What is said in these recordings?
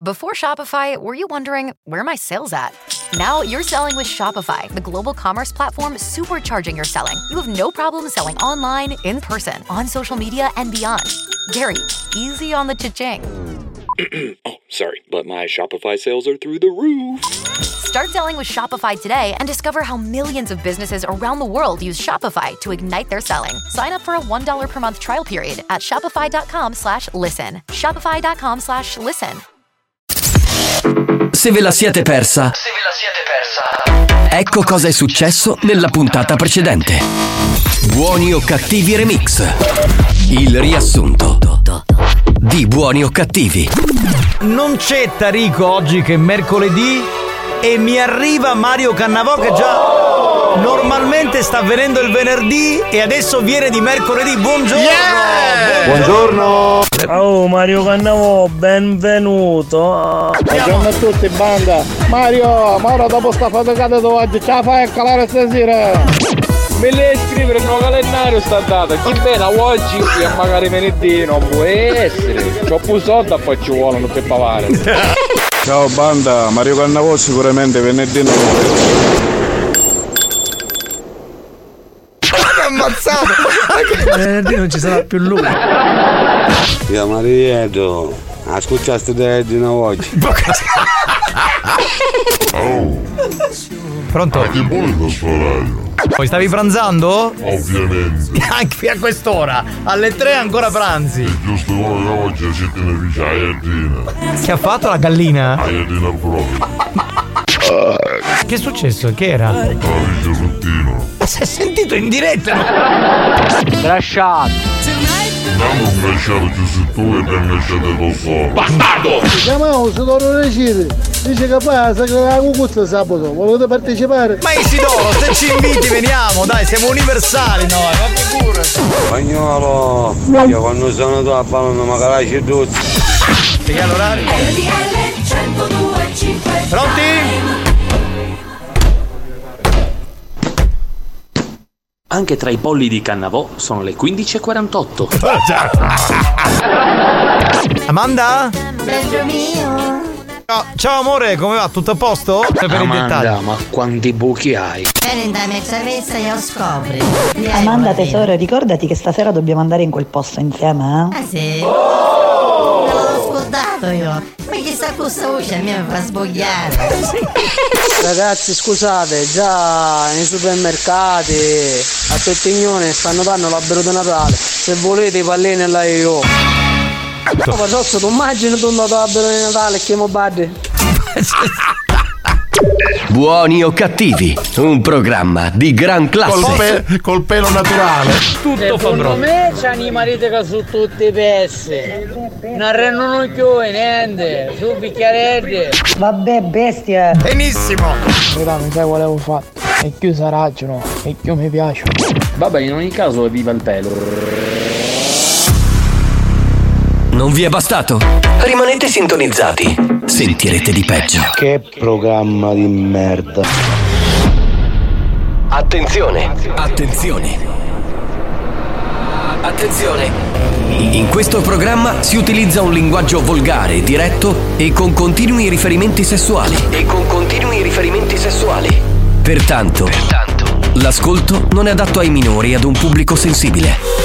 Before Shopify, were you wondering, where are my sales at? Now you're selling with Shopify, the global commerce platform supercharging your selling. You have no problem selling online, in person, on social media, and beyond. Gary, easy on the cha-ching. Oh, sorry, but my Shopify sales are through the roof. Start selling with Shopify today and discover how millions of businesses around the world use Shopify to ignite their selling. Sign up for a $1 per month trial period at shopify.com/listen. Shopify.com/listen. Se ve la siete persa, ecco cosa è successo nella puntata precedente. Buoni o cattivi remix. Il riassunto di Buoni o cattivi. Non c'è Tarico oggi che è mercoledì e mi arriva Mario Cannavò che già normalmente sta venendo il venerdì e adesso viene di mercoledì. Buongiorno! Buongiorno! Oh Mario Cannavò, benvenuto! Buongiorno a tutti, banda! Mario, ma ora dopo sta faticata di oggi, ce la fai a calare stasera? Me le scrivere il nuovo calendario sta data, chi bene oggi e magari venerdì non può essere. C'ho più soldi e poi ci vogliono per pavare. Ciao banda, Mario Cannavò sicuramente venerdì non Ammazzato! Venerdì non ci sarà più lui. Io Marieto, ascoltaste di oggi. Pronto? Che vuole questo orario? Poi stavi pranzando? Ovviamente. Anche a quest'ora, alle 3 ancora pranzi. È giusto che oggi si tiene vicino a Iardina. Che ha fatto la gallina? A Iardina proprio. Che è successo? Che era? La dice Sottino. Si è sentito in diretta? Crashato! Andiamo un crashato giù su tu e abbiamo lasciato il solo. Bastardo! Chiamiamo Isidoro Reciri, dice che fa la cucuzza sabato, volete partecipare? Ma Isidoro, se ci inviti veniamo, dai, siamo universali noi, ma figurati. Spagnolo, io quando sono tu a ballare magari ci duzzi. Che è l'orario? Pronti? Anche tra i polli di Cannavò sono le 15:48. Amanda? Bello mio. Ciao amore, come va? Tutto a posto? Amanda, ma quanti buchi hai? Vieni da me cerveza e lo scopri. Amanda tesoro, ricordati che stasera dobbiamo andare in quel posto insieme, eh? Ah sì? Oh! Me l'ho scordato io. Ma chissà questa voce a me mi fa svogliare. Ragazzi scusate, già nei supermercati a Tettignone stanno dando l'albero di Natale. Se volete i pallini là io. Ma faccio tu immagini tu andato l'albero di Natale e chiamo Buddy. Buoni o cattivi, un programma di gran classe. Col pelo naturale. Tutto fa Secondo me c'è animalite che sono tutti pessi. Non rendono più niente. Su bicchieretti. Vabbè, bestia. Benissimo. Però non sai quale avevo fatto. E più saraggiano, e più mi piacciono. Vabbè, in ogni caso viva il pelo. Non vi è bastato? Rimanete sintonizzati. Sentirete di peggio. Che programma di merda. Attenzione. Attenzione. Attenzione. In questo programma si utilizza un linguaggio volgare, diretto e con continui riferimenti sessuali. Pertanto, l'ascolto non è adatto ai minori e ad un pubblico sensibile.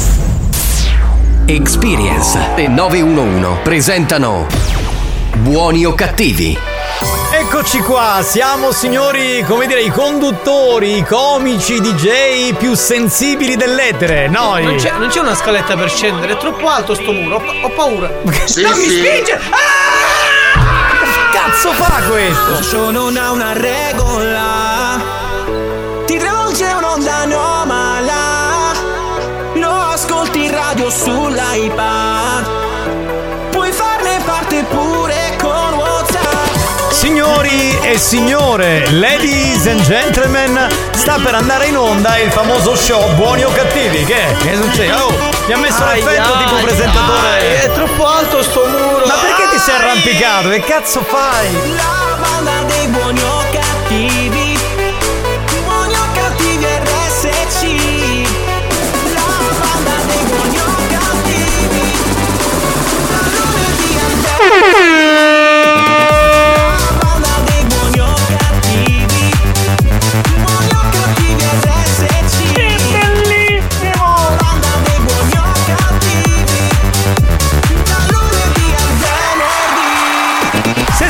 Experience e 911 presentano Buoni o cattivi. Eccoci qua, siamo signori, come dire, i conduttori, i comici, i DJ più sensibili dell'etere. Noi. Non c'è una scaletta per scendere, è troppo alto sto muro, ho paura. Sì, non mi sì. spinge! Che cazzo fa questo? Lo show non ha una regola, ti travolge un'onda anomala. Lo ascolti in radio sull'iPad, puoi farne parte pure con WhatsApp. Signori e signore, ladies and gentlemen, sta per andare in onda il famoso show Buoni o cattivi. Che succede? Oh, mi ha messo l'effetto tipo presentatore. È troppo alto sto muro. Ma perché ti sei arrampicato? Che cazzo fai? La banda dei buoni o cattivi, buoni o cattivi RSC. La banda dei buoni o cattivi, da lunedì a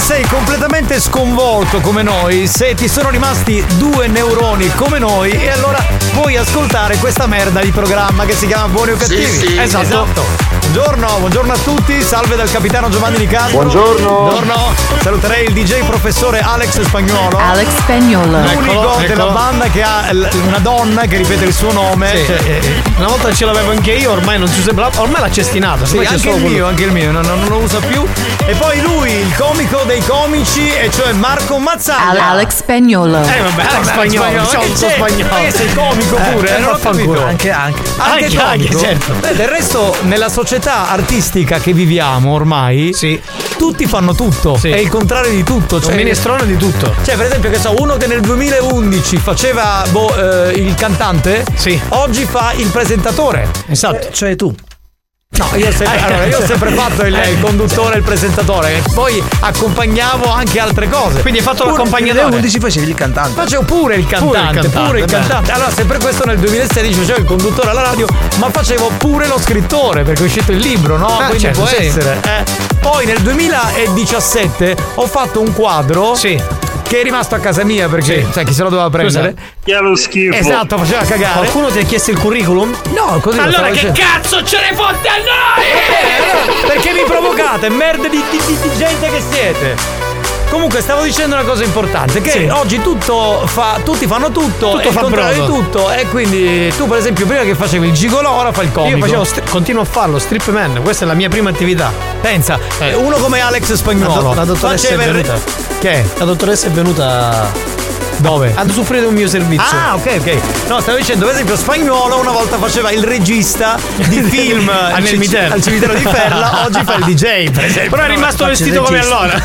sei completamente sconvolto come noi, se ti sono rimasti 2 neuroni come noi, e allora puoi ascoltare questa merda di programma che si chiama Buoni o Cattivi. Sì. Esatto. Buongiorno a tutti, salve dal capitano Giovanni Di Castro. Buongiorno. Saluterei il DJ professore Alex Spagnuolo. L'unico della banda che ha una donna che ripete il suo nome. Sì. Una volta ce l'avevo anche io, ormai non si sembra. Ormai l'ha cestinato. Sì, anche il mio, non lo usa più. E poi lui, il comico dei comici, e cioè Marco Mazzaglia. Alex Spagnuolo. Alex Spagnuolo. Spagnolo. Sei comico pure, non ho capito. Anche, certo. Del resto, nella società artistica che viviamo ormai, sì, tutti fanno tutto. Sì. È il contrario di tutto. Cioè, un minestrone di tutto. Cioè, per esempio, che so, uno che nel 2011 faceva il cantante, sì, oggi fa il presentatore. Esatto. Cioè tu. No, io ho sempre fatto il conduttore e il presentatore, e poi accompagnavo anche altre cose. Quindi hai fatto l'accompagnatore. Nel 2011 facevi il cantante. Facevo pure il cantante. Allora, sempre questo nel 2016 facevo il conduttore alla radio, ma facevo pure lo scrittore, perché è uscito il libro, no? Quindi certo, può essere. Poi nel 2017 ho fatto un quadro. Sì. Che è rimasto a casa mia perché sai chi se lo doveva prendere? Che è lo schifo. Esatto, faceva cagare. Qualcuno ti ha chiesto il curriculum? No, così. Allora che cazzo ce ne fotte a noi? Perché mi provocate, merda di gente che siete. Comunque stavo dicendo una cosa importante, che oggi tutti fanno tutto fa contrario di tutto, e quindi tu per esempio prima che facevi il gigolò ora fai il comico. Io continuo a farlo, strip man, questa è la mia prima attività. Pensa, uno come Alex Spagnuolo. La dottoressa è venuta. Che? La dottoressa è venuta. Dove? Ad usufruire un mio servizio. Ah, ok. No, stavo dicendo, per esempio, Spagnuolo una volta faceva il regista di film al cimitero di Ferla, oggi fa il DJ, per esempio. Però è rimasto vestito come allora.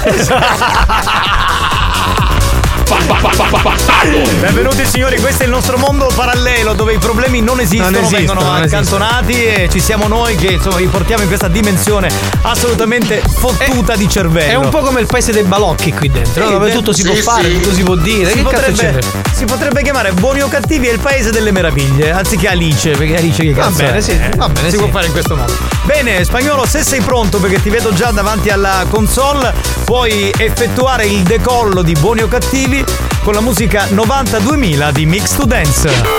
Benvenuti signori, questo è il nostro mondo parallelo dove i problemi non esistono, vengono accantonati e ci siamo noi che insomma vi portiamo in questa dimensione assolutamente fottuta di cervello. È un po' come il paese dei balocchi qui dentro, no? Dove tutto si può fare, tutto si può dire. Si potrebbe chiamare Buoni o Cattivi è il paese delle meraviglie, anziché Alice, perché Alice che cazzo va bene, si può fare in questo modo. Bene, Spagnuolo, se sei pronto, perché ti vedo già davanti alla console, puoi effettuare il decollo di Buoni o Cattivi con la musica 92.000 di Mix to Dance. 5,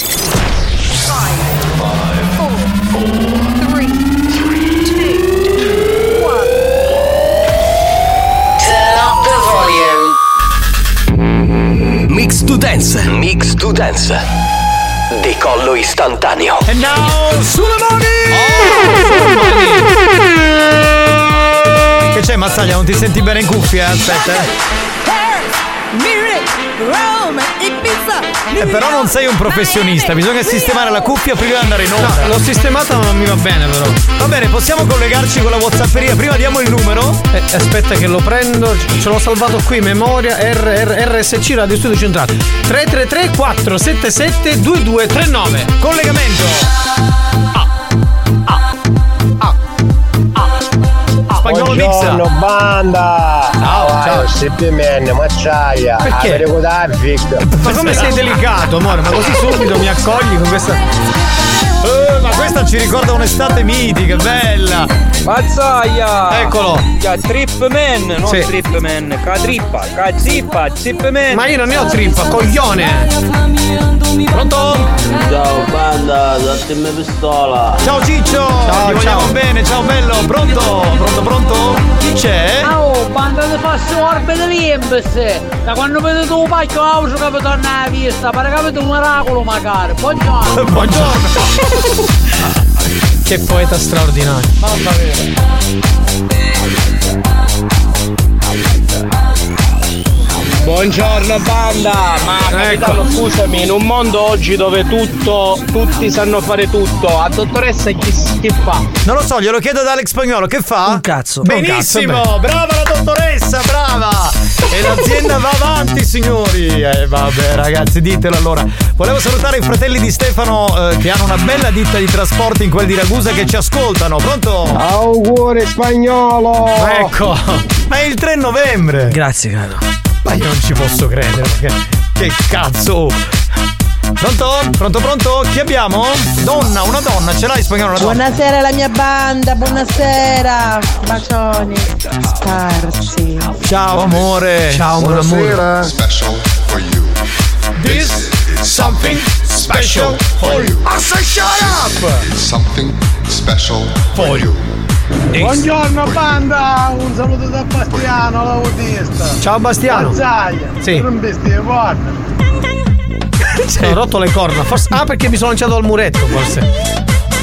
4, 3, 2, 1. Turn up the volume. Mix to Dance. Decollo istantaneo. E now sulle mani! Che c'è, Mazzaglia? Non ti senti bene in cuffia? Aspetta. Però non sei un professionista, bisogna sistemare la cuffia prima di andare in onda. No, l'ho sistemata ma non mi va bene però. Va bene, possiamo collegarci con la WhatsApperia. Prima diamo il numero. Aspetta che lo prendo, ce l'ho salvato qui, memoria RSC Radio Studio Centrale 333 477 2239. Collegamento. Spagnolo Mix. Buongiorno banda. Ciao. SPMN, Mazzaglia. Perché? Ma come sei delicato, amore? Ma così subito mi accogli con questa. Ma questa ci ricorda un'estate mitica, bella. Mazzaglia. Eccolo. Trip man, non trip man. Zippa man. Ma io non ne ho trippa, coglione. Pronto? Ciao banda, datemi pistola. Ciao Ciccio. Ti vogliamo bene, ciao bello. Pronto? Chi c'è? Oh, banda di fast orbe dell'Imbus. Da quando vedete un pacchio auto che vi torna a vista, pare che avete un miracolo magari. Buongiorno. Che poeta straordinario. Mamma mia. Buongiorno banda, ma capitano, scusami, in un mondo oggi dove tutti sanno fare tutto, la dottoressa che fa? Non lo so, glielo chiedo ad Alex Spagnuolo, che fa? Un cazzo. Benissimo, brava la dottoressa, brava! E l'azienda va avanti, signori. Vabbè ragazzi, ditelo allora. Volevo salutare i fratelli di Stefano che hanno una bella ditta di trasporti in quel di Ragusa che ci ascoltano. Pronto? Auguri Spagnolo! Ecco, ma è il 3 novembre. Grazie caro. Ma io non ci posso credere, perché che cazzo. Pronto? Chi abbiamo? Una donna, ce l'hai spagnolo? Buonasera la mia banda, buonasera. Bacioni. Sparsi. Ciao amore. Ciao amore. Special for you. This is something special for you. I say shut up! Something special for you. Buongiorno banda, un saluto da Bastiano, l'autista. Ciao Bastiano. Sì. Non bestie, guarda. Ho rotto le corna, forse. Perché mi sono lanciato al muretto, forse.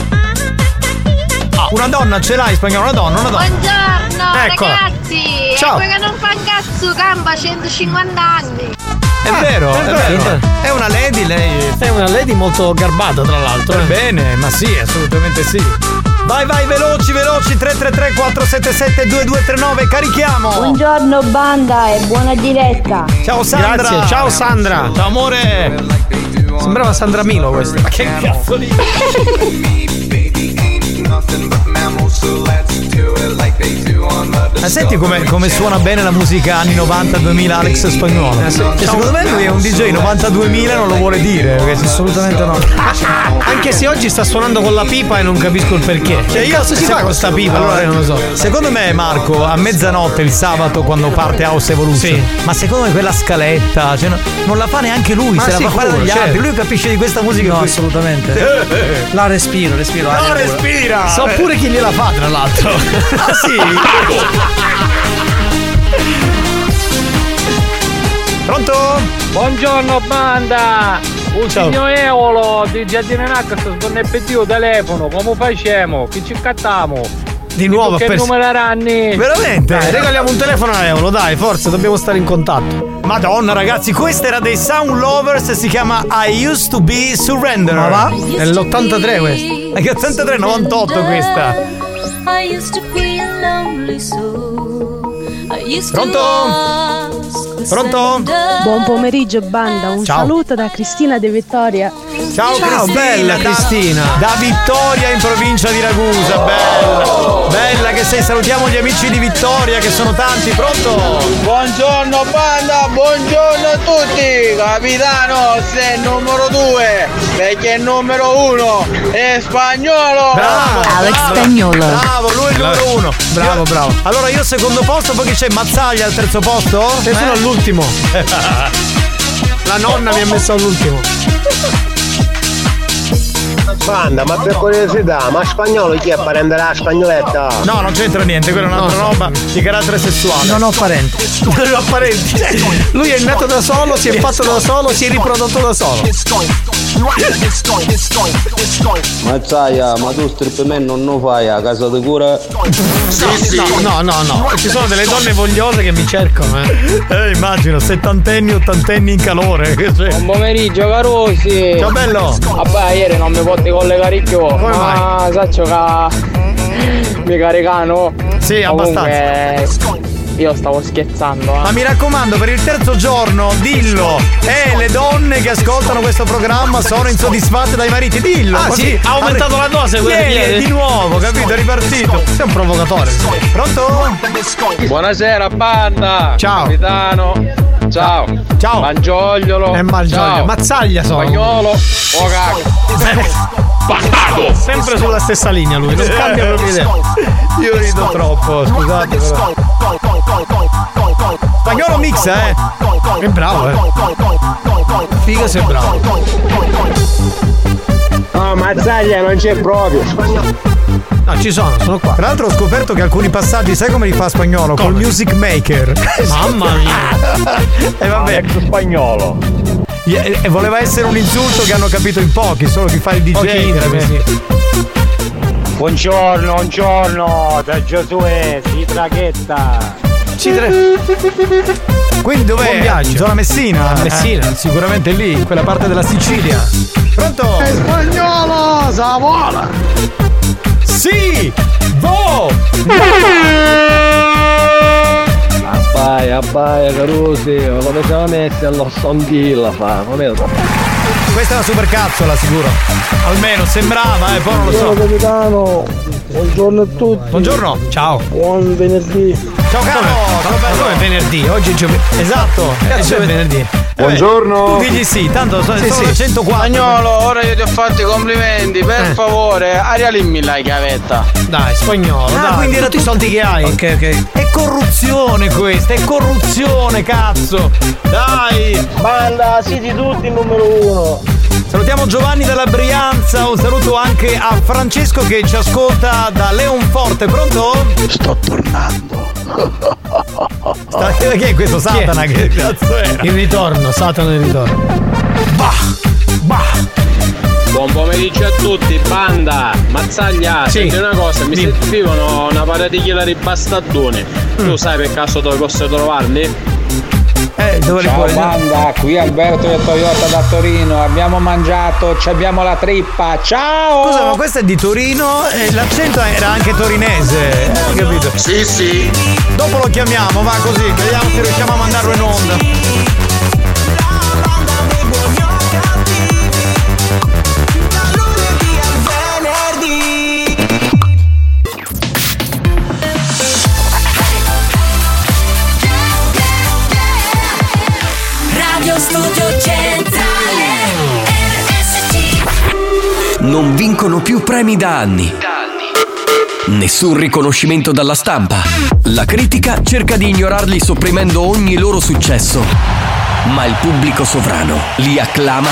Una donna ce l'hai spagnolo, una donna. Buongiorno Eccola. ragazzi. Ciao. È quella che non fa cazzo, campa 150 anni. È vero. È una lady, lei. È una lady molto garbata, tra l'altro. Bene, ma sì, assolutamente sì. Vai, veloci, 333-477-2239, carichiamo! Buongiorno banda e buona diretta. Ciao Sandra! Grazie, ciao Sandra! Ciao amore! Sembrava Sandra Milo questa. Ma che cazzo di... Ma senti come suona bene la musica anni 90-2000 Alex Spagnolo? Secondo me lui è un DJ 92.000 non lo vuole dire, perché assolutamente no. Anche se oggi sta suonando con la pipa e non capisco il perché. Cioè io si fa con sta pipa? Allora non lo so. Secondo me Marco, a mezzanotte il sabato quando parte House Evolution, sì. Ma secondo me quella scaletta, cioè, non la fa neanche lui, ma se la fa fare dagli altri. Lui capisce di questa musica? No, assolutamente. La respiro. No, respira! So pure chi gliela fa, tra l'altro. Ah sì? Pronto? Buongiorno banda! Un signor Eolo di Giardino Nacca sta sbonneppettio telefono, come facciamo? Chi ci cattiamo? Di nuovo che numero ranni? Veramente? Dai, regaliamo un telefono a Eolo, dai, forza, dobbiamo stare in contatto. Madonna ragazzi, questa era dei Sound Lovers e si chiama I Used to Be Surrender. Ma va? È l'83 questa. Ma che 83, 98 questa. I used to be a lonely soul. I used Pronto? Buon pomeriggio banda, un saluto da Cristina De Vittoria. Ciao Cristina, bella Cristina. Da Vittoria in provincia di Ragusa, bella che sei, salutiamo gli amici di Vittoria che sono tanti, pronto? Buongiorno banda, buongiorno a tutti, capitano sei il numero 2, perché il numero 1 è Spagnolo. Bravo, Alex Spagnolo. Bravo, lui è il numero 1. Bravo. Allora io secondo posto, poi chi c'è? Mazzaglia al terzo posto? Sei sono all'ultimo. La nonna mi ha messo all'ultimo. Banda, ma per curiosità, ma Spagnolo chi è? Parente della Spagnoletta? No, non c'entra niente, quella è un'altra roba di carattere sessuale. Non ho parenti. Non ho parenti. Lui è nato da solo, si è fatto da solo, si è riprodotto da solo. Mazzaia, ma tu strip non lo fai a casa di cura? No. Ci sono delle donne vogliose che mi cercano, immagino, 70enni, 80enni in calore. Buon pomeriggio Carosi. Ciao bello. Vabbè, ieri non mi potevo collegare più. Come mai? Saccio che mi caricano. Sì, abbastanza. Io stavo scherzando. Ma mi raccomando, per il terzo giorno dillo. Le donne che ascoltano questo programma sono insoddisfatte dai mariti, dillo. Ah sì, ha aumentato la dose di nuovo, capito? È ripartito. Sei un provocatore. Pronto? Buonasera banda. Ciao capitano. Ciao. Mangiogliolo. Ciao. Mazzaglia sono. Spagnolo. Bastardo! Sempre sulla stessa linea lui, non cambia proprio idea. Io rido troppo, scusate però. Spagnolo mixa, È bravo, Figa sei bravo. Oh, Mazzaglia non c'è proprio. No, ci sono qua. Tra l'altro ho scoperto che alcuni passaggi, sai come li fa Spagnolo? Col Music Maker. Mamma mia. E vabbè. Spagnolo. E voleva essere un insulto che hanno capito in pochi, solo chi fa il DJ. Buongiorno, da Giosuè, si tragetta. Quindi dov'è? Zona Messina? Messina. Sicuramente lì, in quella parte della Sicilia. Pronto? È Spagnolo, Savola. Sì! Abbaia Carusi, come siamo messi allo sondilla fa, Questa è una supercazzola sicuro. Almeno sembrava, poi non lo so. Buongiorno capitano, buongiorno a tutti. Buongiorno, ciao. Buon venerdì. Ciao caro, Come venerdì, oggi è giovedì. Esatto, Cazzo è venerdì. Buongiorno. Tu digli sì, tanto sono Sì, sì. 104. Spagnolo, ora io ti ho fatto i complimenti, per favore, arialimmi la chiavetta. Dai, spagnolo, dai. Quindi era tutti i soldi che hai. Ok. È corruzione questa, è corruzione, cazzo. Dai. Banda, siete tutti il numero 1. Salutiamo Giovanni dalla Brianza, un saluto anche a Francesco che ci ascolta da Leonforte. Pronto? Sto tornando. Chi è questo Satana? Che cazzo è? Il ritorno, Satana il ritorno. Buon pomeriggio a tutti, banda! Mazzaglia, Sì. senti una cosa, mi Dimmi. servivano una paraticchia di bastardone. Tu sai per caso dove posso trovarli? Dove li Ciao puoi? banda, qui Alberto del Toyota da Torino, abbiamo mangiato, ci abbiamo la trippa, ciao! Scusa, ma questo è di Torino e l'accento era anche torinese, hai capito? Sì. Dopo lo chiamiamo, va così, vediamo se riusciamo a mandarlo in onda. Radio Studio Centrale RSC. Non vincono più premi da anni. Nessun riconoscimento dalla stampa. La critica cerca di ignorarli sopprimendo ogni loro successo. Ma il pubblico sovrano li acclama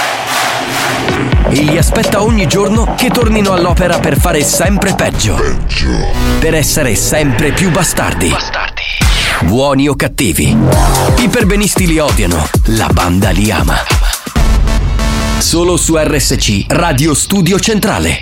e li aspetta ogni giorno che tornino all'opera per fare sempre peggio. Per essere sempre più bastardi. Buoni o cattivi. I perbenisti li odiano, la banda li ama. Solo su RSC, Radio Studio Centrale.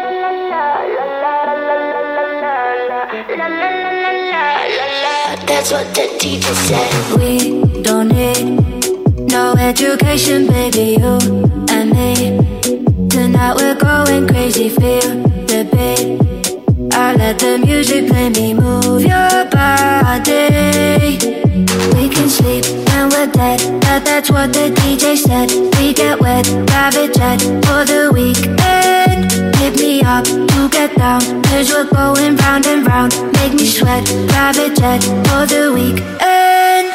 That's what the teacher said. We don't need no education, baby, you and me. Tonight we're going crazy, feel the beat. I let the music play me, move your body. We can sleep when we're dead, that's what the DJ said. We get wet, private jet for the weekend. Hit me up to get down, cause we're going round and round. Make me sweat, private jet for the weekend.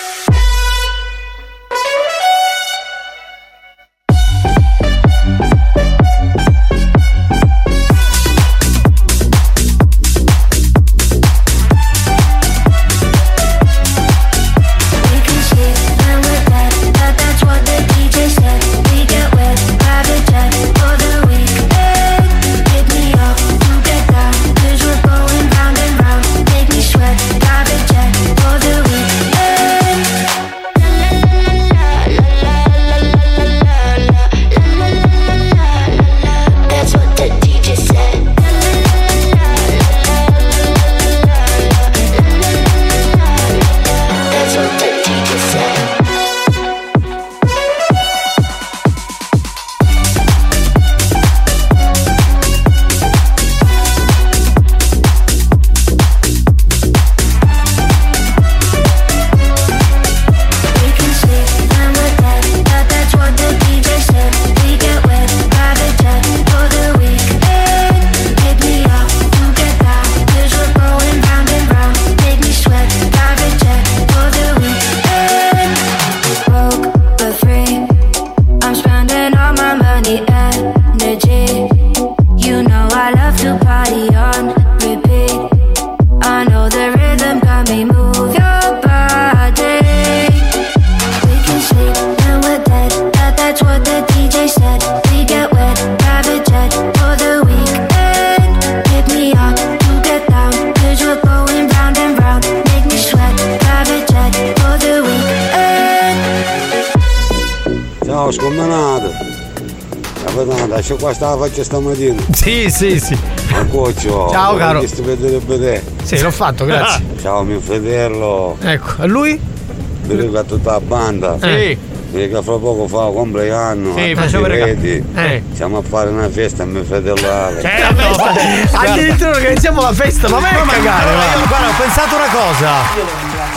Lascia qua sta la faccia stamattina. Sì. Ma Coccio, ciao caro. Visto vedrebbe te. Sì, l'ho fatto, grazie. Ciao mio fratello. Ecco, a lui? Mi dico a tutta la banda. Sì. Mi dico fra poco fa il compleanno. Sì, facciamo vedi. Siamo a fare una festa a mio fratello Ale. Addirittura organizziamo la festa, ma vai a cagare. Guarda, ho pensato una cosa.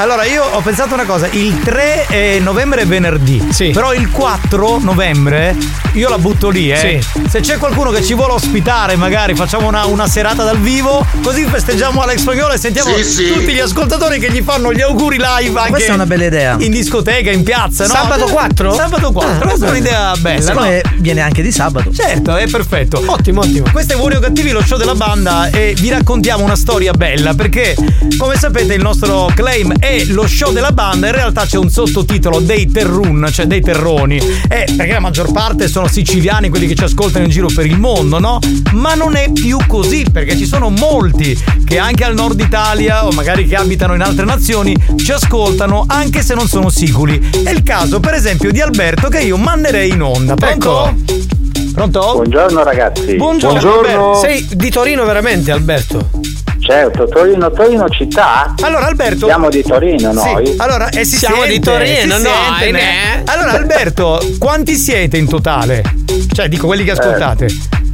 Allora io ho pensato una cosa, il 3 novembre è venerdì, però il 4 novembre io la butto lì, Se c'è qualcuno che ci vuole ospitare, magari facciamo una serata dal vivo, così festeggiamo Alex Spagnolo e sentiamo tutti gli ascoltatori che gli fanno gli auguri live anche. Questa è una bella idea. In discoteca, in piazza, no? Sabato 4? Sabato 4, questa è un'idea bella. Secondo me viene anche di sabato. Certo, è perfetto. Ottimo. Questo è Buoni o Cattivi, lo show della banda, e vi raccontiamo una storia bella perché, come sapete, il nostro claim è lo show della banda. In realtà c'è un sottotitolo, dei terrun, cioè dei terroni, perché la maggior parte sono siciliani, quelli che ci ascoltano in giro per il mondo, no? Ma non è più così, perché ci sono molti che anche al nord Italia o magari che abitano in altre nazioni ci ascoltano anche se non sono siculi. È il caso per esempio di Alberto, che io manderei in onda. Pronto? Pronto? Buongiorno ragazzi. Buongiorno. Sei di Torino veramente, Alberto? Certo, Torino città. Allora Alberto, siamo di Torino noi. Sì. Allora siamo di Torino, Allora Alberto, quanti siete in totale? Cioè dico quelli che ascoltate.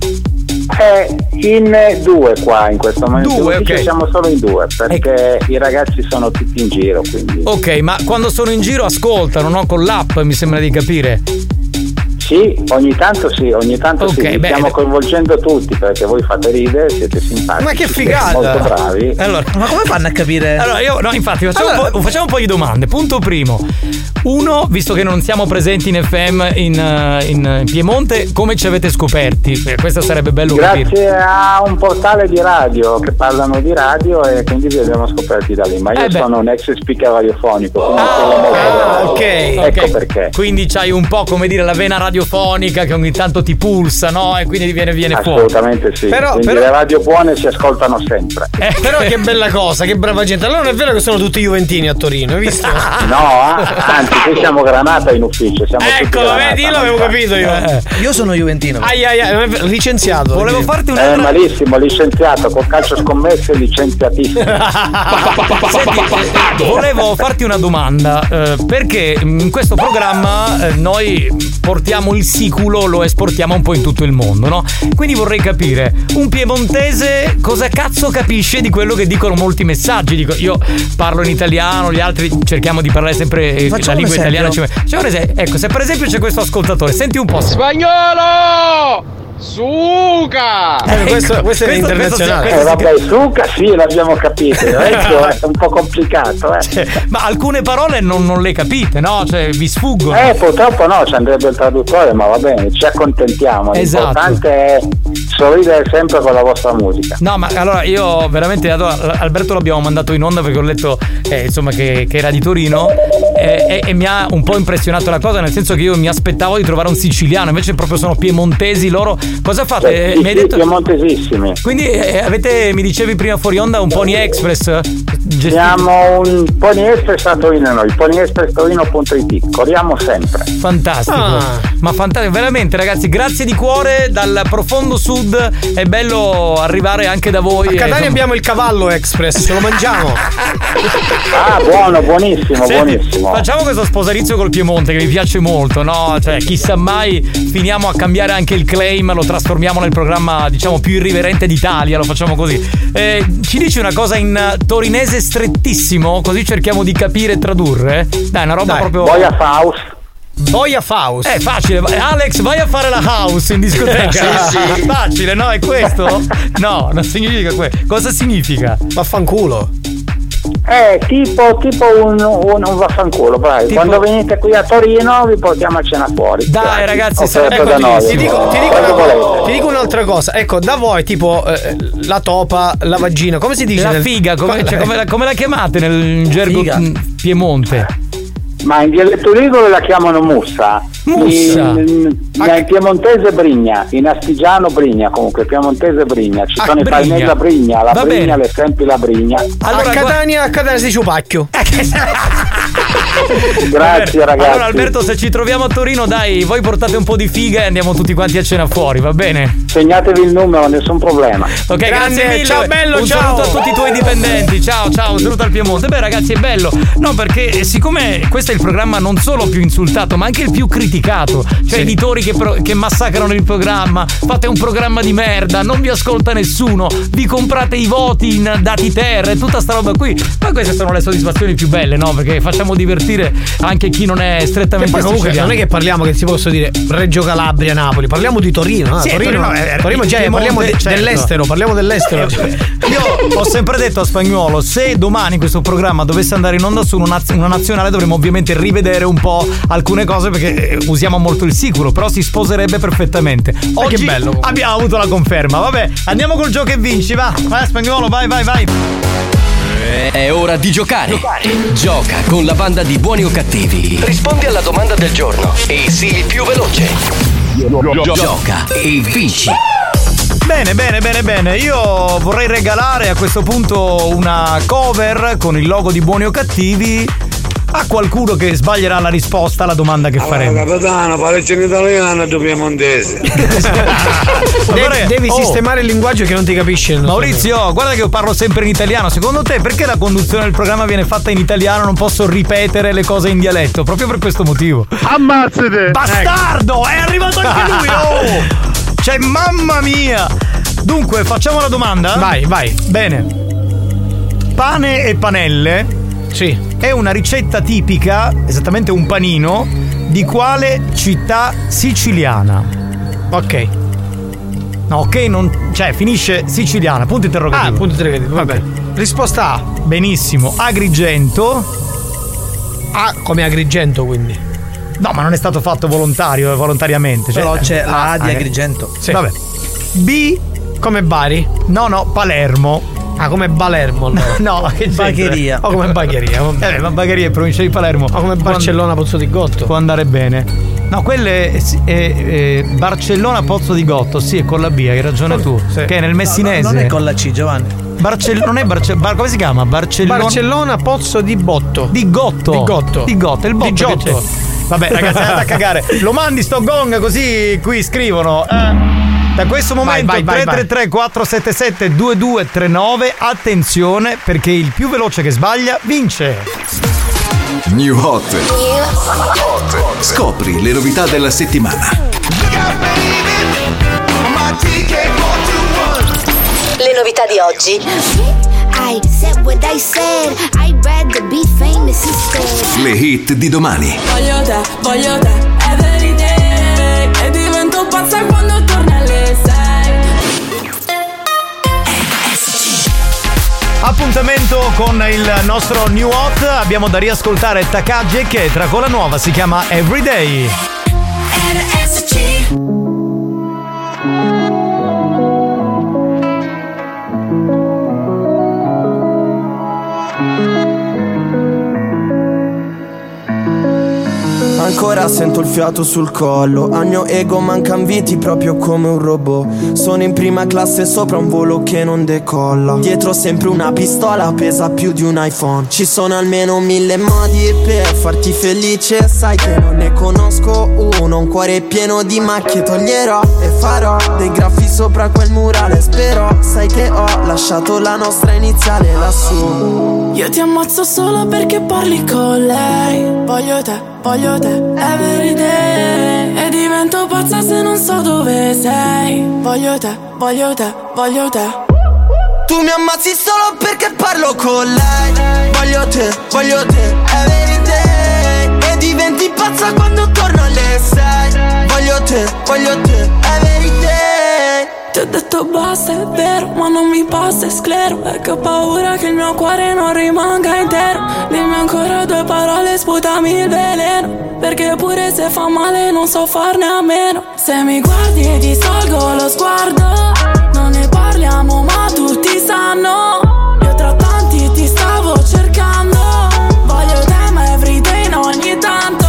In 2 qua in questo momento. 2, ok. Siamo solo in 2 perché i ragazzi sono tutti in giro, quindi. Ok, ma quando sono in giro ascoltano, no? Con l'app, mi sembra di capire. Sì, ogni tanto sì. Stiamo coinvolgendo tutti perché voi fate ridere, siete simpatici. Ma che figata! Molto bravi. Allora, ma come fanno a capire? Allora infatti facciamo un po' di domande. Punto primo. Uno, visto che non siamo presenti in FM in Piemonte, come ci avete scoperti? Questo sarebbe bello capire. Grazie a un portale di radio che parlano di radio e quindi vi abbiamo scoperti da lì. Ma io sono un ex speaker radiofonico. Ok. Ecco perché. Quindi c'hai un po', come dire, la vena radiofonica che ogni tanto ti pulsa, no? E quindi viene fuori. Assolutamente sì. Però le radio buone si ascoltano sempre. Però che bella cosa, che brava gente. Allora non è vero che sono tutti juventini a Torino, hai visto? No, anzi, qui siamo Granata in ufficio. Eccolo, vedi, l'avevo capito io. Io sono juventino. Licenziato. Volevo farti una. Malissimo, licenziato, col calcio scommesse licenziatissimo. Senti, volevo farti una domanda, perché in questo programma noi portiamo il siculo, lo esportiamo un po' in tutto il mondo, no? Quindi vorrei capire, un piemontese cosa cazzo capisce di quello che dicono molti messaggi? Dico, io parlo in italiano, gli altri cerchiamo di parlare sempre la lingua italiana. Ecco, se per esempio c'è questo ascoltatore, senti un po'. Spagnolo! Suca! Questo è internazionale. Vabbè, suca sì, l'abbiamo capito. Adesso è un po' complicato. Ma alcune parole non le capite, no? Cioè vi sfuggono. Purtroppo no, ci andrebbe il traduttore, ma va bene, ci accontentiamo. L'importante è sorridere sempre con la vostra musica. No, ma allora io veramente Alberto l'abbiamo mandato in onda perché ho letto insomma che era di Torino e mi ha un po' impressionato la cosa, nel senso che io mi aspettavo di trovare un siciliano, invece proprio sono piemontesi loro. Cosa fate? Mi hai detto piemontesissimi. Quindi mi dicevi prima fuori onda un Pony Express? Siamo un Pony Express a Torino noi, ponyexpresstorino.it. Corriamo sempre. Fantastico. Ma fantastico, veramente ragazzi, grazie di cuore dal profondo sud, è bello arrivare anche da voi. A Catania abbiamo il cavallo Express, ce lo mangiamo. Buono, buonissimo. Facciamo questo sposalizio col Piemonte che mi piace molto, no? Cioè, chissà mai finiamo a cambiare anche il claim, lo trasformiamo nel programma, diciamo, più irriverente d'Italia, lo facciamo così. Ci dici una cosa in torinese strettissimo, così cerchiamo di capire e tradurre? Dai, una roba proprio. Boia Faust. È facile. Alex, vai a fare la house in discoteca. Sì. Facile, no? È questo? No, non significa questo. Cosa significa? Vaffanculo. Tipo un vaffanculo, vai. Quando venite qui a Torino vi portiamo a cena fuori. Dai ragazzi, ti dico un'altra cosa. Ecco, da voi tipo la topa, la vagina, come si dice? La figa, come la chiamate nel gergo Piemonte? Ma in dialetto ligure la chiamano mussa. In piemontese brigna, in astigiano brigna, comunque piemontese brigna. Ci sono i palmella brigna, la brigna, l'esempio la brigna. Allora, a Catania si dice pacchio. Grazie ragazzi. Allora Alberto, se ci troviamo a Torino, dai, voi portate un po' di figa e andiamo tutti quanti a cena fuori, va bene? Segnatevi il numero, nessun problema. Ok, grazie mille. Ciao bello, un ciao. saluto a tutti i tuoi dipendenti. Ciao, un saluto al Piemonte. Beh ragazzi, è bello. No, perché siccome questo è il programma non solo più insultato, ma anche il più criticato. Cioè editori che massacrano il programma. Fate un programma di merda, non vi ascolta nessuno. Vi comprate i voti in dati terra e tutta sta roba qui. Ma queste sono le soddisfazioni più belle, no? Perché facciamo divertire anche chi non è strettamente poi comunque non è che parliamo, che si posso dire Reggio Calabria, Napoli, parliamo di Torino, no? Sì, Torino parliamo dell'estero, parliamo dell'estero. Io ho sempre detto a Spagnuolo, se domani questo programma dovesse andare in onda su una nazionale, dovremmo ovviamente rivedere un po' alcune cose, perché usiamo molto il sicuro, però si sposerebbe perfettamente. Oggi che bello, abbiamo avuto la conferma. Vabbè, andiamo col gioco e vinci, va Spagnuolo, vai. È ora di giocare. Gioca con la banda di Buoni o Cattivi. Rispondi alla domanda del giorno e sii il più veloce. Gioca e vinci. Bene. Io vorrei regalare a questo punto una cover con il logo di Buoni o Cattivi a qualcuno che sbaglierà la risposta alla domanda che faremo. Capitano, pareggio in italiano e piemontese. Devi sistemare il linguaggio che non ti capisce. Maurizio, guarda che io parlo sempre in italiano. Secondo te perché la conduzione del programma viene fatta in italiano? Non posso ripetere le cose in dialetto, proprio per questo motivo. Ammazzate! Bastardo! È arrivato anche lui! Oh! Cioè, mamma mia! Dunque, facciamo la domanda? Vai. Bene. Pane e panelle. Sì. È una ricetta tipica, esattamente un panino, di quale città siciliana? Ok. No, ok, non. Cioè, finisce siciliana, punto interrogativo. Punto interrogativo, vabbè. Okay. Risposta A. Benissimo. Agrigento. A come Agrigento, quindi. No, ma non è stato fatto volontariamente. Cioè, però c'è la A di Agrigento. Sì. Vabbè. B come Bari? No, Palermo. Ah, come Palermo allora. No, che Bagheria. O come Bagheria. Ma Bagheria è provincia di Palermo. O come Barcellona Pozzo di Gotto. Può andare bene. No, quelle è Barcellona Pozzo di Gotto, sì, è con la B, hai ragione tu. Sì. Che è nel messinese. No, non è con la C, Giovanni. Non è come si chiama? Barcellona Pozzo di Botto. Di Gotto. Il Botto. Di Giotto. Vabbè, ragazzi, andate a cagare. Lo mandi sto gong così qui scrivono. Da questo momento 333 477 2239. Attenzione, perché il più veloce che sbaglia vince. New Hot. Scopri le novità della settimana. Le novità di oggi. Le hit di domani. Voglio te, every day. E divento pazza quando torni alle 6. Appuntamento con il nostro New Hot. Abbiamo da riascoltare Takagi e Ketra con la nuova, si chiama Everyday. RSC. Ancora sento il fiato sul collo, al mio ego mancan viti proprio come un robot. Sono in prima classe sopra un volo che non decolla. Dietro sempre una pistola, pesa più di un iPhone. Ci sono almeno 1000 modi per farti felice. Sai che non ne conosco uno, un cuore pieno di macchie. Toglierò e farò dei graffi sopra quel murale. Spero, sai che ho lasciato la nostra iniziale lassù. Io ti ammazzo solo perché parli con lei. Voglio te, every day. E divento pazza se non so dove sei. Voglio te. Tu mi ammazzi solo perché parlo con lei. Voglio te, every day. E diventi pazza quando torno alle 6. Voglio te, every day. Ti ho detto basta, è vero, ma non mi passa, è sclero. E che ho paura che il mio cuore non rimanga intero. Dimmi ancora 2 parole, sputami il veleno. Perché pure se fa male non so farne a meno. Se mi guardi e ti salgo lo sguardo, non ne parliamo ma tutti sanno. Io tra tanti ti stavo cercando. Voglio te ma everyday no, ogni tanto.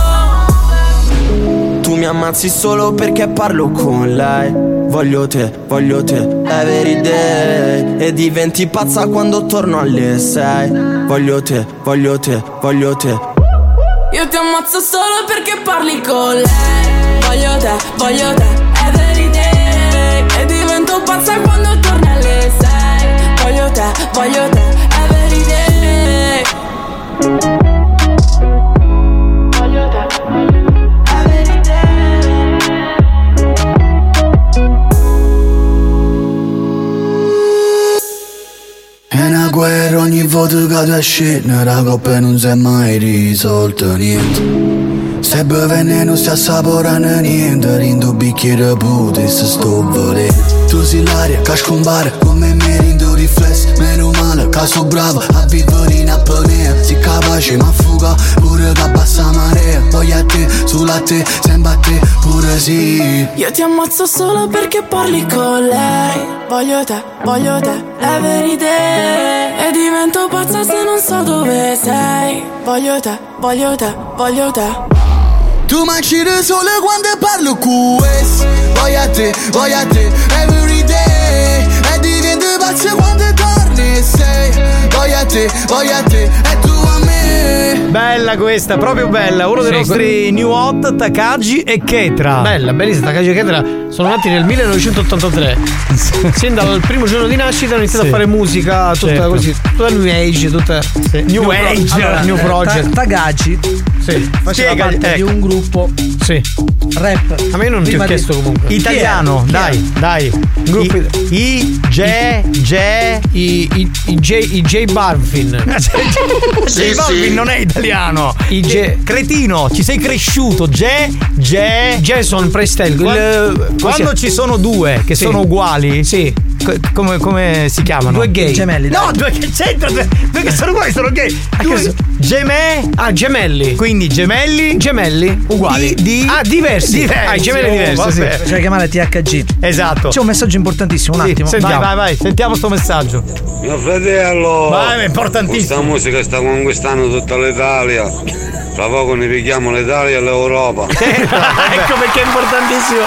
Tu mi ammazzi solo perché parlo con lei. Voglio te, every day. E diventi pazza quando torno alle 6. Voglio te. Io ti ammazzo solo perché parli con lei. Voglio te, every day. E divento pazza quando torni alle 6. Voglio te, every day. Voglio te, every day. È una guerra ogni volta che tu esci, la coppa non si è mai risolta niente. Stai bevendo e non stai assaporando niente, rindo bicchiere puto e se sto volendo. Tu sei l'aria che scompare come me rindo riflesso. Meno male che sono bravo a vivere in apnea. Si capace ma fuga pure che abbassa marea. Voglio a te, solo a te, sempre a te, pure sì. Io ti ammazzo solo perché parli con lei. Voglio te, every day. E divento pazza se non so dove sei. Voglio te. Tu mangi da sole quando parlo con questo. Voglio a te, every day. E divento pazza quando torni sei. Voglio a te, e tu a me. Bella questa, proprio bella. Uno dei nostri new hot, Takagi e Ketra. Bella, bellissima. Takagi e Ketra sono nati nel 1983. Sin dal primo giorno di nascita hanno iniziato a fare musica tutta così, tutta new age, tutta new age, allora, new project. Takagi faceva parte di un gruppo rap. A me non ti ho chiesto comunque. Italiano, dai. Gruppo I J Balvin. J Balvin non è italiano. Cretino, ci sei cresciuto. Jason Presley. Quando ci sono due che sono uguali, come si chiamano? Due gay gemelli. No, due che c'entra? Due che sono uguali, sono gay. Gemelli. Quindi gemelli uguali. Diversi. Gemelli diversi. Cioè chiamare THG. Esatto. C'è un messaggio importantissimo, un attimo. Sentiamo. Vai, sentiamo sto messaggio. Mio fratello. Vai, è importantissimo. Questa musica sta conquistando tutta l'Italia. Tra poco ne picchiamo l'Italia e l'Europa. Ecco perché è importantissimo.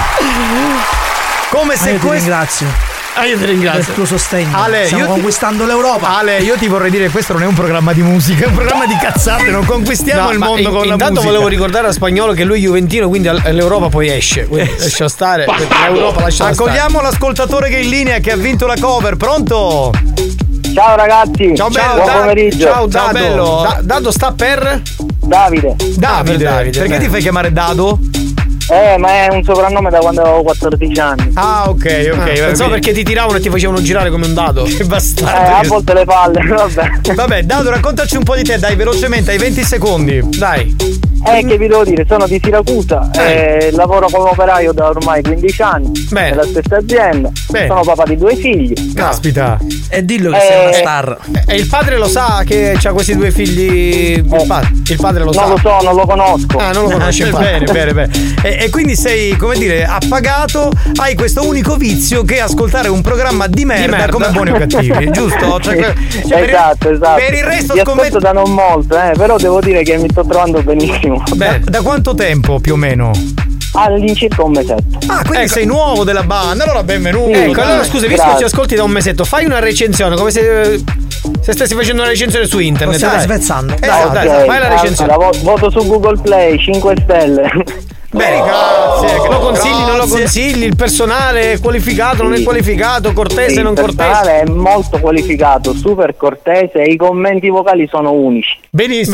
Come se questo. Ringrazio. Io ti ringrazio per il tuo sostegno. Ale, stiamo conquistando l'Europa. Ale, io ti vorrei dire che questo non è un programma di musica, è un programma di cazzate, non conquistiamo il mondo con la musica. Intanto volevo ricordare a Spagnolo che lui è juventino, quindi l'Europa poi esce. Lascia stare. L'Europa lascia stare. Accogliamo l'ascoltatore che è in linea, che ha vinto la cover. Pronto? Ciao ragazzi. Ciao bello. Buon pomeriggio. Ciao Dado. Bello. Dado sta per? Davide. Perché ti fai chiamare Dado? Ma è un soprannome da quando avevo 14 anni. Ah, ok. Non so perché ti tiravano e ti facevano girare come un dado. Che bastardo. A volte le palle, vabbè, Dado, raccontaci un po' di te, dai, velocemente, hai 20 secondi. Dai. Che vi devo dire, sono di Siracusa, lavoro come operaio da ormai 15 anni nella stessa azienda. Sono papà di 2 figli. Caspita. E dillo che sei una star. E il padre lo sa che ha questi 2 figli? Il padre lo sa? Non lo so, non lo conosco. Non lo conosci. Bene. E quindi sei, come dire, appagato, hai questo unico vizio che è ascoltare un programma di merda. Come Buoni o Cattivi, giusto? Esatto. Per il resto scommetto da non molto, però devo dire che mi sto trovando benissimo. Da quanto tempo più o meno? All'incirca un mesetto. Quindi sei nuovo della banda, allora benvenuto. Allora scusa, visto che ci ascolti da un mesetto, fai una recensione come se stessi facendo una recensione su internet. Stai svezzando. Dai, fai la recensione. Voto su Google Play 5 stelle. Bene, grazie. Lo consigli, non lo consigli? Il personale è qualificato, non è qualificato, cortese, non cortese? Il personale è molto qualificato, super cortese e i commenti vocali sono unici. Benissimo.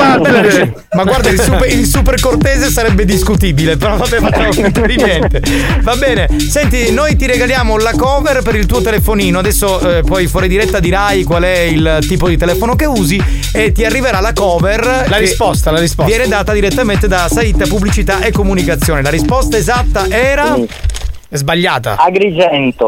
Ma guarda, il super cortese sarebbe discutibile, però vabbè, facciamo finta di niente. Va bene. Senti, noi ti regaliamo la cover per il tuo telefonino. Adesso poi fuori diretta dirai qual è il tipo di telefono che usi e ti arriverà la cover. La risposta. Viene data direttamente da Saita Pubblicità e Comunicazione. La risposta esatta era sbagliata. Agrigento. Ho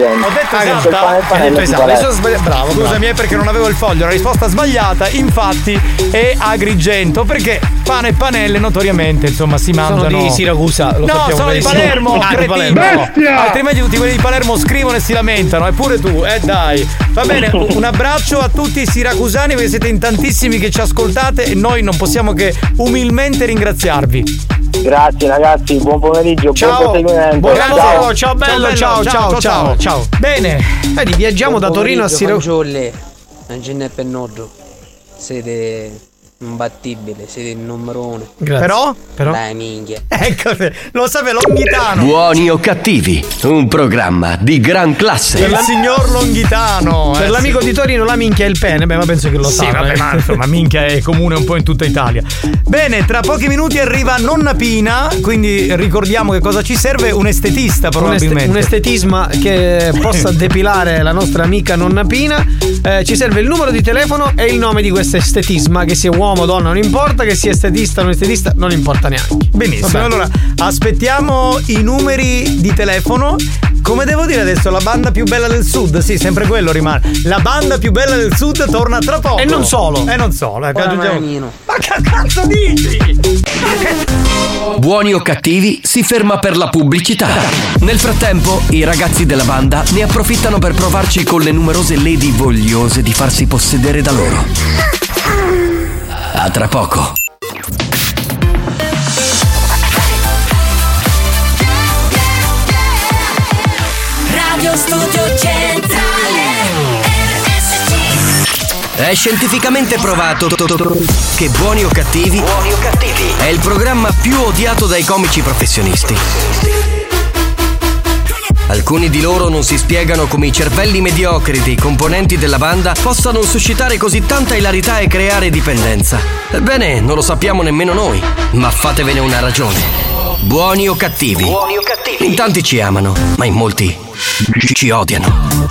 detto esatta. Adesso sbagliato. Bravo. Scusami, è perché non avevo il foglio. La risposta sbagliata, infatti, è Agrigento, perché pane e panelle notoriamente, insomma, si mangiano. Sono di Siracusa. Sono di Palermo. Altrimenti tutti quelli di Palermo scrivono e si lamentano. Eppure tu, dai. Va bene, un abbraccio a tutti i siracusani, perché siete in tantissimi che ci ascoltate e noi non possiamo che umilmente ringraziarvi. Grazie ragazzi, buon pomeriggio, ciao. Buon lavoro, ciao bello, ciao. Bene, viaggiamo da Torino a Siracusa. Non ce n'è per nodo. Siete imbattibile, siete il numero 1. Però? Dai minchia. Ecco, lo sape Longhitano. Buoni o cattivi, un programma di gran classe. Il signor Longhitano. Per l'amico di Torino la minchia è il pene, ma penso che lo sa. Sì, vabbè, ma insomma, minchia è comune un po' in tutta Italia. Bene, tra pochi minuti arriva Nonna Pina, quindi ricordiamo che cosa ci serve, un estetista probabilmente. Un estetisma che possa depilare la nostra amica Nonna Pina. Ci serve il numero di telefono e il nome di questo estetisma, che sia uomo o donna non importa, che sia estetista o non estetista non importa neanche. Benissimo. Vabbè. Allora aspettiamo i numeri di telefono. Come devo dire adesso, la banda più bella del sud? Sì, sempre quello rimane. La banda più bella del sud torna tra poco. E non solo. Aggiungiamo. Ma che cazzo dici? Buoni o cattivi si ferma per la pubblicità. Nel frattempo i ragazzi della banda ne approfittano per provarci con le numerose lady vogliose di farsi possedere da loro. A tra poco. Radio Studio Centrale RSC. È scientificamente provato che Buoni o cattivi è il programma più odiato dai comici professionisti. Alcuni di loro non si spiegano come i cervelli mediocri dei componenti della banda possano suscitare così tanta ilarità e creare dipendenza. Ebbene, non lo sappiamo nemmeno noi, ma fatevene una ragione. Buoni o cattivi. In tanti ci amano, ma in molti ci odiano.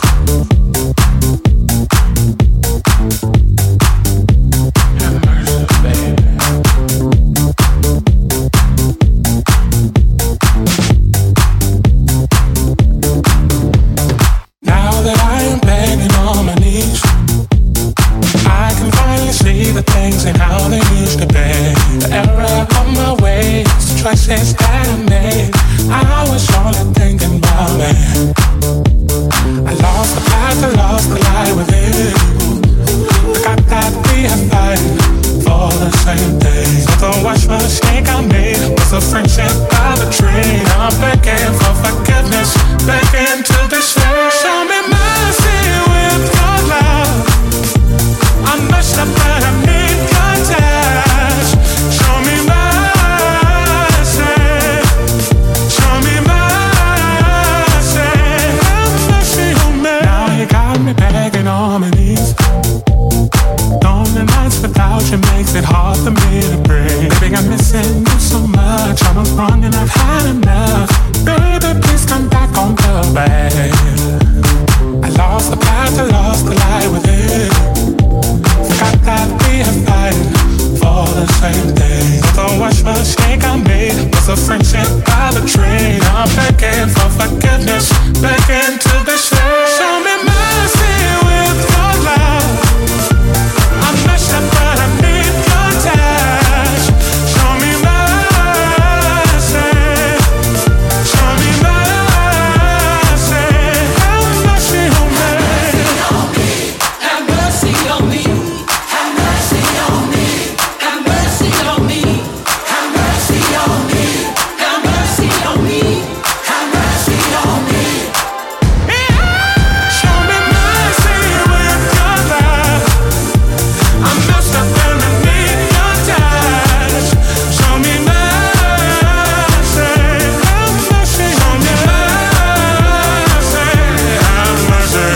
Choices that I made, I was only thinking about it. I lost the path, I lost the light within. Forgot that we are fighting for the same things. But the wash mistake I made was a friendship of a dream. I'm begging for forgiveness, begging to this day. Show me mercy with your love. I messed up but I need your touch. Show me mercy. Begging on my knees. Lonely nights without you makes it hard for me to breathe. Baby, I'm missing you so much. I was wrong and I've had enough. Baby, please come back on the way. I lost the path, I lost the light within. Forgot that we are fighting for the same thing. But the worst mistake I made was a friendship by the train. I'm begging for forgiveness, begging to be saved. Show me mercy with your love. I messed up but I need your touch. Show me mercy. Show me mercy. Have mercy on me. Have mercy on me. Have mercy on me. Have mercy on me. Have mercy on me. Have mercy on me. Have mercy on me. Show me mercy with your love. I messed up and I need your touch. Show me mercy. Have mercy on me. Have mercy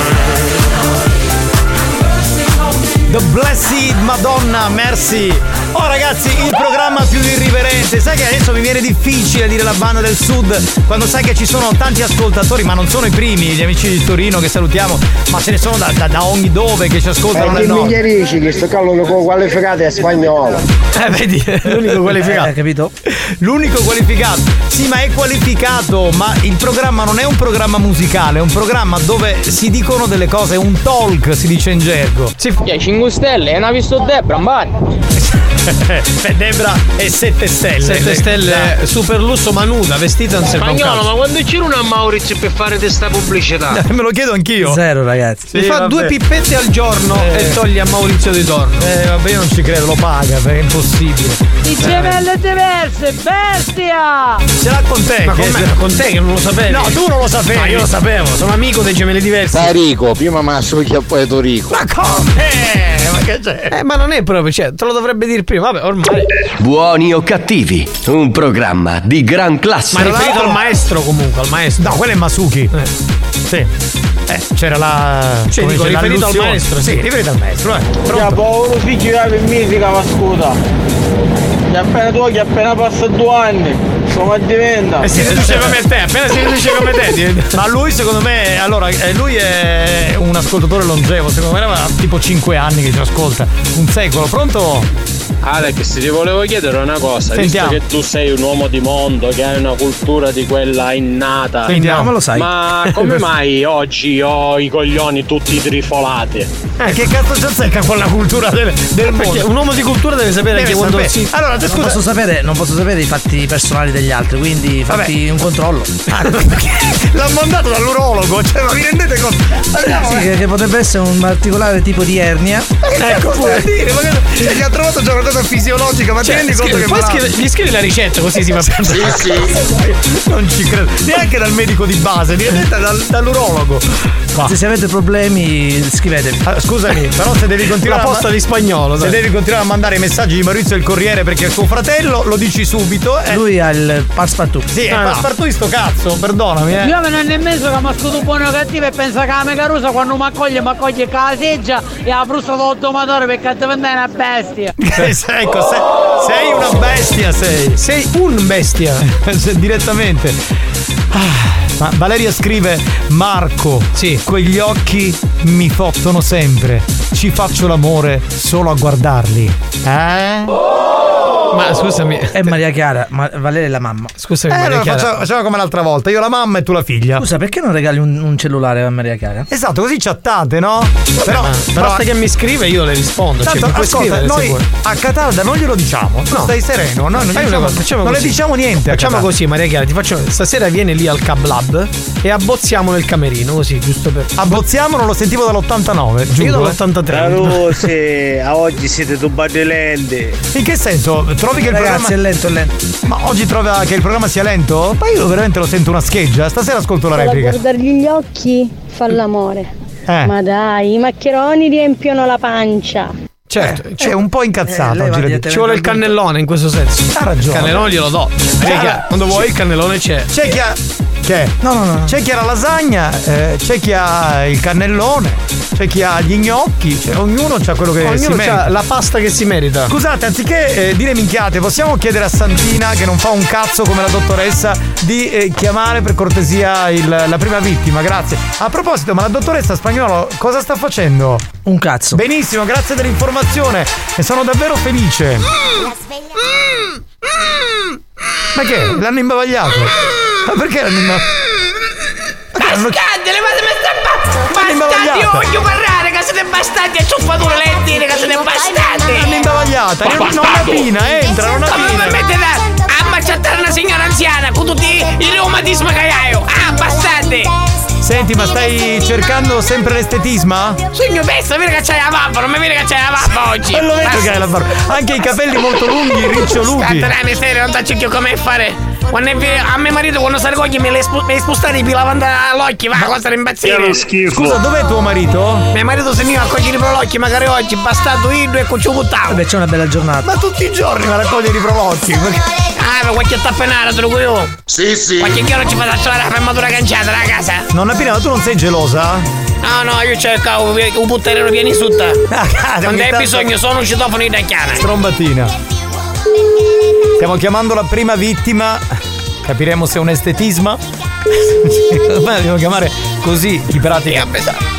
on me. The Blessed Madonna, merci. Oh ragazzi, il programma più irriverente. Sai che adesso mi viene difficile dire la banda del sud quando sai che ci sono tanti ascoltatori, ma non sono i primi, gli amici di Torino che salutiamo, ma ce ne sono da ogni dove che ci ascoltano nel nord. Che dici che sto callo qualificato è spagnolo. Vedi, l'unico qualificato. Capito? L'unico qualificato. Sì, ma è qualificato, ma il programma non è un programma musicale, è un programma dove si dicono delle cose, un talk si dice in gergo. Sì, 5 stelle, è una visto Debra, Debra è 7 stelle. 7 stelle, super lusso, ma nuda, vestita non serve un Spagnolo, cazzo. ma quando c'era una Maurizio per fare questa pubblicità? Me lo chiedo anch'io. Zero, ragazzi. Si fa 2 pippette al giorno e toglie a Maurizio di torno. Vabbè, io non ci credo, lo paga, è impossibile. I gemelle diverse, bestia! Ce l'ha con te. Ma con te che non lo sapevi? No, tu non lo sapevi. Ma io lo sapevo, sono amico dei gemelli diversi. Tarico, prima Massucchia poi Torico. Ma come? Ma che c'è? Ma non è proprio, cioè, te lo dovrebbe dire prima, vabbè, ormai. Buoni o cattivi, un programma di gran classe. Ma riferito al maestro comunque, al maestro. No, quello è Masuki. Sì. C'era la. Cioè, dico, riferito al maestro. Sì, riferito al maestro. Ya povero figlio in musica, ma scusa. Che appena tu, che appena passa 2 anni, come diventa? E si riduce come te, appena si riduce come te diventa. Ma lui secondo me, allora, lui è un ascoltatore longevo, secondo me aveva tipo 5 anni che ci ascolta. Un secolo, pronto? Alex, ti volevo chiedere una cosa. Sentiamo. Visto che tu sei un uomo di mondo, che hai una cultura di quella innata. Sentiamo. Come lo sai? Ma come mai oggi ho i coglioni tutti trifolati? Che cazzo c'è secca con la cultura del mondo? Un uomo di cultura deve sapere anche quando si. Allora, non posso sapere i fatti personali degli altri, quindi fatti un controllo. L'ha mandato dall'urologo, cioè, ma vi rendete conto? Che potrebbe essere un particolare tipo di ernia. Ecco, vuol dire, gli ha trovato già una cosa fisiologica, ma ti rendi conto che poi gli scrivi la ricetta così si va bene. Sì. Non ci credo. Neanche dal medico di base, direttamente dall'urologo. Se avete problemi scrivetemi. Scusami, però se devi continuare la posta di Spagnolo, se devi continuare a mandare i messaggi di Maurizio il Corriere perché è suo fratello, lo dici subito. Lui ha il passepartout. Sì, è passepartout sto cazzo, perdonami. Io me ne ho nemmeno che mi ascolto buono o cattivo e pensa che la mega rusa quando mi accoglie con la seggia e la frusta dell'automatore perché ti vende una bestia. Ecco, sei una bestia, sei un bestia. Direttamente. Ma Valeria scrive: Marco, sì, quegli occhi mi fottono sempre. Ci faccio l'amore solo a guardarli. Ma scusami, è Maria Chiara, ma Valeria è la mamma. Scusami, Maria Chiara. Facciamo come l'altra volta, io la mamma e tu la figlia. Scusa, perché non regali un cellulare a Maria Chiara? Esatto, così chattate, no? Però basta che mi scrive, io le rispondo. Tanto, ascolta, noi a Catalda non glielo diciamo. No. Stai sereno, no? Non le diciamo niente. Facciamo così, Maria Chiara, stasera viene lì al Cab Lab e abbozziamo nel camerino, così, giusto per. Abbozziamo, non lo sentivo dall'89, giuro. Io dall'83. Sì, a oggi siete tubbati lenti. In che senso? Trovi che il Ragazzi, programma è lento. Ma oggi trova che il programma sia lento? Ma io veramente lo sento una scheggia. Stasera ascolto la replica. Guardargli gli occhi fa l'amore. Ma dai, i maccheroni riempiono la pancia. Certo, c'è un po' incazzato oggi. Ci vuole il cannellone in questo senso. Ha ragione. Il cannellone glielo do. Quando vuoi il cannellone c'è. C'è chi ha. Che? No. C'è chi ha la lasagna, c'è chi ha il cannellone, c'è chi ha gli gnocchi, ognuno c'ha quello che si merita. C'ha la pasta che si merita. Scusate, anziché dire minchiate, possiamo chiedere a Santina, che non fa un cazzo come la dottoressa, di chiamare per cortesia la prima vittima, grazie. A proposito, ma la dottoressa Spagnolo cosa sta facendo? Un cazzo. Benissimo, grazie dell'informazione e sono davvero felice. Ma che? L'hanno imbavagliato? Ma perché l'hanno imbavagliato? Bastardi, levatemi sta bastardi, io voglio parlare, che siete bastardi, e ciuffature lentine, che siete bastardi. L'hanno imbavagliata, non appina, entra, non appina. Ma mi permettete a macciattare una signora anziana con tutti i reumatismi che ho? Bastardi. Senti, ma stai cercando sempre l'estetisma? Signor Pesta, vedi che c'hai la barba, non mi vedi che c'hai la barba oggi. Non lo vedo che hai la barba. Anche i capelli molto lunghi, riccioluti. Scatta, miseria, non t'accio più come fare. Quando a mio marito quando si ricoglie mi spostare i lavanda all'occhio, va, cosa impazzire. Scusa, dov'è tuo marito? Mio marito se ne va a cogliere per l'occhio, magari oggi, bastato io e con ciò buttato. Vabbè, c'è una bella giornata. Ma tutti i giorni va a raccogliere i prolocchi. Ma qualche tappenara te lo dico io. Sì. Qualche giorno ci faccio la fermatura canciata da casa. Nonna Pina, ma tu non sei gelosa? No, io cerco un butterino pieno in sutta. Quando hai bisogno sono un citofono di Dacchiana. Strombatina. Stiamo chiamando la prima vittima. Capiremo se è un estetisma. Dobbiamo chiamare così chi pratica.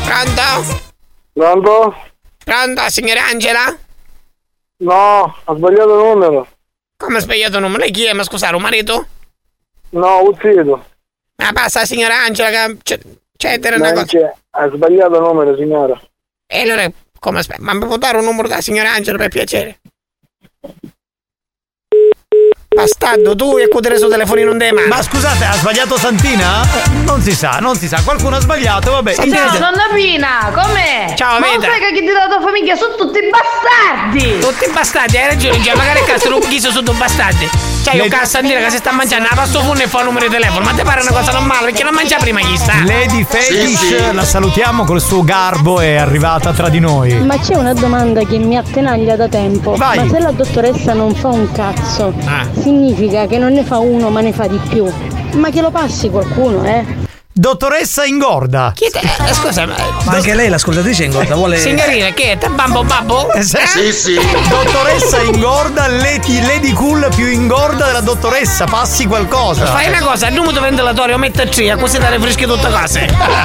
Pronto? Pronto, signora Angela? No, ho sbagliato il numero. Come ha sbagliato il numero? Lei chi è? Ma scusate, un marito? No, un zio. Ma passa signora Angela che c'è una cosa. Ha sbagliato il numero, signora. E allora come aspetta? Ma mi può dare un numero da signora Angela per piacere? Bastardo, tu e cudere sul telefonino non mano. Ma scusate, ha sbagliato Santina? Non si sa. Qualcuno ha sbagliato, vabbè. Ciao, nonna Pina, com'è? Ciao, ma non sai che chi ti dà tua famiglia sono tutti bastardi! Tutti bastardi, hai ragione, già magari cazzo non chi sono tutti bastardi. C'hai un cazzo a dire che si sta mangiando la pasta forno e fa un numero di telefono, ma ti pare una cosa normale perché non mangia prima chi sta? Lady Fetish, la salutiamo col suo garbo, è arrivata tra di noi. Ma c'è una domanda che mi attenaglia da tempo. Vai. Ma se la dottoressa non fa un cazzo, significa che non ne fa uno ma ne fa di più. Ma che lo passi qualcuno, Dottoressa ingorda. Scusa, ma anche lei l'ascoltatrice ingorda vuole. Signorina, che è? Bambo babbo? Sì. Dottoressa ingorda, Lady Cool più ingorda della dottoressa, passi qualcosa. Fai una cosa, il numero ventilatorio mette a tria, così dare fresche tutte cose.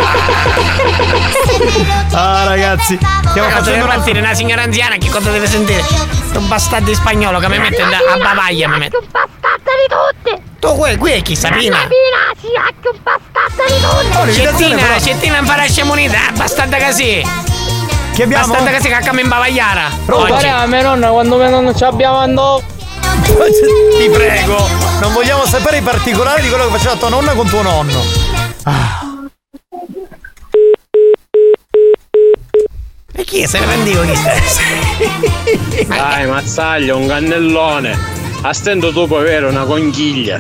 Ragazzi, stiamo facendo una signora anziana, che cosa deve sentire? Un bastardo in spagnolo che mi mette a bavaglia, mi mette. Un bastardo di tutti! Tu qui è chi, Sapina? Sapina, sì, anche un bastardo di tutti! Cettina impara a scemunita, bastarda così! Che abbiamo? Bastarda così che accade in bavagliara! Guarda, mia nonna, quando mia nonna ci abbiamo andato. Ti prego, non vogliamo sapere i particolari di quello che faceva tua nonna con tuo nonno. E chi se ne rendivo chi stai? Dai, mazzaglio, un cannellone. A stento tu puoi avere una conchiglia.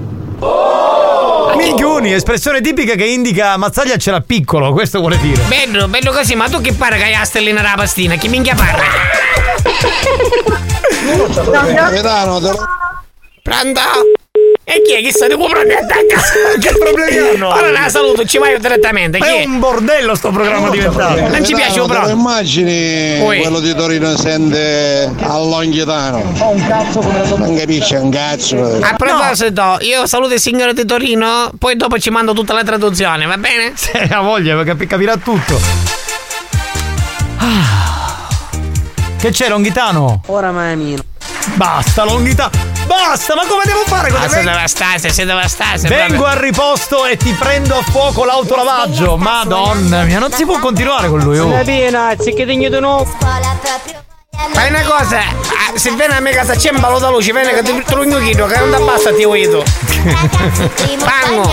Minchioni, espressione tipica che indica mazzaglia ce l'ha piccolo, questo vuole dire. Bello così, ma tu che pare che hai la stellina nella pastina? Chi minchia parla? Pronto? E chi è? Chi sta di prendere a casa? Che problemi hanno? Ora la saluto, ci vai direttamente. Chi è un bordello sto programma diventato. Non ci piace proprio. Immagini quello di Torino sente all'Onghitano. Non capisce un cazzo. A proposito, io saluto il signore di Torino, poi dopo ci mando tutta la traduzione, va bene? Sì, ha voglia, capirà tutto. Che c'è, Longhitano? Ora mamino. Basta, Longhitano. Basta, ma come devo fare? Se devastasse. Vengo al riposto e ti prendo a fuoco l'autoravaggio. Madonna mia, non si può continuare con lui. Una piena, che digno di nuovo. Fai una cosa, se viene a mia casa c'è un ballo da luce, viene che ti trugno chiedo, che non ti basta ti uito. Fango.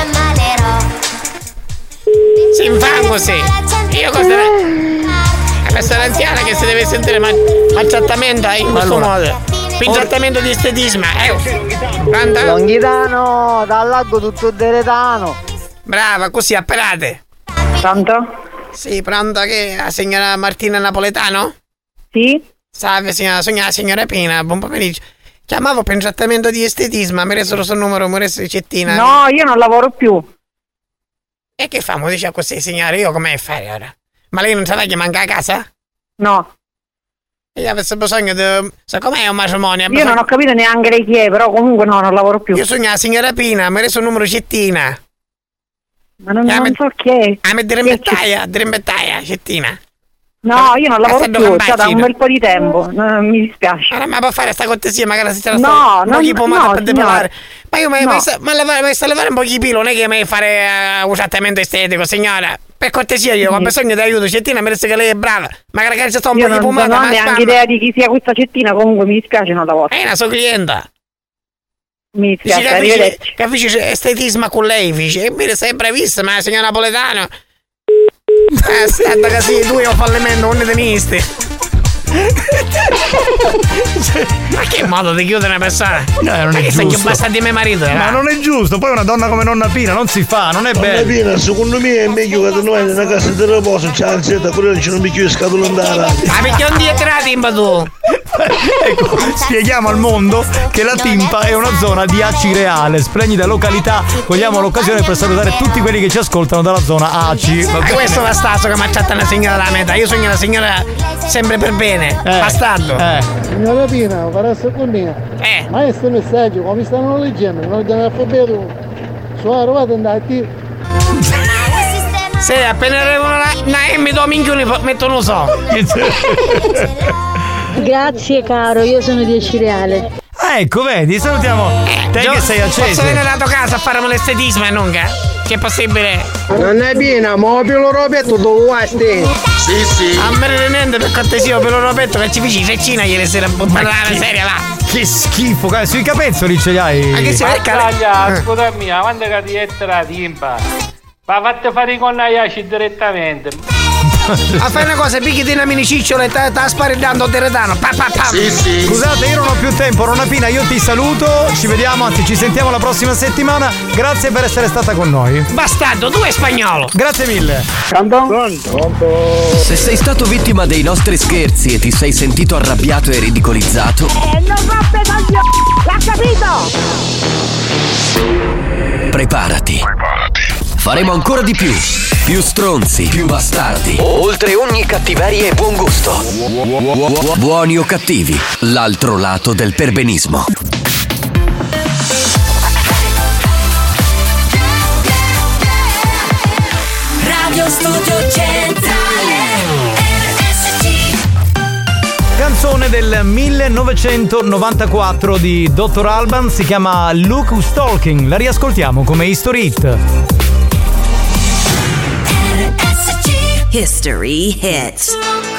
Si infango, sì. Io cosa questa è l'anziana che si deve sentire maltrattamento in questo modo. Trattamento di estetismo. Longhitano, dal lago tutto deretano. Brava, così apparate. Pronto? Sì, pronto, che la signora Martina Napoletano? Sì. Salve signora, sono la signora Pina, buon pomeriggio. Chiamavo per un trattamento di estetismo, mi resero sul numero, mi reso ricettina. No, io non lavoro più. E che famo? Dice così, signore, io come fare ora? Ma lei non sa che manca a casa? No. Io avessi bisogno di... Sa com'è un matrimonio? Io non ho capito neanche lei chi è, però comunque no, non lavoro più. Io sono la signora Pina, mi reso un numero cettina. Ma non so chi è. A me dirimbettaia, cettina. No, io non lavoro più, da un bel po' di tempo, mi dispiace. Allora, ma può fare sta cortesia, magari si c'era no, non chi può per depilare. Ma io mi sto a levare un po' di pilo, non è che mi fare un trattamento estetico, signora. Per cortesia, io ho bisogno di aiuto, Cettina, mi che lei è brava. Magari che c'è un po' di pomata. Non ho neanche idea di chi sia questa Cettina, comunque mi dispiace, non lavoro. È una sua clienta. Mi dispiace, arrivederci. Capisci estetismo con lei, dice. E mi sei bravissima, la signora Napoletano. Aspetta che sì, tu io fallimento, non ne tenisti. Ma che modo di chiudere una persona? No, non è giusto. Sei più basta di mio marito. Ma non è giusto, poi una donna come nonna Pina non si fa, non è bello. Nonna Pina, secondo me è meglio che noi nella casa di riposo c'è l'anzietta, quello c'è un bicchiere di scatola andare. Ma perché non dire la timpa tu? Ecco, spieghiamo al mondo che la Timpa è una zona di ACI Reale, splendida località. Cogliamo l'occasione per salutare tutti quelli che ci ascoltano dalla zona ACI. Ma questo va stato che mi ha chatta una signora dalla metà. Io sono una signora sempre per bene. Bastardo. Signora Pina, per secondo ma questo messaggio come stanno leggendo? Non abbiamo alfabeto. Sono arrivato andare a te. Se appena arriva una M do minchioni metto non so. Grazie caro, io sono di ACI Reale. Ecco, vedi, salutiamo te che sei acceso. Posso venire alla tua casa a fare l'estetismo e non che? C'è possibile? Non è piena, ma Pilo Roberto tu vuoi stare? Sì. A me niente per cortesia, Pilo Roberto che ci feci feccina ieri sera un po' parlare seria, va. Che schifo, sui capezzoli ce li hai. Ma che si vede? Scusa mia, quando catietta la timpa? Ma fate fare i connaiaci direttamente. A fare una cosa, picchi una mini cicciola e sta sparidando Teretano. Sì. Scusate, io non ho più tempo, Ronapina, io ti saluto. Ci vediamo, anzi ci sentiamo la prossima settimana. Grazie per essere stata con noi. Bastardo, tu è spagnolo. Grazie mille. Se sei stato vittima dei nostri scherzi e ti sei sentito arrabbiato e ridicolizzato, non roppe coglioni, l'ha capito? preparati. Faremo ancora di più. Più stronzi, più bastardi. Oltre ogni cattiveria e buon gusto. Buoni o cattivi, l'altro lato del perbenismo. Radio Studio Centrale RSC. Canzone del 1994 di Dr. Alban, si chiama Look Who's Talking. La riascoltiamo come History Hit. History Hits.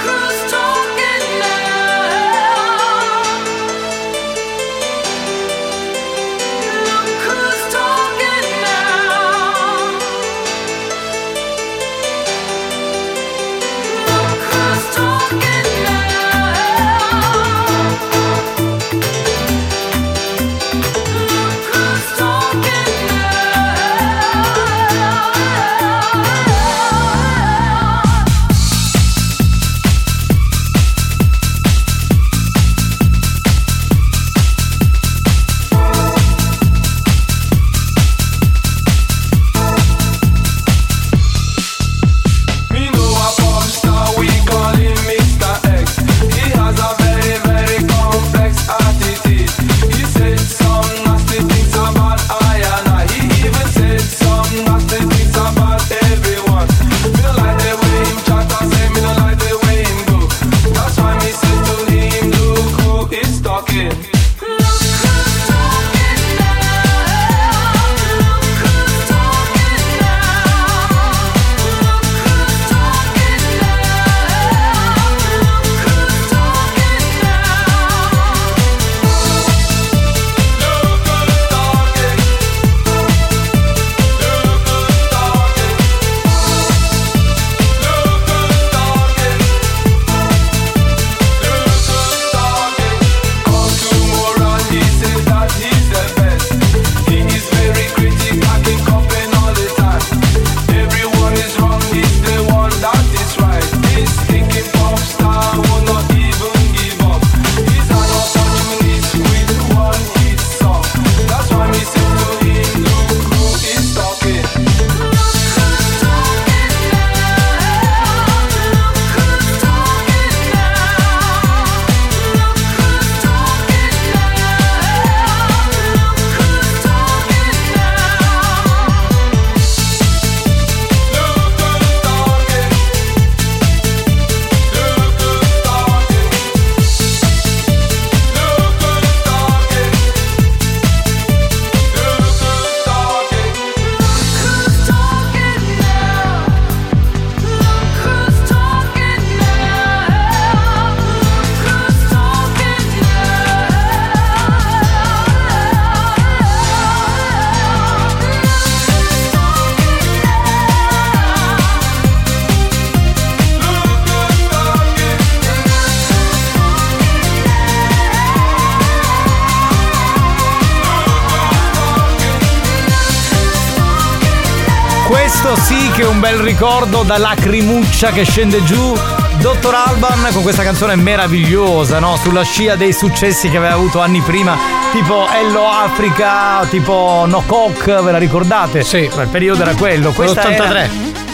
Questo sì che è un bel ricordo da lacrimuccia che scende giù. Dr. Alban con questa canzone meravigliosa, no? Sulla scia dei successi che aveva avuto anni prima, tipo Hello Africa, tipo No Coke, ve la ricordate? Sì. Il periodo era quello. Questa 83.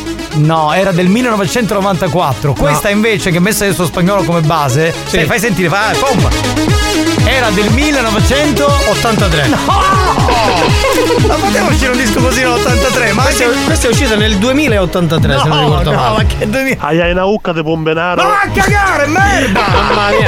No, era del 1994. Questa invece, che messa adesso spagnolo come base, sì. fai sentire, fai, bomba. era del 1983. No! Ma poteva uscire un disco così nell'83? Ma questa è uscita nel 2083, se non ricordo male. Ma che 2000? Hai una ucca di Pombenaro. Ma va a cagare, merda! Mamma mia!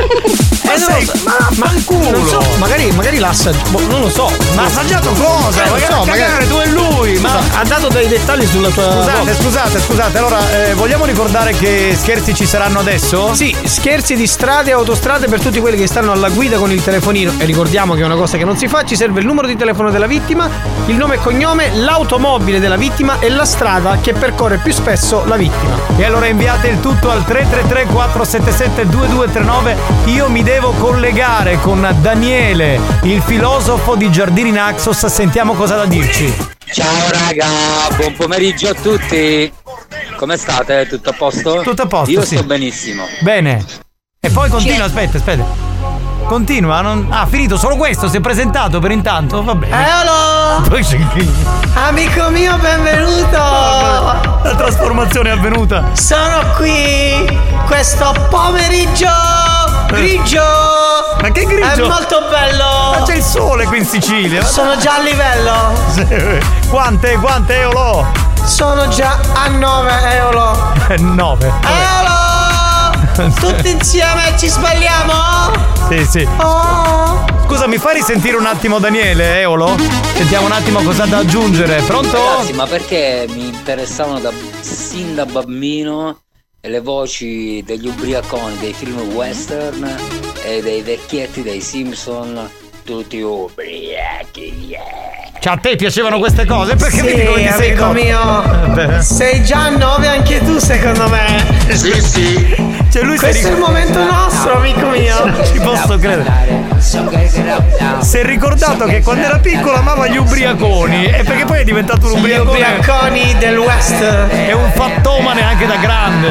Ma il culo! Non so, magari l'ha assaggiato, non lo so. Ma ha assaggiato cosa? Magari tu e lui! Ma ha dato dei dettagli sulla tua. Scusate, allora vogliamo ricordare che scherzi ci saranno adesso? Sì, scherzi di strade e autostrade per tutti quelli che stanno alla guida con il telefonino. E ricordiamo che è una cosa che non si fa, ci serve il numero di telefono della vittima, il nome e cognome, l'automobile della vittima e la strada che percorre più spesso la vittima. E allora inviate il tutto al 333 477 2239. Io mi devo collegare con Daniele, il filosofo di Giardini Naxos. Sentiamo cosa ha da dirci. Ciao raga, buon pomeriggio a tutti. Come state? Tutto a posto? Tutto a posto. Io sì. sto benissimo. Bene. E poi continua, aspetta. Continua, ha finito solo questo, si è presentato per intanto, va bene. Eolo! Amico mio, benvenuto! La trasformazione è avvenuta. Sono qui questo pomeriggio grigio. Ma che grigio? È molto bello. Ma c'è il sole qui in Sicilia. Sono già a livello. Quante Eolo? Sono già a 9 Eolo. 9. Eolo! Tutti insieme ci sbagliamo? Sì. Oh. Scusa, mi fai risentire un attimo Daniele, Eolo? Sentiamo un attimo cosa da aggiungere. Pronto? Ragazzi, ma perché mi interessavano sin da bambino le voci degli ubriaconi dei film western e dei vecchietti dei Simpson, tutti ubriachi, Cioè, a te piacevano queste cose? Perché mi dicono di sei amico mio, sei già a 9 anche tu, secondo me. Sì. Cioè, lui questo è il momento nostro, amico mio. Non ci posso credere. Si è ricordato che quando era piccolo amava gli ubriaconi. E perché poi è diventato un ubriacone. Gli ubriaconi del West. È un fattomane anche da grande.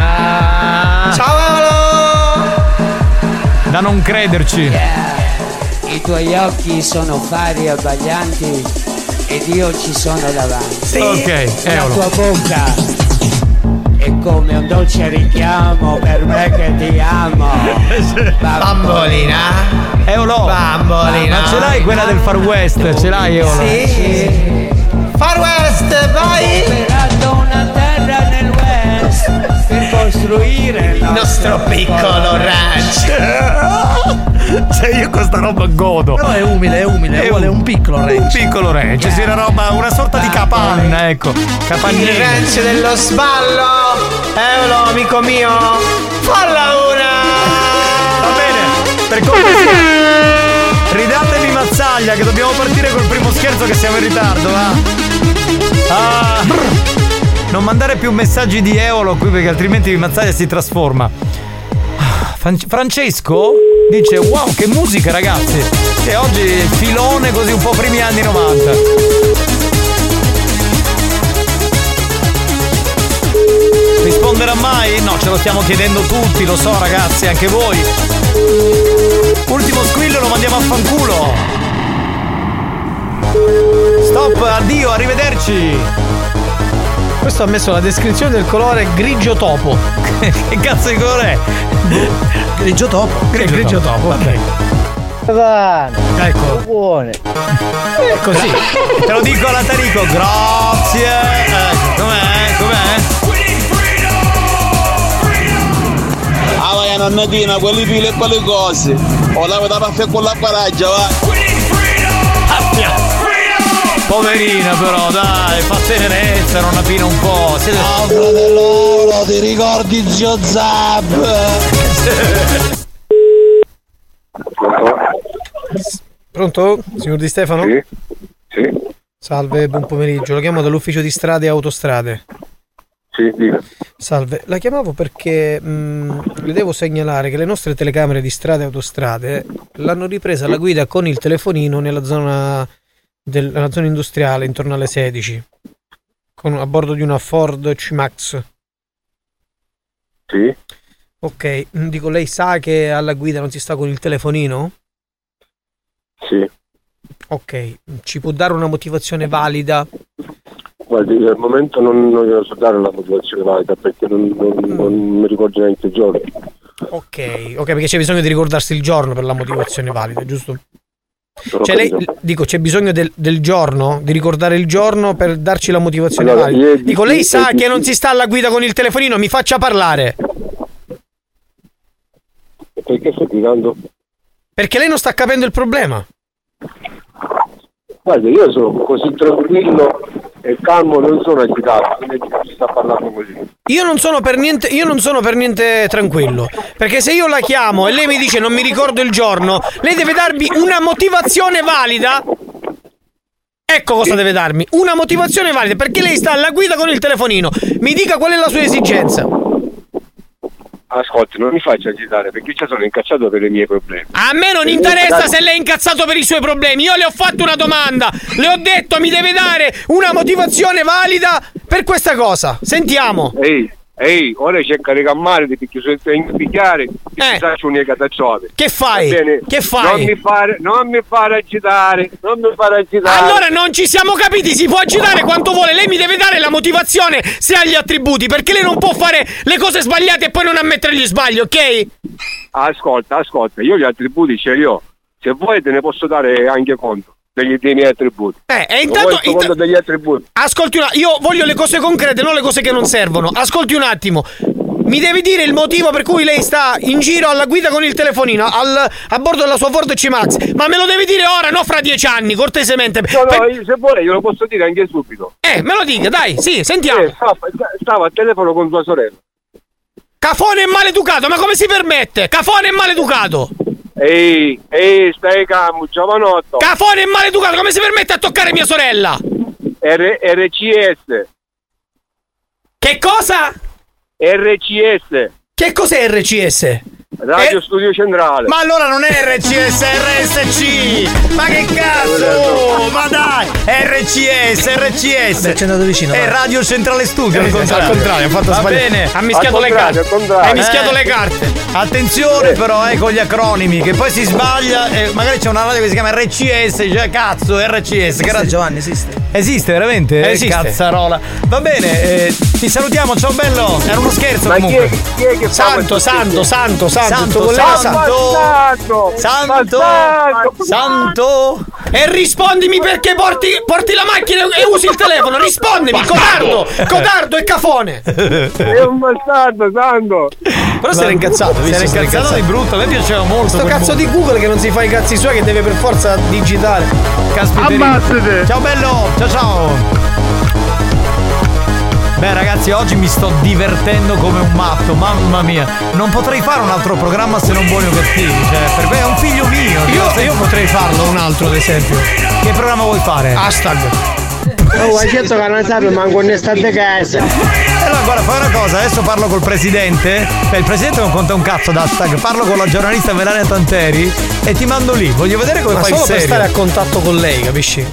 Ciao Eolo. Da non crederci. I tuoi occhi sono fari abbaglianti ed io ci sono davanti. Sì. Ok, la tua bocca è come un dolce richiamo per me che ti amo. Bambolina. Eolo. Bambolina. Ma ce l'hai quella del Far West? Ce l'hai, Eolo? Sì. Far West, vai. Ho operato una terra nel West per costruire il nostro piccolo ranch. Cioè, io con sta roba godo. Però è umile, vuole un piccolo ranch. Un piccolo ranch, sì, una sorta di capanna, ecco. Capannina. Il ranch dello sballo. Eolo, amico mio. Falla una. Va bene, per cortesia. Ridatevi Mazzaglia che dobbiamo partire col primo scherzo che siamo in ritardo, va? Non mandare più messaggi di Eolo qui perché altrimenti Mazzaglia si trasforma. Francesco dice wow che musica ragazzi, e oggi filone così un po' primi anni 90. Risponderà mai? No, ce lo stiamo chiedendo tutti, lo so ragazzi, anche voi. Ultimo squillo, lo mandiamo a fanculo. Stop, addio, arrivederci. Questo ha messo la descrizione del colore grigio topo. Che cazzo di colore è? Grigio topo. Grigio topo, ok. Ecco. Buone. È così. Te lo dico alla Tarico, grazie. Com'è? Ah, vai a nonnatina, quelli pile e quelle cose. Ho lavato a fare con la baraggia, va. Poverina però, dai, fa tenerezza, nonnapina un po'. Ah, fratello, ti ricordi zio Zab? Pronto? Signor Di Stefano? Sì. Salve, buon pomeriggio. Lo chiamo dall'ufficio di strade e autostrade. Sì, dica. Salve, la chiamavo perché le devo segnalare che le nostre telecamere di strade e autostrade l'hanno ripresa alla guida con il telefonino nella zona industriale intorno alle 16 a bordo di una Ford C-Max. Sì. Ok, dico, lei sa che alla guida non si sta con il telefonino? Sì. Ok, ci può dare una motivazione valida? Guardi, al momento non so dare la motivazione valida perché non mi ricordo neanche i giorni. Ok, perché c'è bisogno di ricordarsi il giorno per la motivazione valida, giusto? Cioè lei, dico, c'è bisogno del giorno, di ricordare il giorno per darci la motivazione valida. Dico, lei sa che non si sta alla guida con il telefonino, mi faccia parlare. Perché sto gridando? Perché lei non sta capendo il problema. Guarda, io sono così tranquillo e calmo, non sono agitato, quindi si sta parlando così. Io non sono per niente tranquillo, perché se io la chiamo e lei mi dice non mi ricordo il giorno, lei deve darmi una motivazione valida. Ecco cosa deve darmi, una motivazione valida, perché lei sta alla guida con il telefonino. Mi dica qual è la sua esigenza. Ascolti, non mi faccia agitare, perché io sono incazzato per i miei problemi. A me non interessa se lei è incazzato per i suoi problemi. Io le ho fatto una domanda, le ho detto mi deve dare una motivazione valida per questa cosa. Sentiamo. Ehi, ora cerca di calmare, di picchiare, ti faccio un cataccione. Che fai? Che fai? Non mi fare agitare. Allora non ci siamo capiti, si può agitare quanto vuole, lei mi deve dare la motivazione se ha gli attributi, perché lei non può fare le cose sbagliate e poi non ammettere gli sbagli, ok? Ascolta, io gli attributi ce li ho. Se vuoi te ne posso dare anche conto dei miei attributi. E intanto degli attributi. Ascolti io voglio le cose concrete, non le cose che non servono. Ascolti un attimo. Mi devi dire il motivo per cui lei sta in giro alla guida con il telefonino a bordo della sua Ford C-Max. Ma me lo devi dire ora, no fra 10 anni, cortesemente. No, se vuole glielo posso dire anche subito. Me lo dica, dai, sì, sentiamo. Stavo al telefono con tua sorella. Cafone e maleducato, ma come si permette? Cafone e maleducato. Ehi, stai calmo, giovanotto. Cafone e maleducato, come si permette a toccare mia sorella? RCS. Che cosa? RCS. Che cos'è RCS? Radio Studio Centrale. Ma allora non è RCS, è RSC. Ma che cazzo? Ma dai, RCS. Beh, c'è andato vicino. È Radio Centrale Studio. Al contrario, ho fatto sbagliare. Bene, ha mischiato le carte. Hai mischiato le carte. Attenzione però con gli acronimi, che poi si sbaglia e magari c'è una radio che si chiama RCS, cioè cazzo, RCS. Che radio? Giovanni, esiste. Esiste veramente? Esiste. Cazzarola. Va bene, ti salutiamo, ciao bello. Era uno scherzo comunque. Chi è che Santo. E rispondimi perché porti la macchina e usi il telefono. Rispondimi, codardo e cafone. È un bastardo, Santo. Però si era incazzato. Si era incazzato di brutto. A me piaceva molto sto cazzo di Google che non si fa i cazzi suoi, che deve per forza digitare. Ammazzate. Ciao bello, ciao. Beh ragazzi, oggi mi sto divertendo come un matto, mamma mia. Non potrei fare un altro programma se non buoni o cattivi, cioè per me è un figlio mio. Io potrei farlo un altro, ad esempio. Che programma vuoi fare? Hashtag. Oh, hai detto che non sape manco ne sta de casa. Allora guarda, fai una cosa, adesso parlo col presidente. Il presidente non conta un cazzo d'hashtag. Parlo con la giornalista Melania Tanteri e ti mando lì. Voglio vedere come fai il serio. Ma solo per stare a contatto con lei, capisci?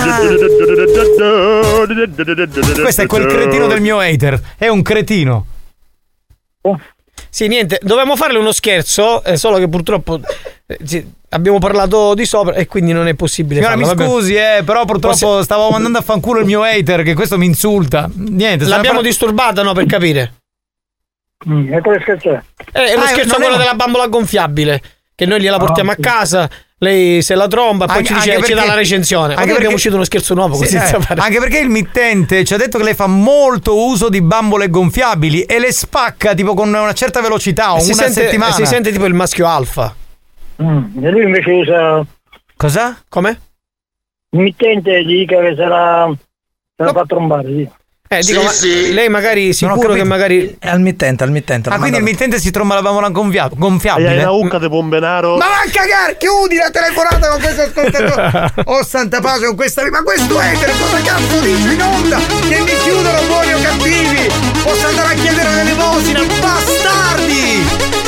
Questo è quel cretino del mio hater. È un cretino. Sì, niente, dovevamo farle uno scherzo, solo che purtroppo abbiamo parlato di sopra e quindi non è possibile farlo. Mi scusi, però purtroppo stavo mandando a fanculo il mio hater, che questo mi insulta. Niente, l'abbiamo disturbata, no, per capire. E come scherzo è? Lo scherzo è quello della bambola gonfiabile, che noi gliela portiamo a casa. Lei se la tromba, poi ci dice, ci dà la recensione. Anche perché abbiamo uscito uno scherzo nuovo, così anche perché il mittente ci ha detto che lei fa molto uso di bambole gonfiabili e le spacca tipo con una certa velocità, settimana. Si sente tipo il maschio alfa. E lui invece usa. Cosa? Come? Il mittente dica che se la fa trombare, sì. Dico, sì. Lei magari sicuro che magari è al mittente. Quindi il mittente si tromba la bambola gonfiabile. Hai una ucca di Pombenaro. Ma va a cagare, chiudi la telefonata con questo ascoltatore. Oh santa pace con questa. Ma questo etero cosa cazzo dice in onda? Che mi chiudono buoni o cattivi. Posso andare a chiedere l'elemosina, bastardi.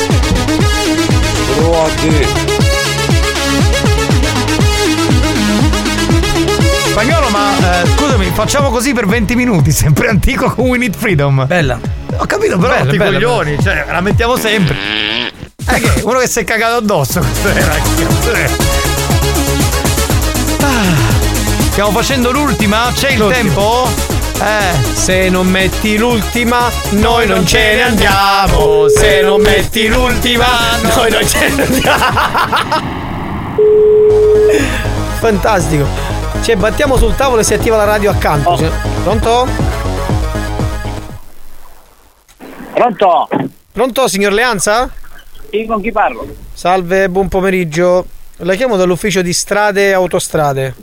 Spagnolo, ma scusami, facciamo così per 20 minuti, sempre antico con We Need Freedom. Bella. Ho capito, però i coglioni, cioè la mettiamo sempre. Che uno che si è cagato addosso, questo era. Stiamo facendo l'ultima, c'è il tempo? Se non metti l'ultima, noi non ce ne andiamo. Se non metti l'ultima, noi non ce ne andiamo. Fantastico. Cioè, battiamo sul tavolo e si attiva la radio accanto. Oh. Pronto? Pronto? Pronto, signor Leanza? Sì, con chi parlo? Salve, buon pomeriggio. La chiamo dall'ufficio di strade e autostrade.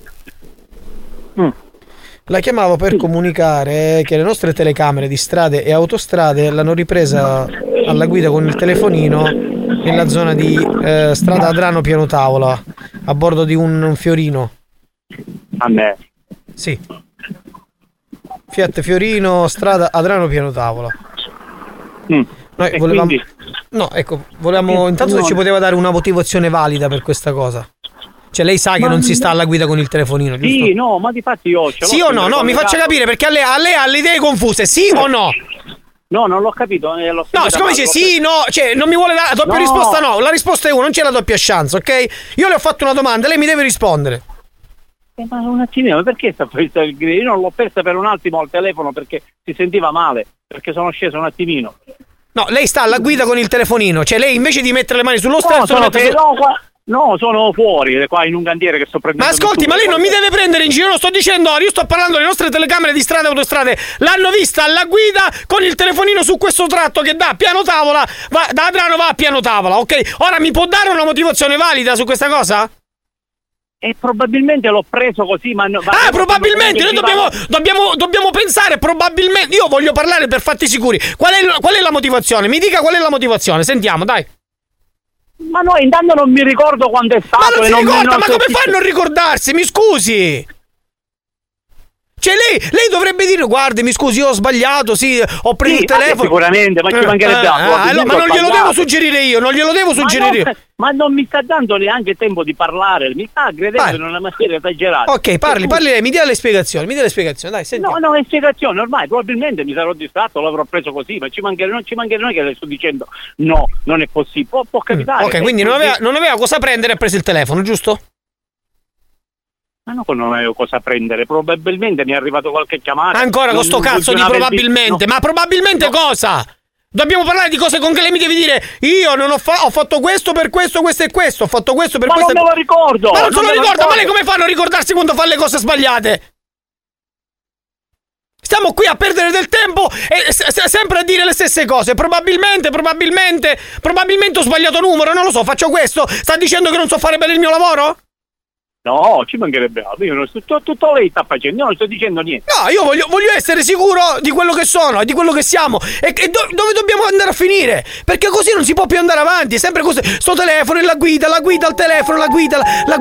La chiamavo per comunicare che le nostre telecamere di strade e autostrade l'hanno ripresa alla guida con il telefonino nella zona di strada Adrano Piano Tavola, a bordo di un Fiorino. A me? Sì. Fiat Fiorino, strada Adrano Piano Tavola. Noi volevamo... Quindi... No, ecco, volevamo intanto se ci poteva dare una motivazione valida per questa cosa. Cioè lei sa che non si sta alla guida con il telefonino, giusto? Sì, no, ma difatti io ce l'ho. Sì o no? No, mi faccia capire perché a lei ha le idee confuse, sì o no? No, non l'ho capito. No, siccome dice sì, no, cioè non mi vuole dare la doppia risposta, no. La risposta è una, non c'è la doppia chance, ok? Io le ho fatto una domanda, lei mi deve rispondere. Ma un attimino, ma perché sta persa il grido? Io non l'ho persa per un attimo al telefono perché si sentiva male, perché sono sceso un attimino. No, lei sta alla guida con il telefonino, cioè lei invece di mettere le mani sullo sterzo No, sono fuori, qua in un cantiere che sto prendendo. Ma ascolti, ma lei non mi deve prendere in giro, non sto dicendo io sto parlando delle nostre telecamere di strade e autostrade. L'hanno vista alla guida con il telefonino su questo tratto che da Piano Tavola, da Adrano va a Piano Tavola, ok? Ora mi può dare una motivazione valida su questa cosa? E probabilmente l'ho preso così, ma probabilmente noi dobbiamo pensare, probabilmente. Io voglio parlare per fatti sicuri. Qual è la motivazione? Mi dica qual è la motivazione, sentiamo, dai. Ma no, intanto non mi ricordo quando è stato. Ma non si ricorda, ma come fa a non ricordarsi? Mi scusi. Cioè lei dovrebbe dire guardi, mi scusi, io ho sbagliato, sì, ho preso il telefono. Sicuramente, ma ci mancherebbe altro. Ma non glielo devo suggerire io, non glielo devo suggerire io. Ma non mi sta dando neanche tempo di parlare, mi sta aggredendo in una maniera esagerata. Ok, parli lei, mi dia le spiegazioni, dai, sentiamo. No, è spiegazione, ormai probabilmente mi sarò distratto, l'avrò preso così, ma non ci mancherebbe noi che le sto dicendo no, non è possibile, può capitare. Ok, quindi non aveva cosa prendere e ha preso il telefono, giusto? Ma no, non avevo cosa prendere, probabilmente mi è arrivato qualche chiamata. Ancora con sto cazzo di probabilmente, ma probabilmente cosa? Dobbiamo parlare di cose con che lei mi devi dire io non ho fatto questo per questo e questo, ho fatto questo per questo. Ma non me lo ricordo! Ma non se lo ricorda, ma lei come fa a non ricordarsi quando fa le cose sbagliate? Stiamo qui a perdere del tempo e sempre a dire le stesse cose. Probabilmente ho sbagliato numero, non lo so, faccio questo. Sta dicendo che non so fare bene il mio lavoro? No, ci mancherebbe altro. Io non tutto lei sta facendo, io non sto dicendo niente. No, io voglio essere sicuro di quello che sono e di quello che siamo e dove dobbiamo andare a finire. Perché così non si può più andare avanti. È sempre così. Sto telefono e la guida al telefono, la guida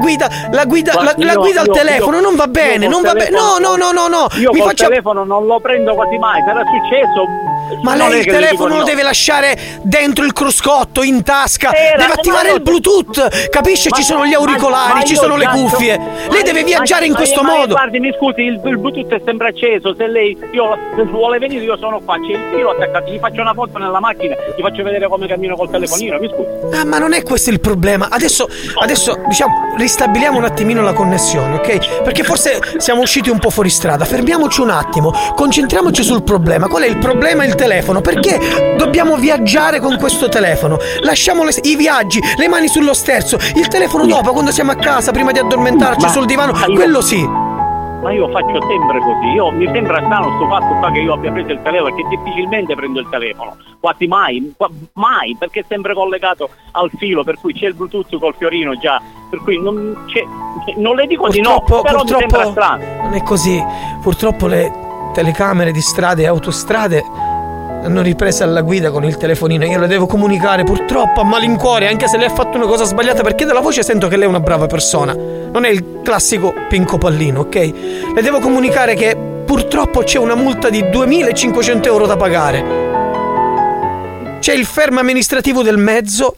al telefono. Non va bene, non va bene. No. Io col telefono non lo prendo quasi mai. Sarà successo. Ma lei il telefono lo deve lasciare dentro il cruscotto, in tasca. Deve attivare il Bluetooth. Capisce? Ci sono gli auricolari, ci sono le cuffie. Lei deve viaggiare in questo modo. Guardi, mi scusi, il Bluetooth è sempre acceso. Se lei vuole venire, io sono qua, c'è il filo attaccato. Gli faccio una foto nella macchina, gli faccio vedere come cammino col telefonino, mi scusi. Ah, ma non è questo il problema. Adesso diciamo ristabiliamo un attimino la connessione, ok? Perché forse siamo usciti un po' fuori strada. Fermiamoci un attimo, concentriamoci sul problema. Qual è il problema? Il telefono. Perché dobbiamo viaggiare con questo telefono? Lasciamo i viaggi, le mani sullo sterzo, il telefono dopo, quando siamo a casa, prima di addormentarci sul divano, quello sì. Ma io faccio sempre così. Mi sembra strano sto fatto qua che io abbia preso il telefono, perché difficilmente prendo il telefono, quasi mai, perché è sempre collegato al filo, per cui c'è il Bluetooth col fiorino già, per cui non le dico di no, però mi sembra strano. Non è così, purtroppo le telecamere di strade e autostrade hanno ripreso alla guida con il telefonino. Io le devo comunicare purtroppo a malincuore, anche se lei ha fatto una cosa sbagliata, perché dalla voce sento che lei è una brava persona, non è il classico Pinco Pallino, ok? Le devo comunicare che purtroppo c'è una multa di 2.500 euro da pagare. C'è il fermo amministrativo del mezzo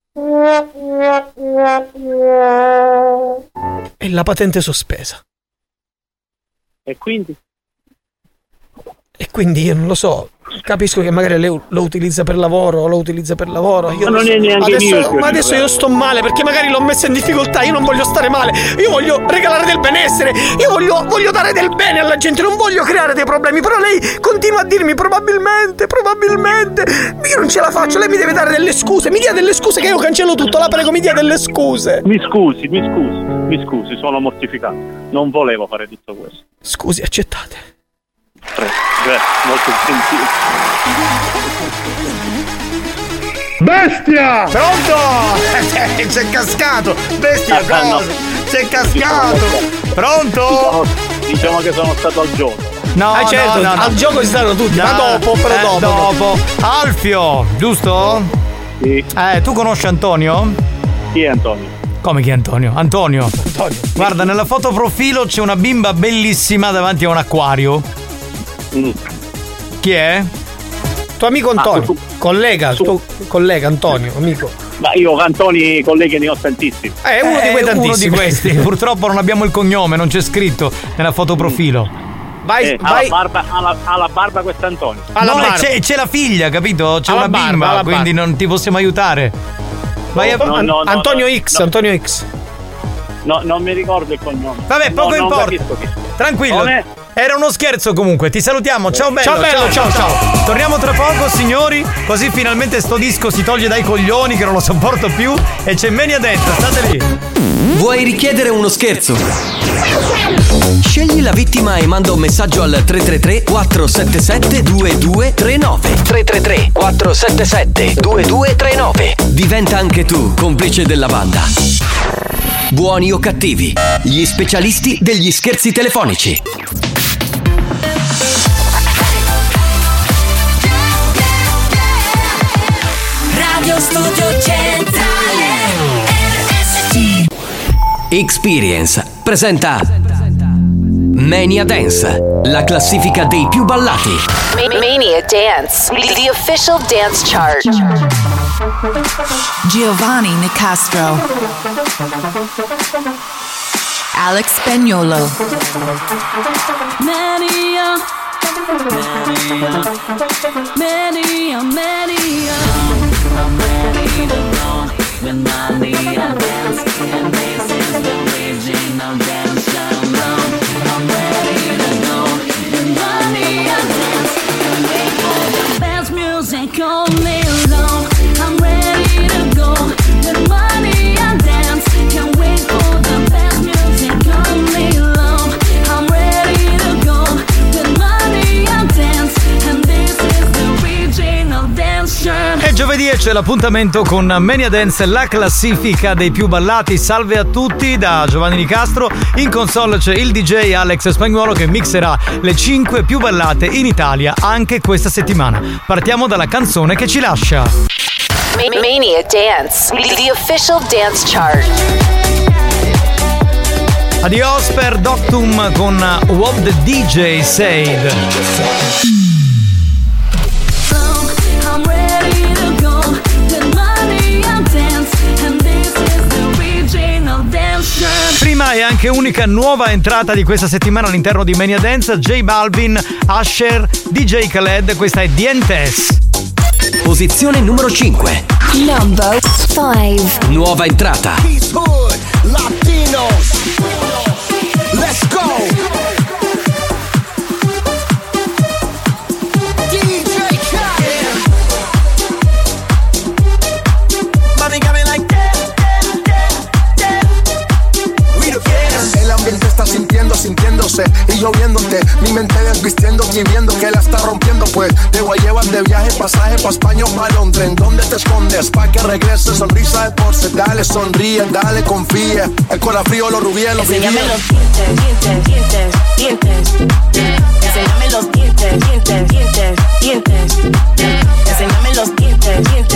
e la patente sospesa. E quindi? E quindi io non lo so, capisco che magari lei lo utilizza per lavoro, io ma non è neanche adesso, ma adesso io sto male perché magari l'ho messa in difficoltà, io non voglio stare male, io voglio regalare del benessere, io voglio dare del bene alla gente, non voglio creare dei problemi, però lei continua a dirmi probabilmente, io non ce la faccio, lei mi deve dare delle scuse, mi dia delle scuse che io cancello tutto, la prego, mi dia delle scuse. Mi scusi, sono mortificato, non volevo fare tutto questo. Scusi, accettate. Prego, molto gentile. Bestia! Pronto? C'è cascato! Bestia, cosa? No. C'è cascato! Pronto? Diciamo che sono stato al gioco. No, certo, no. Al gioco si stanno tutti, ma dopo. Alfio, giusto? Sì. Tu conosci Antonio? Chi è Antonio? Come chi è Antonio? Antonio. Guarda, nella foto profilo c'è una bimba bellissima davanti a un acquario. Chi è? Tuo amico Antonio. Tuo collega Antonio, amico. Ma io Antoni colleghi ne ho tantissimi. È uno di quei tantissimi. Uno di questi. Purtroppo non abbiamo il cognome, non c'è scritto nella foto profilo. Vai. Alla barba quest'Antonio. C'è la figlia, capito? C'è una bimba, quindi non ti possiamo aiutare. Vai Antonio X. No, non mi ricordo il cognome. Vabbè, poco importa. Tranquillo. Era uno scherzo comunque, ti salutiamo, ciao bello. Ciao. Torniamo tra poco, signori, così finalmente sto disco si toglie dai coglioni che non lo sopporto più e c'è Mania Dance, state lì. Vuoi richiedere uno scherzo? Scegli la vittima e manda un messaggio al 333 477 2239. 333 477 2239. Diventa anche tu complice della banda. Buoni o cattivi, gli specialisti degli scherzi telefonici. Radio Studio Centrale RSC. Experience presenta Mania Dance, la classifica dei più ballati. Mania Dance, the official dance chart. Giovanni Nicastro, Alex Spagnuolo. Mania. I'm ready to go with Mania Dance, and this is the original dance download. I'm ready to go with Mania Dance, and wait for the best music all day long. I'm ready to go with Mania Dance, can't wait for the best music all day long. I'm ready to go with Mania Dance, and this is the original dance show. È giovedì e c'è l'appuntamento con Mania Dance, la classifica dei più ballati. Salve a tutti da Giovanni Nicastro. In console c'è il DJ Alex Spagnuolo che mixerà le 5 più ballate in Italia anche questa settimana. Partiamo dalla canzone che ci lascia. Mania Dance, the official dance chart. Adios per Doctum con What the DJ Said. I'm ready to go with Mania Dance, and this is the original dance show. Prima e anche unica nuova entrata di questa settimana all'interno di Mania Dance, J Balvin, Usher, DJ Khaled, questa è Dientes. Posizione numero 5. Number 5. Nuova entrata. Peace Hood, Latinos. Let's go. Sintiéndose y yo viéndote, mi mente desvistiendo y viendo que la está rompiendo. Pues te voy a llevar de viaje, pasaje pa' España o pa' Londres. ¿En dónde te escondes? Pa' que regrese, sonrisa de porce. Dale, sonríe, dale, confía. El corazón frío, los rubíes, los vivíes. Enséñame los dientes. Enséñame los dientes. Enséñame los dientes.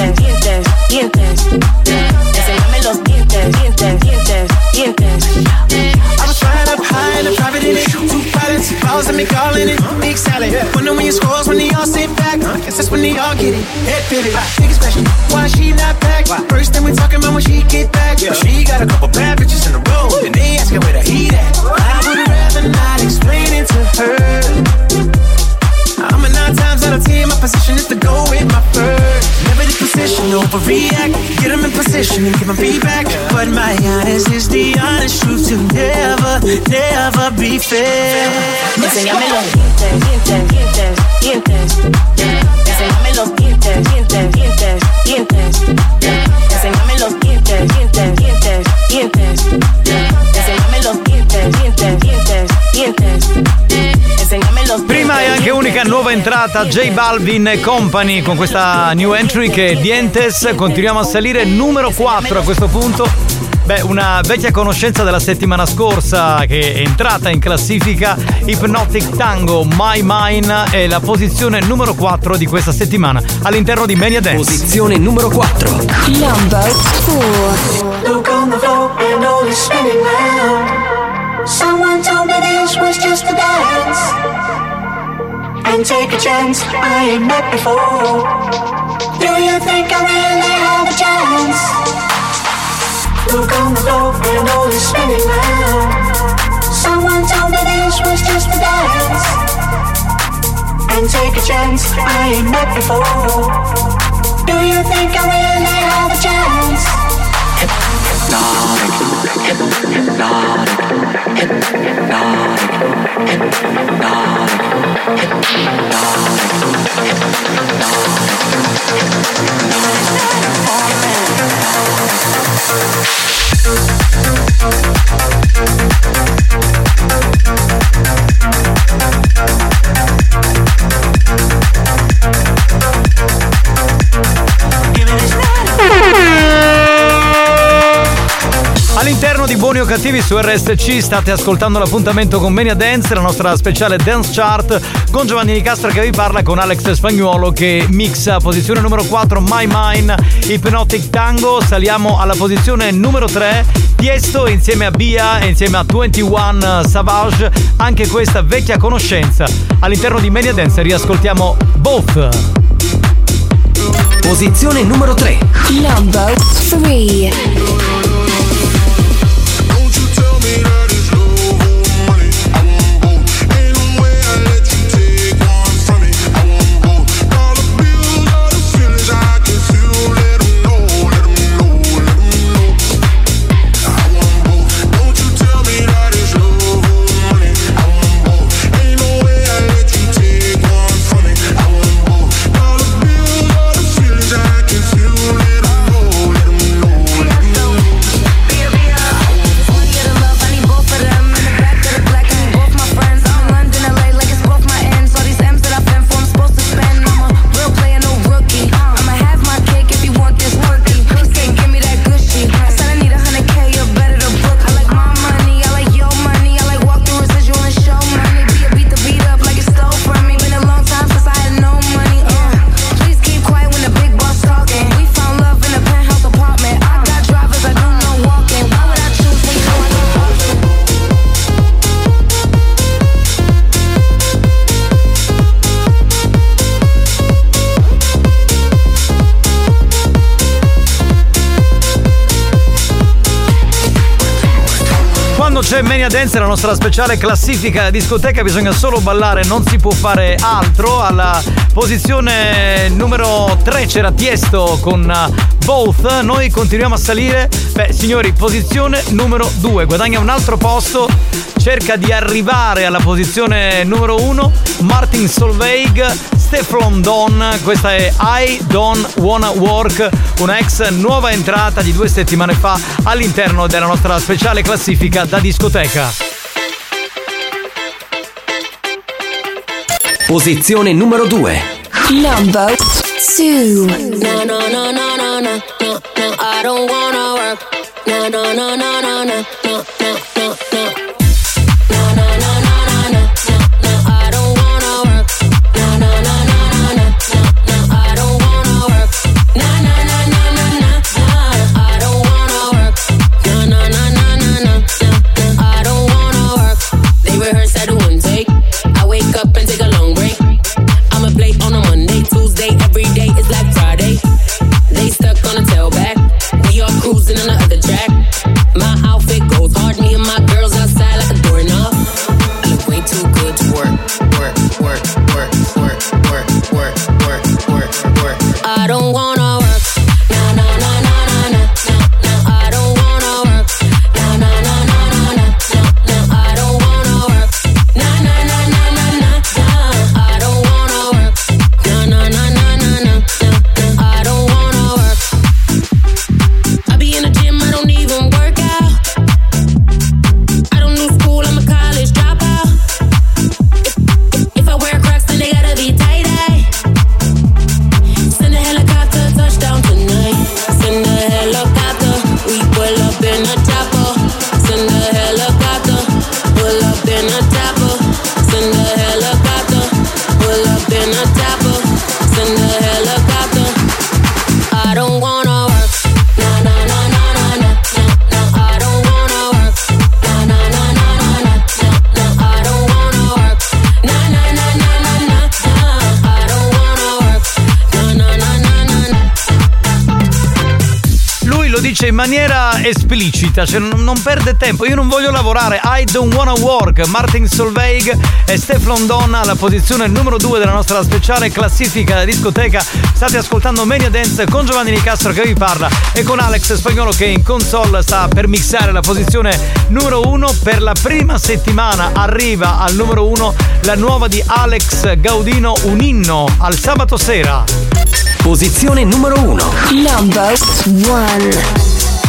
Enséñame los dientes. I was flying up high in a private in it. 2 pilots, balls and me calling it big salad. Wonder when your scores when they all sit back. Guess that's when they all get it. Head pivot, biggest question. Why she not back? First thing we talking about when she get back. She got a couple bad bitches in the row, and they asking where the heat at. I would rather not explain it to her. I'm a 9 times out of 10, my overreact. Get them in position and give them feedback. But my honest is the honest truth to never, never be fair. Enséñame los dientes, dientes, dientes, dientes. Enséñame los dientes, dientes, dientes, dientes. Enséñame los dientes, dientes, dientes, dientes. Enséñame los dientes, dientes, dientes, dientes. Enséñame los. Prima e anche unica nuova entrata J Balvin e Company con questa new entry che è Dientes. Continuiamo a salire, numero 4 a questo punto. Beh, una vecchia conoscenza della settimana scorsa che è entrata in classifica, Hypnotic Tango, My Mine, è la posizione numero 4 di questa settimana all'interno di Mania Dance. Posizione numero 4. Number 4. Look on the floor and all is spinning round. Someone told me this was just a dance. And take a chance, I ain't met before. Do you think I really have a chance? Look on the floor and all is spinning round. Someone told me this was just a dance. And take a chance, I ain't met before. Do you think I really have a chance? All'interno di Buoni o Cattivi su RSC state ascoltando l'appuntamento con Mania Dance, la nostra speciale Dance Chart con Giovanni Nicastro che vi parla, con Alex Spagnuolo che mixa. Posizione numero 4 My Mine, Hypnotic Tango. Saliamo alla posizione numero 3, Tiesto insieme a Bia e insieme a 21 Savage, anche questa vecchia conoscenza. All'interno di Mania Dance riascoltiamo Both. Posizione numero 3. Number 3. C'è Mania Dance, la nostra speciale classifica discoteca, bisogna solo ballare, non si può fare altro. Alla posizione numero 3 c'era Tiesto con Both, noi continuiamo a salire. Beh signori, posizione numero 2, guadagna un altro posto, cerca di arrivare alla posizione numero 1, Martin Solveig, Stefflon Don, questa è I Don't Wanna Work, una ex nuova entrata di 2 settimane fa all'interno della nostra speciale classifica da discoteca. Posizione numero 2. Number 2. No, no, no, no, no, no, no, no, I don't wanna work. No, no, no, no, no, no, no, no, no, no. They stuck on the tailback. We all cruising on the other track. My outfit dice in maniera esplicita, cioè non perde tempo. Io non voglio lavorare. I don't wanna work. Martin Solveig e Stefflon Don alla posizione numero 2 della nostra speciale classifica della discoteca. State ascoltando Mania Dance con Giovanni Nicastro che vi parla e con Alex Spagnolo che in console sta per mixare la posizione numero 1. Per la prima settimana arriva al numero 1 la nuova di Alex Gaudino, Un inno al sabato sera. Posizione numero 1. Number 1.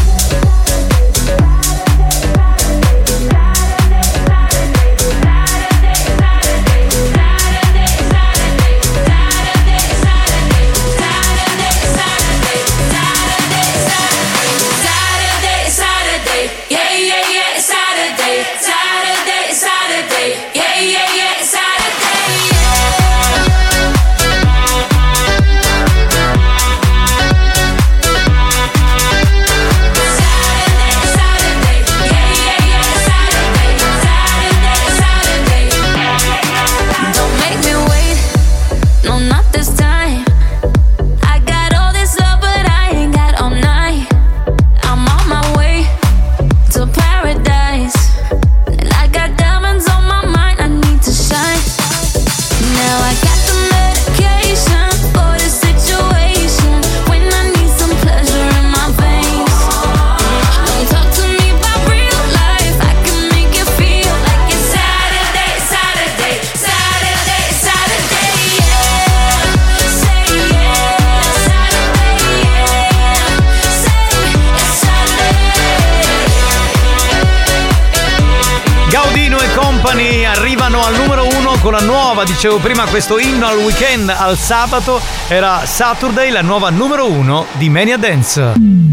Arrivano al numero 1 con la nuova, dicevo prima, questo inno al weekend al sabato. Era Saturday, la nuova numero 1 di Mania Dance.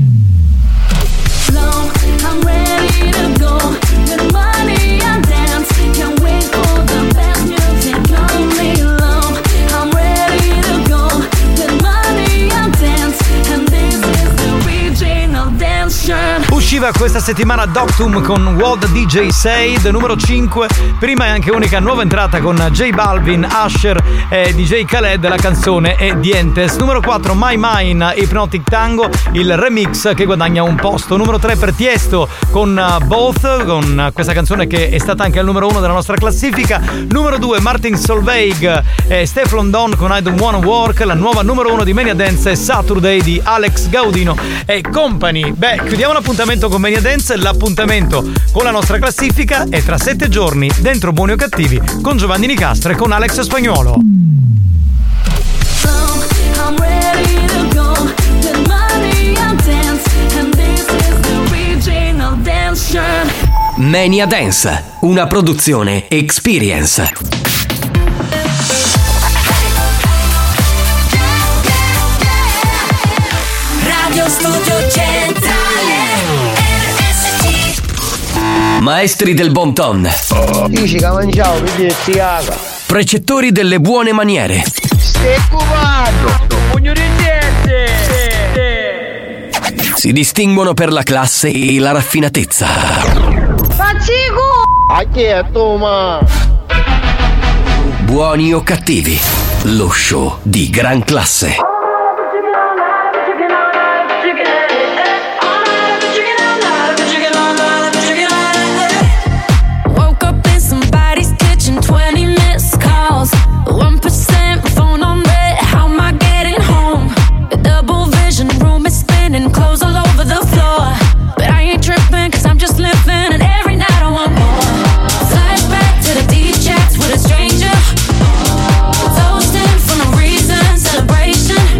Usciva questa settimana Doctum con World DJ Said, numero 5. Prima e anche unica nuova entrata con J Balvin, Usher e DJ Khaled, la canzone è Dientes. Numero 4 My Mine, Hypnotic Tango, il remix che guadagna un posto. Numero 3 per Tiesto con Both, con questa canzone che è stata anche al numero 1 della nostra classifica. Numero 2 Martin Solveig e Stefflon Don con I Don't Wanna Work. La nuova numero 1 di Mania Dance è Saturday di Alex Gaudino e Company. Beh, chiudiamo l'appuntamento con Mania Dance. L'appuntamento con la nostra classifica è tra 7 giorni dentro Buoni o Cattivi con Giovanni Nicastro e con Alex Spagnolo. Mania Dance, una produzione Experience. Radio Studio Centrale RSC. Maestri del bon ton. Dici che mangiavo, Precettori delle buone maniere. Stai cubando. Pugno di gente. Si distinguono per la classe e la raffinatezza. Pazzico! A chi è tu, ma? Buoni o cattivi, lo show di gran classe. With a stranger, toasting for no reason, celebration.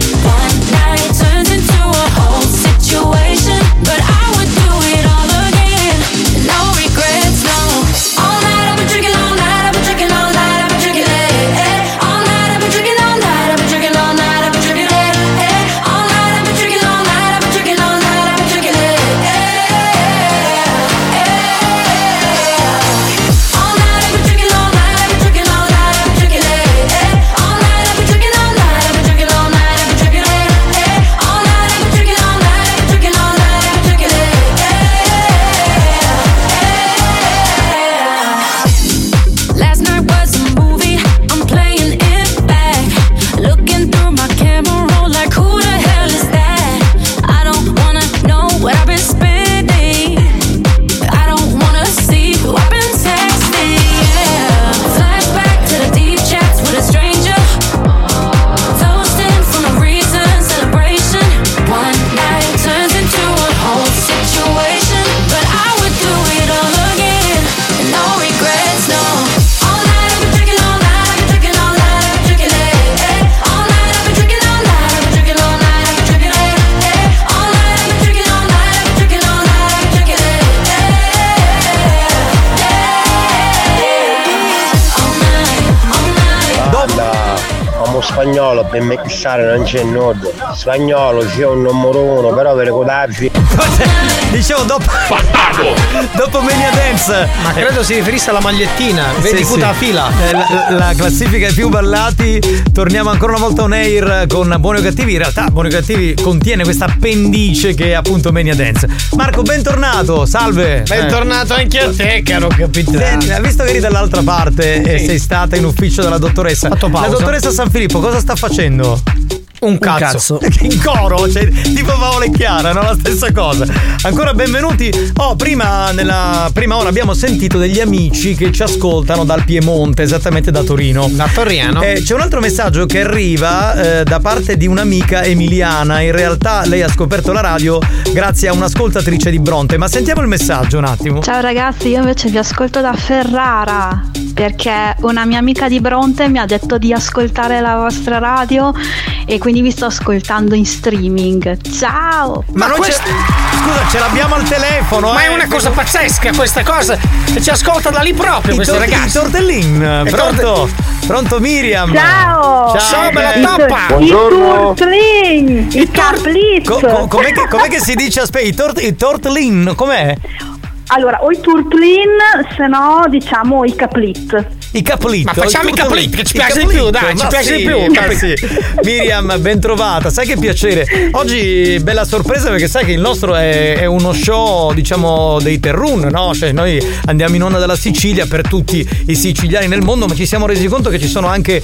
spagnolo per mixare non c'è nudo. Spagnolo c'è un numero 1, però per codarci. Dicevo dopo Mania Dance. Ma credo si riferisse alla magliettina. Vedi Sì, la fila. La classifica dei più ballati. Torniamo ancora una volta on air con Buoni o Cattivi. In realtà Buoni o Cattivi contiene questa appendice che è appunto Mania Dance. Marco, bentornato, salve. Bentornato anche a te, caro capitano. Senti, visto che eri dall'altra parte e sei stata in ufficio dalla dottoressa. La dottoressa San Filippo cosa sta facendo? Un cazzo. In coro, cioè, tipo Paola e Chiara, no? La stessa cosa. Ancora benvenuti. Nella prima ora abbiamo sentito degli amici che ci ascoltano dal Piemonte, esattamente da Torino. Da Torriano. C'è un altro messaggio che arriva da parte di un'amica emiliana. In realtà lei ha scoperto la radio grazie a un'ascoltatrice di Bronte. Ma sentiamo il messaggio un attimo. Ciao ragazzi, io invece vi ascolto da Ferrara perché una mia amica di Bronte mi ha detto di ascoltare la vostra radio e quindi vi sto ascoltando in streaming. Ciao! Ma non scusa, ce l'abbiamo al telefono. Ma è una cosa pazzesca questa cosa. Ci ascolta da lì proprio questo ragazzo. Il tortellin. Pronto? Pronto Miriam? Ciao! Ciao, bella toppa! Buongiorno! Il tortlin! Com'è che si dice? Aspetta, il tortlin, com'è? Allora, o i turtlin, se no diciamo i caplit. I caplit. Ma facciamo i caplit che ci piace di più, dai, ci piace di più. Sì. Miriam, ben trovata. Sai che piacere. Oggi bella sorpresa perché sai che il nostro è uno show, diciamo, dei Terrun, no? Cioè noi andiamo in onda dalla Sicilia per tutti i siciliani nel mondo, ma ci siamo resi conto che ci sono anche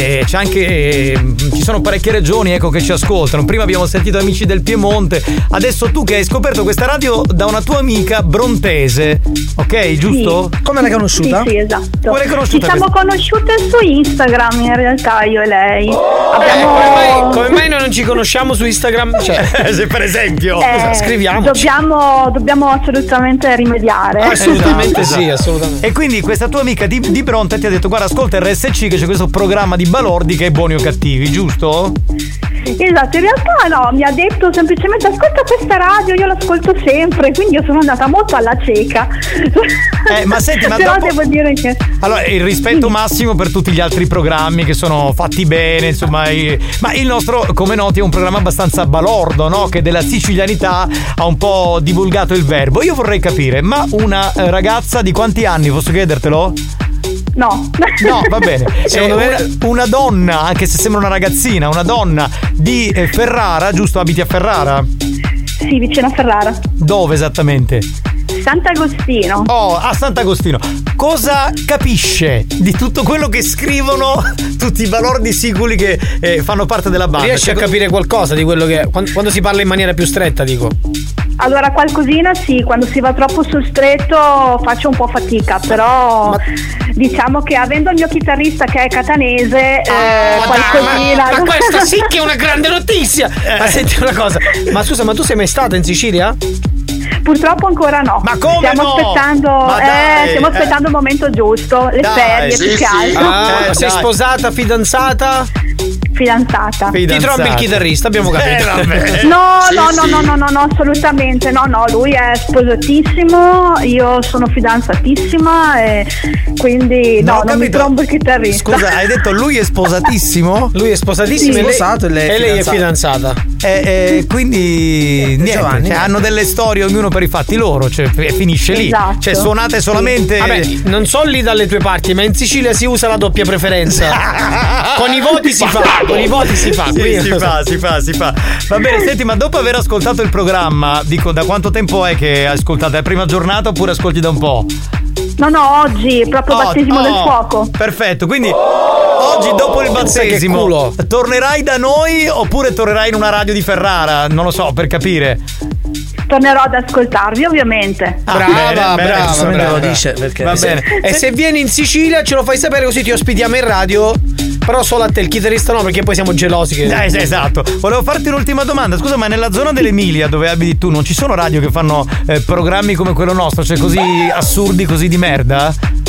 ci sono parecchie regioni, ecco, che ci ascoltano. Prima abbiamo sentito amici del Piemonte, adesso tu che hai scoperto questa radio da una tua amica brontese, ok, giusto? Sì. Come l'hai conosciuta? Sì, esatto. Come l'hai conosciuta? Ci siamo conosciute su Instagram in realtà, io e lei. Come mai noi non ci conosciamo su Instagram? Cioè, se per esempio scriviamoci. Dobbiamo assolutamente rimediare. Assolutamente sì, assolutamente. E quindi questa tua amica di Bronte ti ha detto: guarda, ascolta RSC che c'è questo programma di balordi che è Buoni o Cattivi, giusto? Esatto, in realtà no, mi ha detto semplicemente ascolta questa radio, io l'ascolto sempre, quindi io sono andata molto alla cieca. Ma senti, ma però dopo... devo dire che allora, il rispetto massimo per tutti gli altri programmi che sono fatti bene, insomma, ma il nostro, come noti, è un programma abbastanza balordo, no? Che della sicilianità ha un po' divulgato il verbo. Io vorrei capire, ma una ragazza di quanti anni, posso chiedertelo? No, va bene. Secondo me una donna, anche se sembra una ragazzina, una donna di Ferrara, giusto? Abiti a Ferrara? Sì, vicino a Ferrara. Dove esattamente? Sant'Agostino. A Sant'Agostino. Cosa capisce di tutto quello che scrivono tutti i balordi siculi che fanno parte della banda? Riesci a capire qualcosa di quello che quando si parla in maniera più stretta, dico? Allora, qualcosina sì, quando si va troppo sul stretto faccio un po' fatica, però diciamo che avendo il mio chitarrista che è catanese, qualcosina. Ma questa sì che è una grande notizia! Ma senti una cosa, ma scusa, ma tu sei mai stata in Sicilia? Purtroppo ancora no. Ma come stiamo aspettando il momento giusto, le ferie più che altro. Sei sposata, fidanzata? Fidanzata. Ti trovi il chitarrista, abbiamo capito. No, assolutamente no, lui è sposatissimo, io sono fidanzatissima e quindi non mi trombo il chitarrista. Scusa, hai detto lui è sposatissimo? Lui è sposatissimo, sì, e lei è fidanzata. Quindi niente, hanno delle storie ognuno per i fatti loro, cioè finisce lì. Esatto. Cioè suonate solamente. Vabbè, non so lì dalle tue parti, ma in Sicilia si usa la doppia preferenza. Con i voti si fa. Con i voti si fa. Si fa. Va bene, senti, ma dopo aver ascoltato il programma, dico, da quanto tempo è che ascoltate? La prima giornata oppure ascolti da un po'? No, oggi, proprio battesimo del fuoco. Perfetto, quindi oggi dopo il battesimo tornerai da noi oppure tornerai in una radio di Ferrara? Non lo so, per capire. Tornerò ad ascoltarvi, ovviamente. Brava. Lo dice perché va bene. E se vieni in Sicilia ce lo fai sapere, così ti ospitiamo in radio. Però solo a te, il chitarrista no, perché poi siamo gelosi che... Esatto. Volevo farti un'ultima domanda. Scusa, ma nella zona dell'Emilia dove abiti tu non ci sono radio che fanno programmi come quello nostro, cioè così assurdi, così di merda?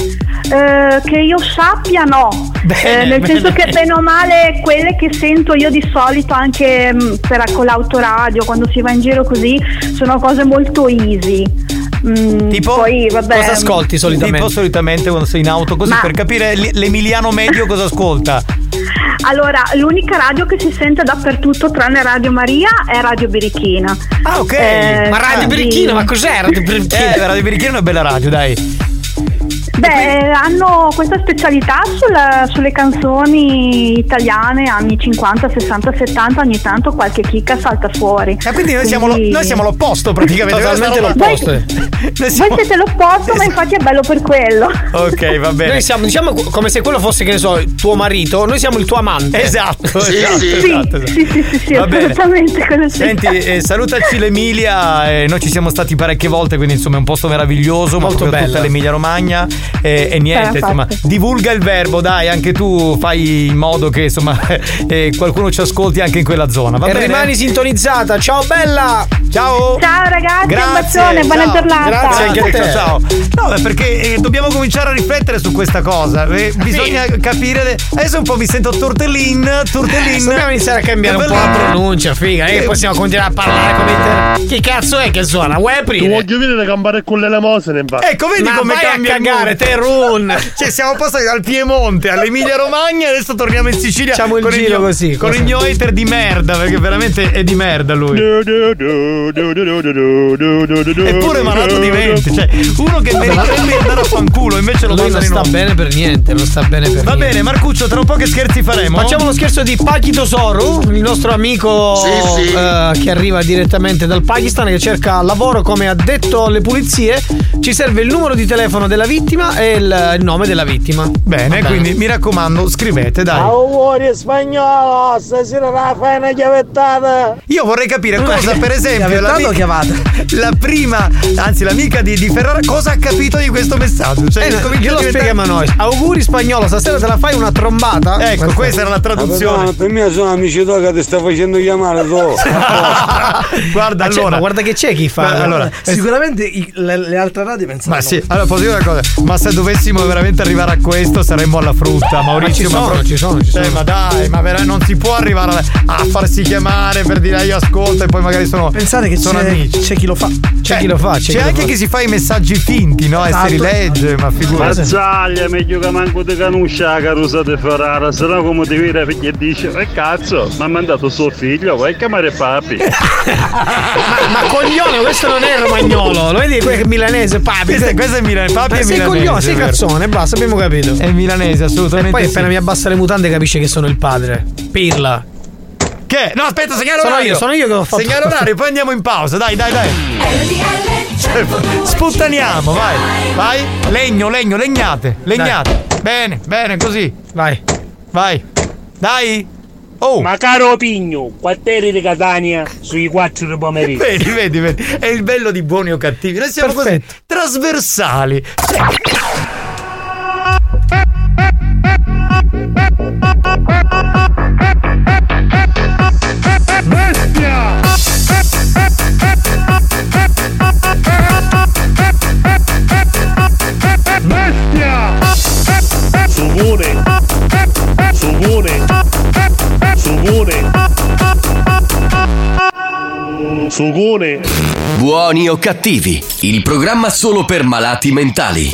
Che io sappia no. Nel senso che bene o male quelle che sento io di solito anche con l'autoradio, quando si va in giro così, sono cose molto easy. Tipo, poi, vabbè, cosa ascolti solitamente? Tipo solitamente quando sei in auto, così per capire l'emiliano medio cosa ascolta. Allora, l'unica radio che si sente dappertutto tranne Radio Maria è Radio Birichina. Ah, ok. Ma Radio Birichina, ma cos'è Radio Birichina? Radio Birichina è una bella radio, dai. Beh, hanno questa specialità sulle canzoni italiane anni 50, 60, 70, ogni tanto qualche chicca salta fuori. Quindi noi siamo l'opposto praticamente. Totalmente l'opposto. Voi siete l'opposto, ma infatti è bello per quello. Ok, va bene. Noi siamo, diciamo, come se quello fosse, che ne so, tuo marito, noi siamo il tuo amante. Esatto. Sì, Va assolutamente. bene. Senti, salutaci l'Emilia, noi ci siamo stati parecchie volte, quindi insomma è un posto meraviglioso, molto bello. Tutta l'Emilia Romagna. E niente, insomma, divulga il verbo, dai, anche tu fai in modo che insomma qualcuno ci ascolti anche in quella zona. Va bene? Rimani sintonizzata. Ciao bella. Ciao. Ciao ragazzi, grazie, un bacione, buona giornata. Grazie anche a te. Ciao. No, perché dobbiamo cominciare a riflettere su questa cosa. Bisogna capire. Adesso un po' mi sento tortellin. Dobbiamo iniziare a cambiare un po' la pronuncia, figa. E possiamo continuare a parlare come Chi cazzo è che suona? Vuoi aprire? Tu voglio vedere campare con le lemosine, infatti. Ecco, vedi come cambia a cagare, te Run. Cioè siamo passati dal Piemonte all'Emilia Romagna e adesso torniamo in Sicilia. Facciamo il giro così. Con il mio hater di merda, perché veramente è di merda lui. Eppure malato di 20. Cioè, uno che meriterebbe di andare a fanculo, invece lo non sta bene per niente. Non sta bene per niente. Va bene, Marcuccio, tra un po' che scherzi faremo? Facciamo lo scherzo di Pakito Soru, il nostro amico che arriva direttamente dal Pakistan, che cerca lavoro come addetto alle pulizie. Ci serve il numero di telefono della vittima e il nome della vittima. Bene, quindi mi raccomando, scrivete, dai. Auguri spagnolo, stasera la fai una chiavettata. Io vorrei capire cosa, per esempio, la prima, anzi l'amica di Ferrara, cosa ha capito di questo messaggio? Cioè, glielo spieghiamo a noi. Auguri spagnolo, stasera te la fai una trombata? Ecco, questa era la traduzione. Per me sono amici tuoi che ti sta facendo chiamare tu. Guarda, allora, guarda che c'è chi fa. Allora, sicuramente le altre radio pensano. Ma sì, allora posso dire una cosa, ma se dovessimo veramente arrivare a questo saremmo alla frutta, Maurizio. Ci sono. Ma dai, ma veramente non si può arrivare a farsi chiamare per dire io ascolto e poi magari sono. Pensate che sono amici. C'è chi lo fa. C'è anche chi si fa i messaggi finti, no? Esatto. E si rilegge, ma figurati. Mazzaglia, meglio che manco te canuscia la carusa di Ferrara, se no come ti vede e dice cazzo, mi ha mandato suo figlio, vai a chiamare papi. ma coglione, questo non è romagnolo, lo vedi quello che è milanese, papi. Questo è milanese, papi è milanese. Sei coglione, sei cazzone, basta, abbiamo capito. È milanese, assolutamente. E poi appena mi abbassa le mutande capisce che sono il padre. Pirla. Che? No, aspetta, segnalo orario. Sono io che ho fatto. Segnalo orario, poi andiamo in pausa. Dai. Sputtaniamo, vai. Legno, legnate. Bene, così. Vai. Dai. Oh. Ma caro Pigno, quartiere di Catania sui 4 del pomeriggio. Vedi. È il bello di Buoni o Cattivi. Noi siamo così trasversali. Bestia! Sugone. Buoni o Cattivi, il programma solo per malati mentali.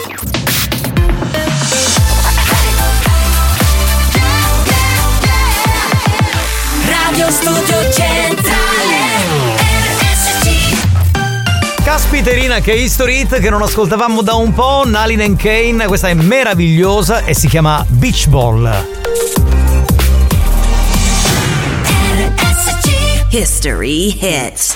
Radio Studio Centrale RSC. Caspiterina, che History Hit che non ascoltavamo da un po', Nalin and Kane, questa è meravigliosa e si chiama Beach Ball. History Hits.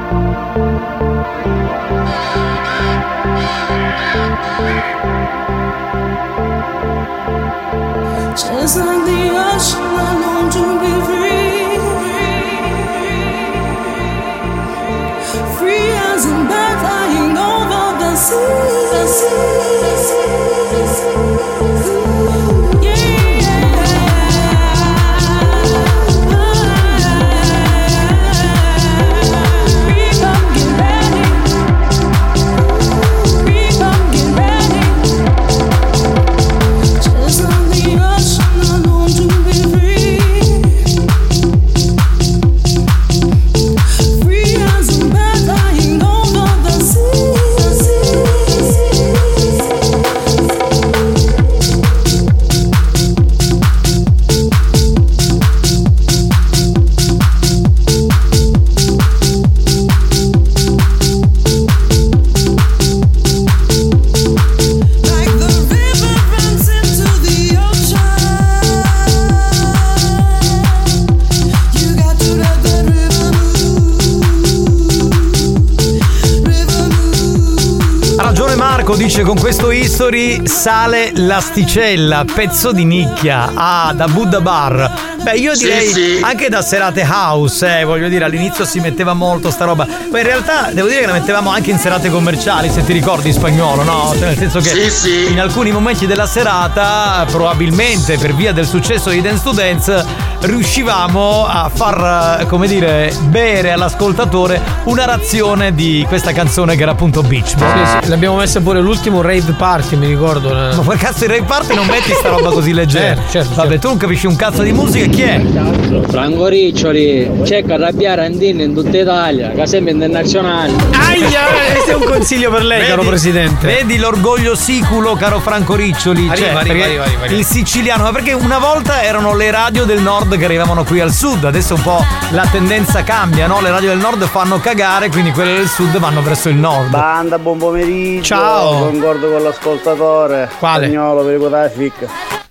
Just like the ocean, I long to be free. Free as a bird flying over the sea. Dice con questo history sale l'asticella, pezzo di nicchia. Ah, da Buddha Bar. Beh, io direi anche da serate house, voglio dire, all'inizio si metteva molto sta roba. Poi in realtà devo dire che la mettevamo anche in serate commerciali, se ti ricordi, in spagnolo, no? Cioè, nel senso che in alcuni momenti della serata, probabilmente per via del successo di Dance to Dance, riuscivamo a far, come dire, bere all'ascoltatore una razione di questa canzone che era appunto Beach Boy. Sì, l'abbiamo messa pure l'ultimo rave party, mi ricordo. Ma per cazzo di rave party non metti sta roba così leggera. Certo. Vabbè, tu non capisci un cazzo di musica, chi è? Franco Riccioli, c'è che arrabbiare Andini in tutta Italia, che sembra internazionale. Aia, questo è un consiglio per lei, caro presidente. Vedi l'orgoglio siculo, caro Franco Riccioli. Arriva. Il siciliano, ma perché una volta erano le radio del nord che arrivavano qui al sud, adesso un po' la tendenza cambia, no? Le radio del nord fanno cagare, quindi quelle del sud vanno verso il nord. Banda, buon pomeriggio. Ciao. Concordo con l'ascoltatore. Quale? Spagnolo per la ficca.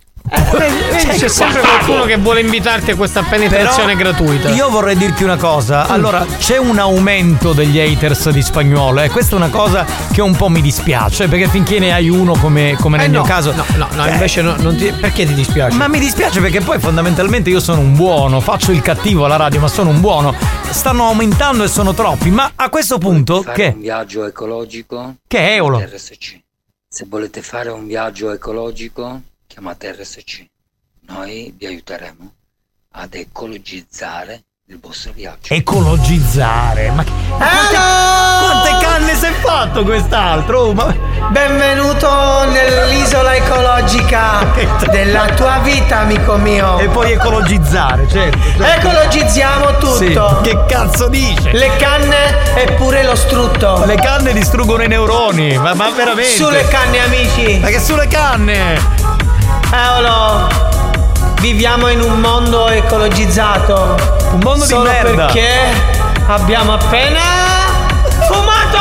C'è sempre qualcuno che vuole invitarti a questa penetrazione gratuita. Io vorrei dirti una cosa. Allora, c'è un aumento degli haters di spagnolo, e questa è una cosa che un po' mi dispiace, perché finché ne hai uno come nel mio caso. No, invece non ti, perché ti dispiace? Ma mi dispiace perché poi fondamentalmente io sono un buono, faccio il cattivo alla radio, ma sono un buono. Stanno aumentando e sono troppi, ma a questo punto che un viaggio ecologico? Che è Eolo? RSC. Se volete fare un viaggio ecologico, chiamate RSC. Noi vi aiuteremo ad ecologizzare il vostro viaggio. Ecologizzare? Ma quante canne si è fatto quest'altro? Benvenuto nell'isola ecologica della tua vita, amico mio. E poi ecologizzare, certo. Ecologizziamo tutto. Sì. Che cazzo dice? Le canne e pure lo strutto. Le canne distruggono i neuroni, ma veramente. Sulle canne, amici. Ma che sulle canne? Eolo, viviamo in un mondo ecologizzato. Un mondo solo di merda. Perché abbiamo appena fumato.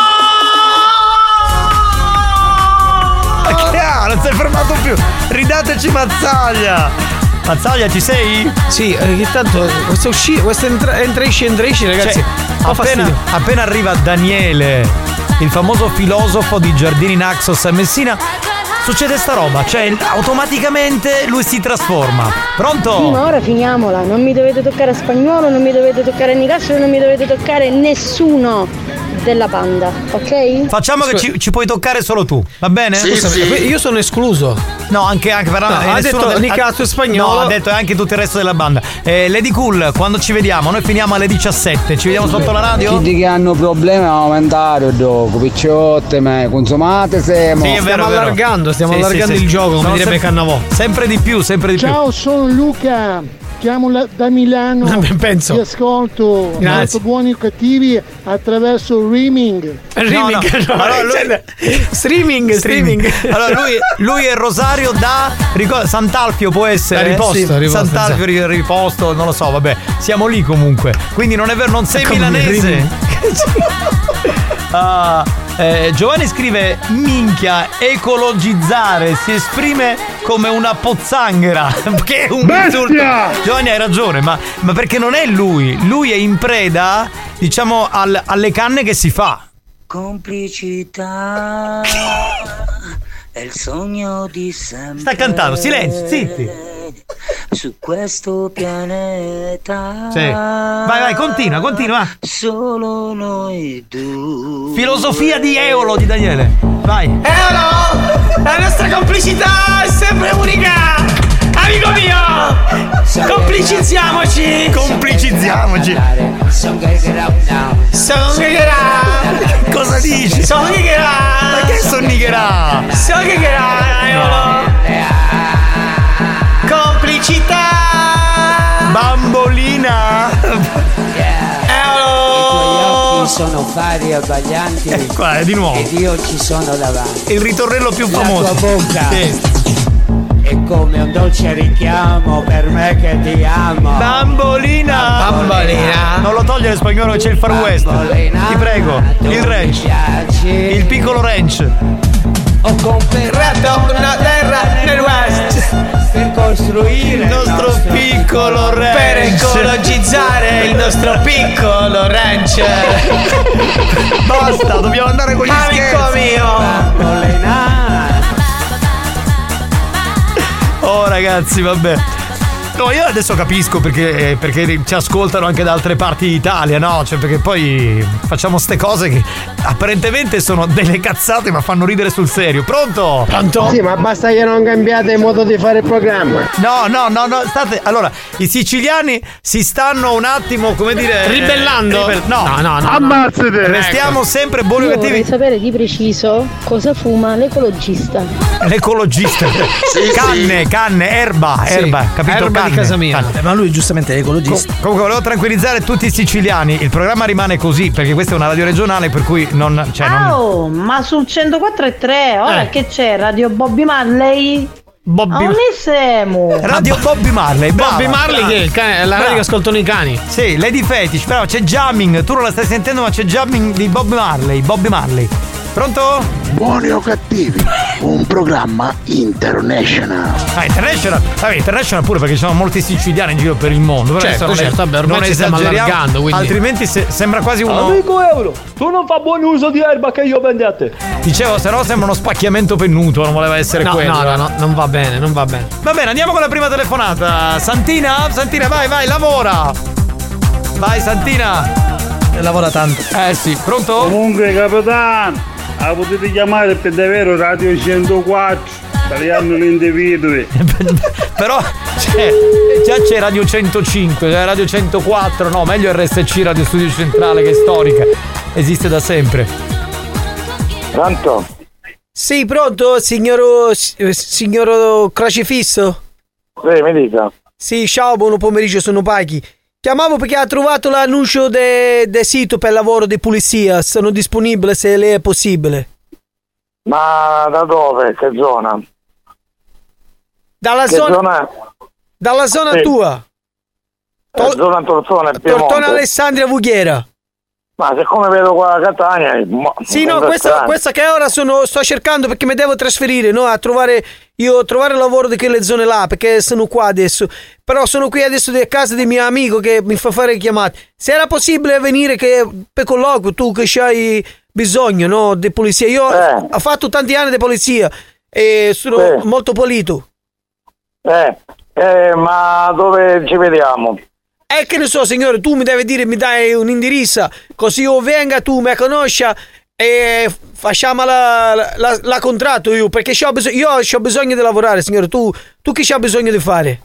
Ma che ha? Non si è fermato più. Ridateci Mazzaglia. Mazzaglia, ci sei? Sì, intanto questa entra-esci, ragazzi. Appena arriva Daniele, il famoso filosofo di Giardini Naxos a Messina, succede sta roba, cioè automaticamente lui si trasforma. Pronto? Sì, ma ora finiamola, non mi dovete toccare Spagnolo, non mi dovete toccare Nicastro, non mi dovete toccare nessuno della banda, ok? Facciamo che ci puoi toccare solo tu, va bene? Sì. Io sono escluso. No, anche per ha detto Nicastro e Spagnolo. No, ha detto anche tutto il resto della banda. Lady Cool, quando ci vediamo? Noi finiamo alle 17, ci vediamo sotto la radio? Chi che hanno problemi aumentare dopo, picciotte, ma consumate siamo. Sì, stiamo allargando il gioco, come direbbe Cannavò. Sempre di più. Ciao, sono Luca. Chiamo da Milano. Penso. Ti ascolto molto buoni e cattivi attraverso il streaming. Streaming. Allora lui è Rosario da Sant'Alfio, può essere? Riposto. Sant'Alfio riposto, non lo so, vabbè. Siamo lì comunque. Quindi non è vero, non sei milanese. Giovanni scrive: minchia, ecologizzare si esprime come una pozzanghera. Che è un insulto. Giovanni, hai ragione, ma perché non è lui è in preda, diciamo, alle canne che si fa. Complicità è il sogno di sempre. Sta cantando, silenzio, zitti. Su questo pianeta. Sì. Vai, continua. Solo noi due. Filosofia di Eolo di Daniele. Vai. Eolo, la nostra complicità è sempre unica. Amico mio, complicizziamoci. Cosa dici? Ma che sonnigherà? Eolo. Complicità. Bambolina. Eolo. Sono fari abbaglianti. Qua è di nuovo. Ed io ci sono davanti. Il ritornello più famoso. La tua bocca. Sì. È come un dolce richiamo per me che ti amo. Bambolina. Non lo togliere spagnolo, che c'è il Far West. Ti prego. Il ranch. Il piccolo ranch. Ho comprato una terra nel West per costruire il nostro piccolo ranch. Per ecologizzare il nostro piccolo ranch. Basta, dobbiamo andare con gli scherzi. Amico mio. Oh ragazzi, vabbè. No, io adesso capisco perché ci ascoltano anche da altre parti d'Italia, no? Cioè, perché poi facciamo ste cose che apparentemente sono delle cazzate, ma fanno ridere sul serio. Pronto? Sì, ma basta che non cambiate il modo di fare il programma. No, state. Allora, i siciliani si stanno un attimo, come dire, ribellando. No. Ammazzate. Restiamo sempre buoni e cattivi. Vorrei sapere di preciso cosa fuma l'ecologista. L'ecologista. Canne, erba, capito? Erba di casa mia. Ma lui giustamente è ecologista. Comunque volevo tranquillizzare tutti i siciliani. Il programma rimane così perché questa è una radio regionale, per cui non. Ma sul 104.3 ora che c'è Radio Bobby Marley? Radio Bobby Marley. Bobby Marley che è la radio che ascoltano i cani. Sì, Lady Fetish, però c'è jamming. Tu non la stai sentendo, ma c'è jamming di Bobby Marley. Pronto? Buoni o cattivi, un programma international. International pure perché ci sono molti siciliani in giro per il mondo. Certo, vabbè, ormai non ci stiamo allargando, quindi. Altrimenti sembra quasi uno. Amico Euro, tu non fa buon uso di erba che io vendo a te. Dicevo, se no sembra uno spacchiamento pennuto, non voleva essere quello. No, non va bene. Va bene, andiamo con la prima telefonata. Santina, vai, lavora. Vai Santina. Lavora tanto. Sì, pronto? Comunque capitano, la potete chiamare per davvero Radio 104, tagliando gli individui. Però già c'è Radio 105, Radio 104, no, meglio RSC, Radio Studio Centrale, che è storica, esiste da sempre. Pronto? Sì, pronto, signor Crocifisso? Sì, mi dica. Sì, ciao, buon pomeriggio, sono Pachi. Chiamavo perché ha trovato l'annuncio del sito per lavoro di pulizia. Sono disponibile se lei è possibile. Ma da dove? Che zona? Dalla zona sì. Tua. Zona Tortona e Piemonte. Tortona Alessandria Vughiera. Ma siccome vedo qua a Catania. Sì, no, questa che ora sto cercando perché mi devo trasferire, no? A trovare lavoro di quelle zone là, perché sono qua adesso. Però sono qui adesso a casa di mio amico che mi fa fare chiamate. Se era possibile venire che per colloquio, tu che c'hai bisogno, no? Di polizia. Io ho fatto tanti anni di polizia e sono molto pulito. Ma dove ci vediamo? Che ne so, signore, tu mi devi dire, mi dai un indirizzo, così io venga, tu mi conosci e facciamo la contratto io, perché io ho bisogno di lavorare, signore. Tu che c'hai bisogno di fare?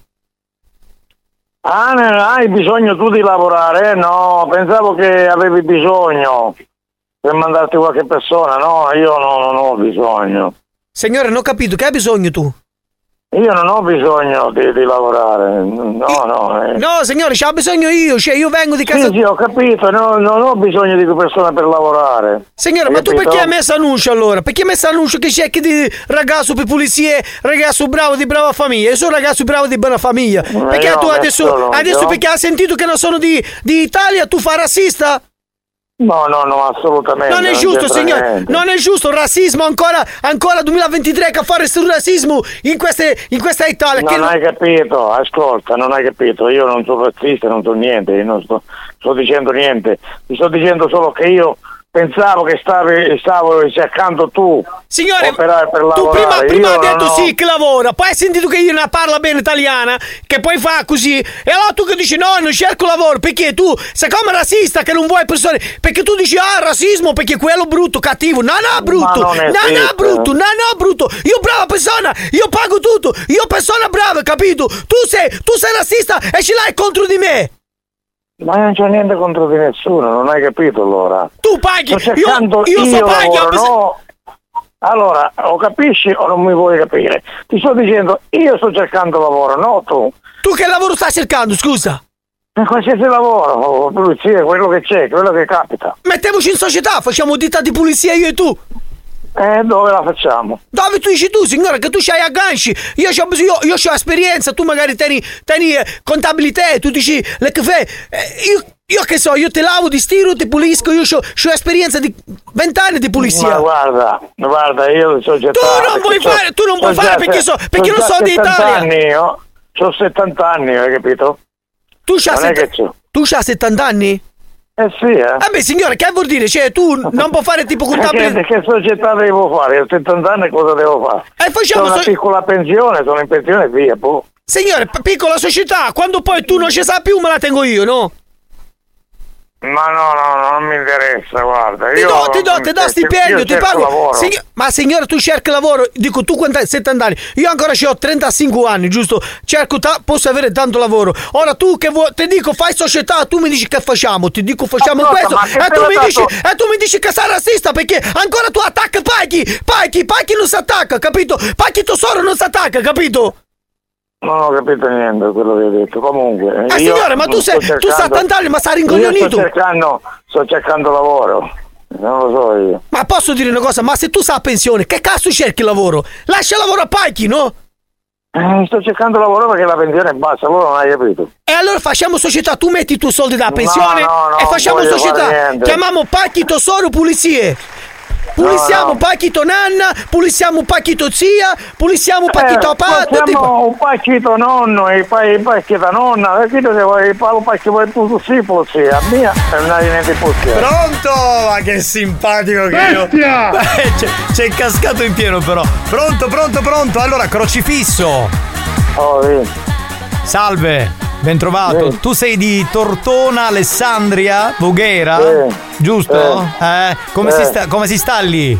Non hai bisogno tu di lavorare? No, pensavo che avevi bisogno per mandarti qualche persona. No, io non ho bisogno. Signore, non ho capito, che hai bisogno tu? Io non ho bisogno di lavorare, No, signore, c'ho bisogno io, cioè io vengo di casa. Sì, ho capito, non ho bisogno di persone per lavorare. Signore, ma tu perché hai messo annuncio allora? Perché hai messo annuncio che cerchi di ragazzo per pulizie, ragazzo bravo di brava famiglia? Io sono ragazzo bravo di buona famiglia. Perché tu adesso perché hai sentito che non sono di Italia, tu fai razzista? No, assolutamente. Non è giusto, signore. Non è giusto. Razzismo ancora 2023 che fare sul razzismo in questa Italia. Non hai capito, ascolta, non hai capito. Io non sono razzista, non so niente, io non sto dicendo niente. Ti sto dicendo solo che io pensavo che stavo cercando tu. Signore, per tu prima hai detto no. sì che lavora, poi hai sentito che io non parla bene italiana, che poi fa così, e allora tu che dici no, non cerco lavoro, perché tu sei come razzista che non vuoi persone, perché tu dici razzismo perché quello brutto, cattivo, no brutto, no brutto, io brava persona, io pago tutto, io persona brava, capito? Tu sei razzista e ce l'hai contro di me. Ma non c'è niente contro di nessuno, non hai capito allora? Tu paghi, io so paghi lavoro, no. Allora, o capisci o non mi vuoi capire? Ti sto dicendo, io sto cercando lavoro, no tu. Tu che lavoro stai cercando, scusa? Qualsiasi lavoro, pulizia, quello che c'è, quello che capita. Mettiamoci in società, facciamo dita di pulizia io e tu. Dove la facciamo? Dove tu dici tu, signora, che tu c'hai agganci. Io ho esperienza, tu magari tieni contabilità, tu dici le caffè. Io che so, io ti lavo, ti stiro, ti pulisco, io ho esperienza di 20 anni di pulizia. Ma guarda, io so già. Tu non puoi fare perché non so di Italia. Ho 70 anni, hai capito? Tu c'hai 70 anni? Sì, Beh, signore, che vuol dire? Cioè, tu non puoi fare tipo contabile. Che società devo fare? Ho 70 anni, cosa devo fare? Facciamo una piccola pensione, sono in pensione e via, boh. Signore, piccola società, quando poi tu non ci sa più me la tengo io, no? Ma no, non mi interessa, guarda. Ti do stipendio, ti pago. Ma signore, tu cerchi lavoro, dico tu quanti 70 anni, io ancora ho 35 anni, giusto? Posso avere tanto lavoro. Ora tu che vuoi, ti dico fai società, tu mi dici che facciamo, ti dico facciamo questo e tu mi dici che sei razzista perché ancora tu attacchi Pacchi non si attacca, capito? Pacchi tesoro non si attacca, capito? Non ho capito niente di quello che hai detto. Comunque. Signore, ma tu sei 70 anni, ma sei rincoglionito. Sto cercando lavoro. Non lo so io. Ma posso dire una cosa? Ma se tu sei a pensione, che cazzo cerchi lavoro? Lascia lavoro a Pacchi, no? Sto cercando lavoro perché la pensione è bassa, voi non hai capito. E allora facciamo società, tu metti i tuoi soldi da pensione e facciamo società. Chiamiamo Pacchi Tesoro Pulizie. Pulissiamo Pacchito nanna, pulissiamo Pacchito zia, pulissiamo Pacchito papà. Facciamo un Pacchito nonno e poi Pacchito nonna, perché tu vuoi fare un Pacchito poi tu sì, pulizia, mia è una linea di pulizia. Pronto? Ma che simpatico che io. C'è cascato in pieno però. Pronto. Allora, crocifisso. Sì. Salve. Ben trovato. Tu sei di Tortona, Alessandria, Voghera? Giusto? Come si sta lì?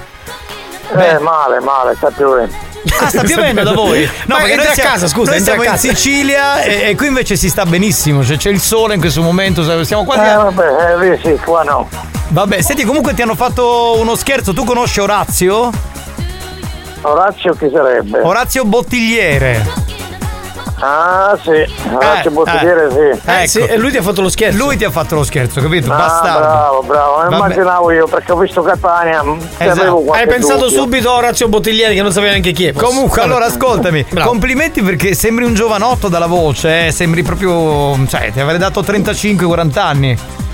Male, sta piovendo. Sta piovendo da voi? No, perché noi a casa, scusa, noi siamo in Sicilia e qui invece si sta benissimo, cioè c'è il sole in questo momento, siamo quasi sì, qua no. Vabbè, senti, comunque ti hanno fatto uno scherzo, tu conosci Orazio? Orazio chi sarebbe? Orazio Bottigliere. Sì, Orazio Bottigliere sì. Ecco. Sì, e lui ti ha fatto lo scherzo. Lui ti ha fatto lo scherzo, capito? Bastardo. Bravo, immaginavo io perché ho visto Catania. Hai pensato subito a Orazio Bottigliere che non sapeva neanche chi è. Comunque, allora ascoltami. Complimenti perché sembri un giovanotto dalla voce, sembri proprio, cioè, ti avrei dato 35-40 anni.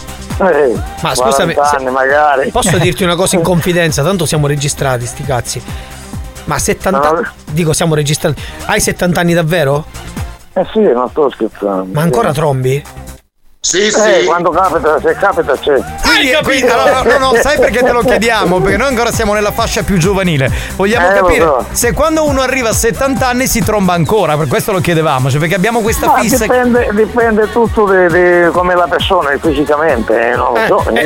Ma scusami, anni magari. Posso dirti una cosa in confidenza? Tanto siamo registrati, sti cazzi. Ma 70 anni? Dico, siamo registrati. Hai 70 anni davvero? Sì, non sto scherzando. Ma ancora trombi? Sì. Quando capita, se capita c'è. Quindi no, sai perché te lo chiediamo? Perché noi ancora siamo nella fascia più giovanile. Vogliamo capire se quando uno arriva a 70 anni si tromba ancora, per questo lo chiedevamo, cioè perché abbiamo questa fissa. Dipende tutto di come la persona è fisicamente, non lo so.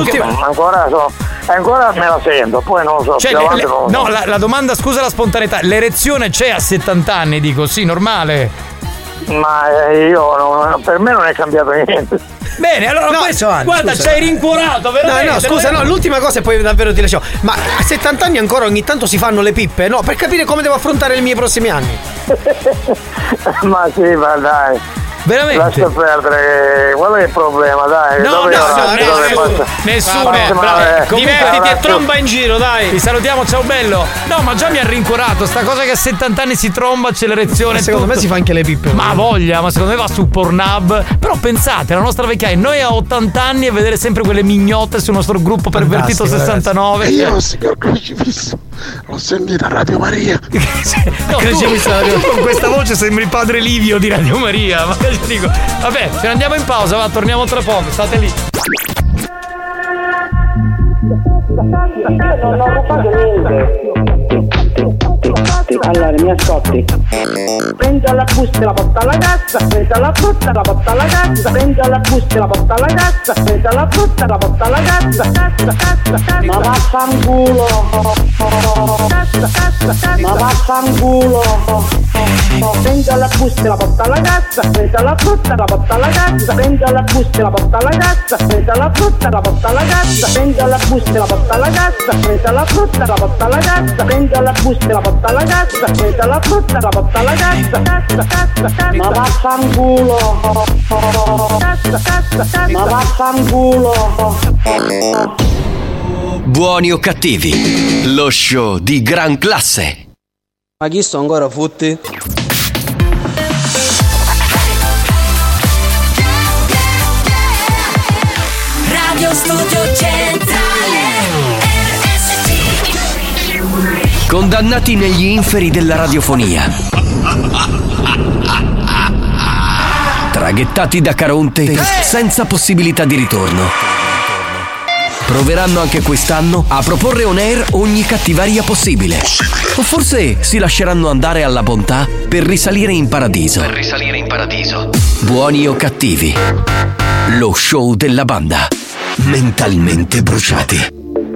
Io ancora me la sento, poi non lo so. Cioè, la domanda, scusa la spontaneità, l'erezione c'è a 70 anni, dico, sì, normale. Ma per me non è cambiato niente. Bene, allora guarda, ci hai rincuorato veramente. No, scusa, l'ultima cosa e poi davvero ti lascio. Ma a 70 anni ancora ogni tanto si fanno le pippe, no? Per capire come devo affrontare i miei prossimi anni. Ma sì, ma dai. Veramente? Lascia perdere, qual è il problema, dai? Nessuno. Divertiti e tromba in giro, dai. Ti salutiamo, ciao bello. No, ma già mi ha rincuorato sta cosa che a 70 anni si tromba, c'è l'erezione. Secondo me si fa anche le pippe. Ma voglia, ma secondo me va su Pornhub. Però pensate, la nostra vecchiaia, noi a 80 anni e vedere sempre quelle mignotte sul nostro gruppo pervertito 69. E io, signor Crocifisso, l'ho sentita a Radio Maria. No, tu con questa voce sembri padre Livio di Radio Maria. Ma io dico, vabbè, ce ne andiamo in pausa, va, torniamo tra poco, state lì. Non ho rubato niente. Allora, mi ascolti. Prendo la busta e la porta alla cassa, prendo la frutta e la porta alla cassa, prendo la busta e la porta alla cassa, prendo la frutta e la porta alla cassa, cassa. Ma vaffanculo. Ma vaffanculo. Prendo la busta e la porta alla cassa, prendo la frutta e la porta alla cassa, prendo la busta e la porta alla cassa, prendo la frutta e la porta alla cassa, prendo la busta e la porta alla cassa, prendo la frutta e la porta alla cassa, prendo la busta e la porta alla cassa, prendo la frutta e la porta alla cassa, ma vaffanculo. Ma vaffanculo. Buoni o cattivi, lo show di gran classe. Ma chi sto ancora futti? Radio Studio Centrale RSC. Condannati negli inferi della radiofonia. Traghettati da Caronte senza possibilità di ritorno. Proveranno anche quest'anno a proporre on air ogni cattiveria possibile. O forse si lasceranno andare alla bontà per risalire in paradiso. Buoni o cattivi, lo show della banda. Mentalmente bruciati.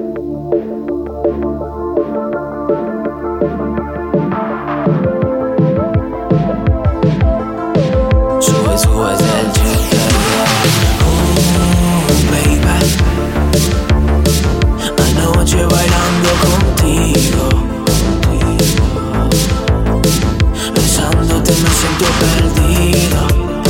Noche bailando contigo, besándote me siento perdido.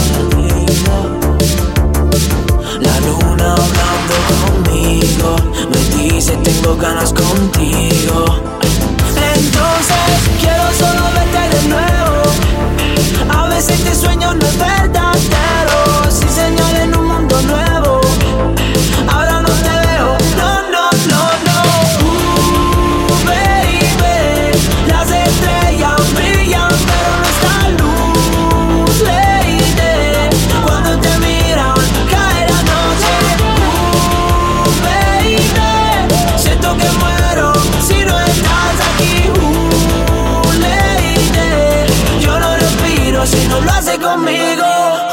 La luna hablando conmigo me dice tengo ganas contigo. Entonces quiero solo verte de nuevo. A veces te sueño no es verdadero, sin señal en un mundo nuevo. Ahora no te veo, no, no, no, no. Baby, las estrellas brillan pero no está luz, lady. Cuando te miran cae la noche. Baby, siento que muero si no estás aquí. Lady, yo no respiro si no lo haces conmigo.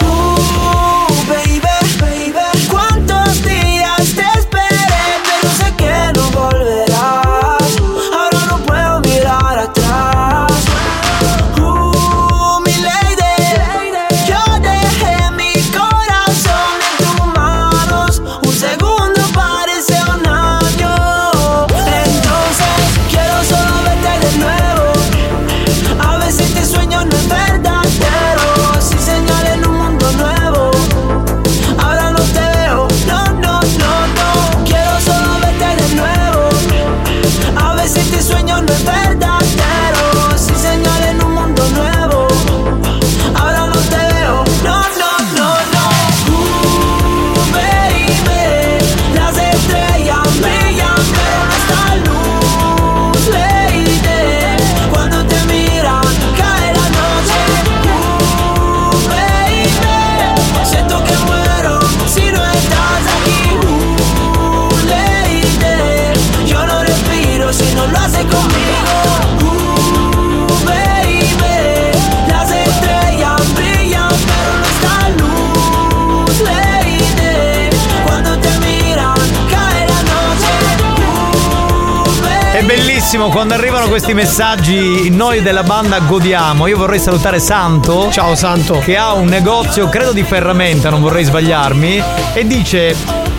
Quando arrivano questi messaggi noi della banda godiamo. Io vorrei salutare Santo. Ciao Santo. Che ha un negozio credo di ferramenta, non vorrei sbagliarmi, e dice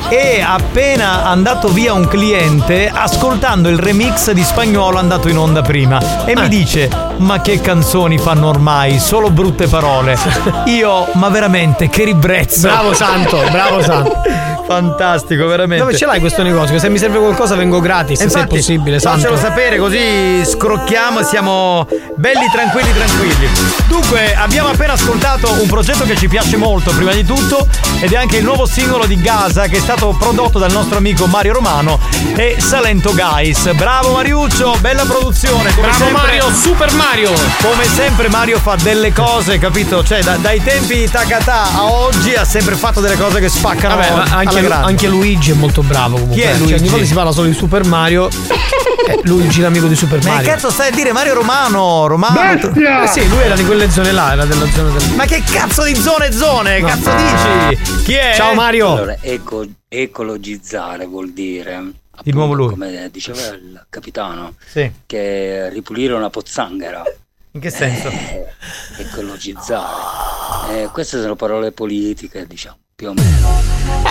è appena andato via un cliente ascoltando il remix di Spagnolo andato in onda prima e mi dice: ma che canzoni fanno ormai, solo brutte parole. Io, ma veramente che ribrezzo. Bravo Santo. Fantastico, veramente. Dove ce l'hai questo negozio? Che se mi serve qualcosa vengo gratis. Infatti, se è possibile, Santo. Faccelo sapere, così scrocchiamo e siamo belli tranquilli. Dunque, abbiamo appena ascoltato un progetto che ci piace molto, prima di tutto, ed è anche il nuovo singolo di Gaza, che è stato prodotto dal nostro amico Mario Romano e Salento Guys. Bravo Mariuccio, bella produzione. Come Bravo sempre, Mario, Super Mario. Come sempre Mario fa delle cose, capito? Cioè dai tempi Takata a oggi ha sempre fatto delle cose che spaccano. Vabbè, anche Luigi è molto bravo comunque. Chi è Luigi? Cioè, ogni volta si parla solo di Super Mario. Luigi l'amico di Super Mario. Ma che cazzo stai a dire? Mario Romano? Sì, lui era di quelle zone là, era della zona del... Ma che cazzo di zone? No. Cazzo dici? Chi è? Ciao Mario. Allora, ecologizzare vuol dire, di nuovo lui, come diceva il capitano, sì, che ripulire una pozzanghera. In che senso? Ecologizzare. Queste sono parole politiche, diciamo, più o meno.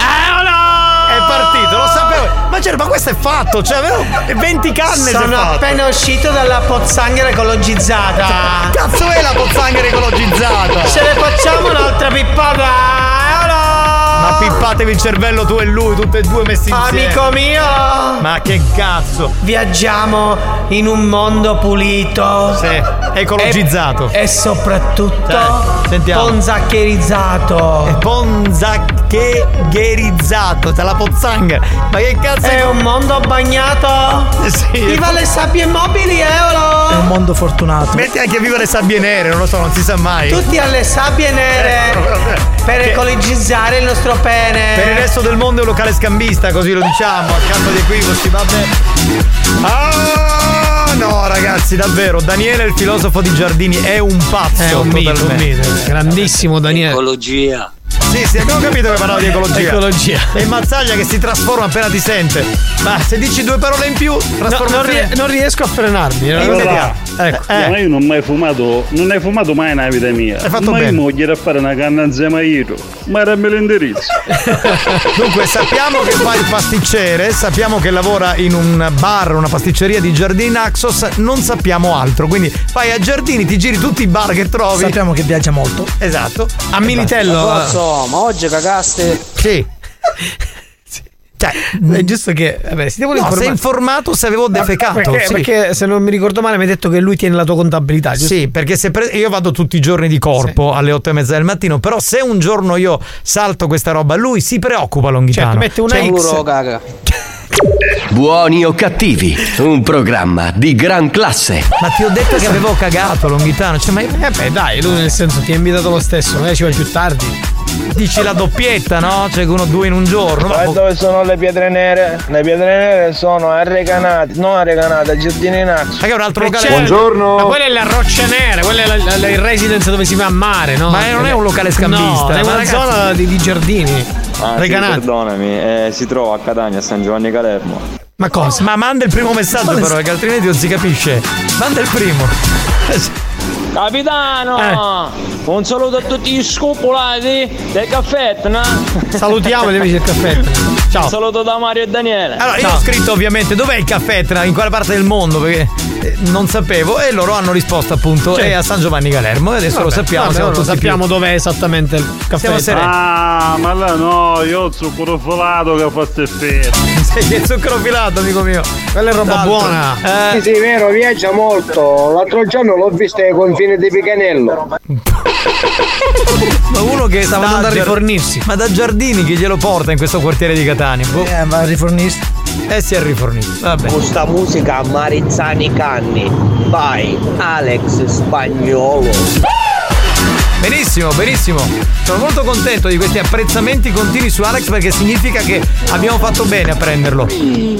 È partito, lo sapevo. Ma questo è fatto, cioè avevo 20 canne. Sono appena uscito dalla pozzanghera ecologizzata. Cazzo è la pozzanghera ecologizzata? Se ne facciamo un'altra pippata. Ma pippatevi il cervello tu e lui, tutte e due messi insieme. Amico mio. Ma che cazzo? Viaggiamo in un mondo pulito. Sì, ecologizzato. E soprattutto ponzaccherizzato. Ponzaccherizzato, c'è la pozzanghera. Ma che cazzo è un mondo bagnato? Sì. Viva le sabbie mobili, eolo! È un mondo fortunato. Metti anche viva le sabbie nere, non lo so, non si sa mai. Tutti alle sabbie nere per ecologizzare il nostro pene. Per il resto del mondo è un locale scambista, così lo diciamo, accanto di equivoci, vabbè. No ragazzi, davvero, Daniele il filosofo di Giardini è un pazzo. È un mito. Grandissimo Daniele. Ecologia. Sì, abbiamo capito che parlava di ecologia. E Mazzaglia che si trasforma appena ti sente. Ma se dici due parole in più, non riesco a frenarmi. Ecco. Ma io non ho mai fumato, non hai fumato mai nella vita mia. Hai fatto ma bene. Io moglie a fare una canna insieme a Iro. Ma era l'indirizzo. Dunque, sappiamo che fa il pasticcere, sappiamo che lavora in un bar, una pasticceria di Giardini Naxos, non sappiamo altro. Quindi vai a Giardini, ti giri tutti i bar che trovi. Sappiamo che viaggia molto. Esatto. A Militello. Ma oggi cagaste? Sì. Cioè, è giusto che si devono informare. Sei informato se avevo defecato. Perché se non mi ricordo male mi hai detto che lui tiene la tua contabilità, giusto? Sì, perché io vado tutti i giorni di corpo alle 8:30 del mattino. Però se un giorno io salto questa roba, lui si preoccupa, Longhitano. Mette una X. Caga. Buoni o cattivi, un programma di gran classe. Ma ti ho detto che avevo cagato, Longhitano. Dai, lui nel senso ti ha invitato lo stesso, magari ci vai più tardi. Dici la doppietta, no? Cioè due in un giorno. Ma dove sono le pietre nere? Le pietre nere sono a Recanati, non a Recanati, a Giardini Naxos. Ma che è un altro locale? Buongiorno. Ma quella è la Roccia Nera, quella è il residence dove si va a mare, no? Ma non è un locale scambista, no, è una zona di Giardini. Recanati. Sì, perdonami, si trova a Catania, a San Giovanni Calermo. Ma cosa? Ma manda il primo messaggio però, perché altrimenti non si capisce. Manda il primo. Capitano, un saluto a tutti gli scopolati del caffè, no? Salutiamo gli amici del caffè. Ciao. Un saluto da Mario e Daniele. Allora, io ho scritto ovviamente dov'è il caffè, in quale parte del mondo, perché non sapevo, e loro hanno risposto appunto è a San Giovanni Calermo, e adesso lo sappiamo. Lo sappiamo dov'è esattamente il caffè. Ma là no, io ho zucchero filato che fa ste effetto. Sei il zucchero filato, amico mio. Quella è roba buona. Sì, vero, viaggia molto. L'altro giorno l'ho vista ai confini di Picanello. Ma uno che stava andando a rifornirsi. Ma da Giardini chi glielo porta in questo quartiere di Catania? Va a rifornirsi. Si è rifornito. Vabbè. Questa musica Marizzani Canni. Vai, Alex Spagnolo. Benissimo. Sono molto contento di questi apprezzamenti continui su Alex, perché significa che abbiamo fatto bene a prenderlo.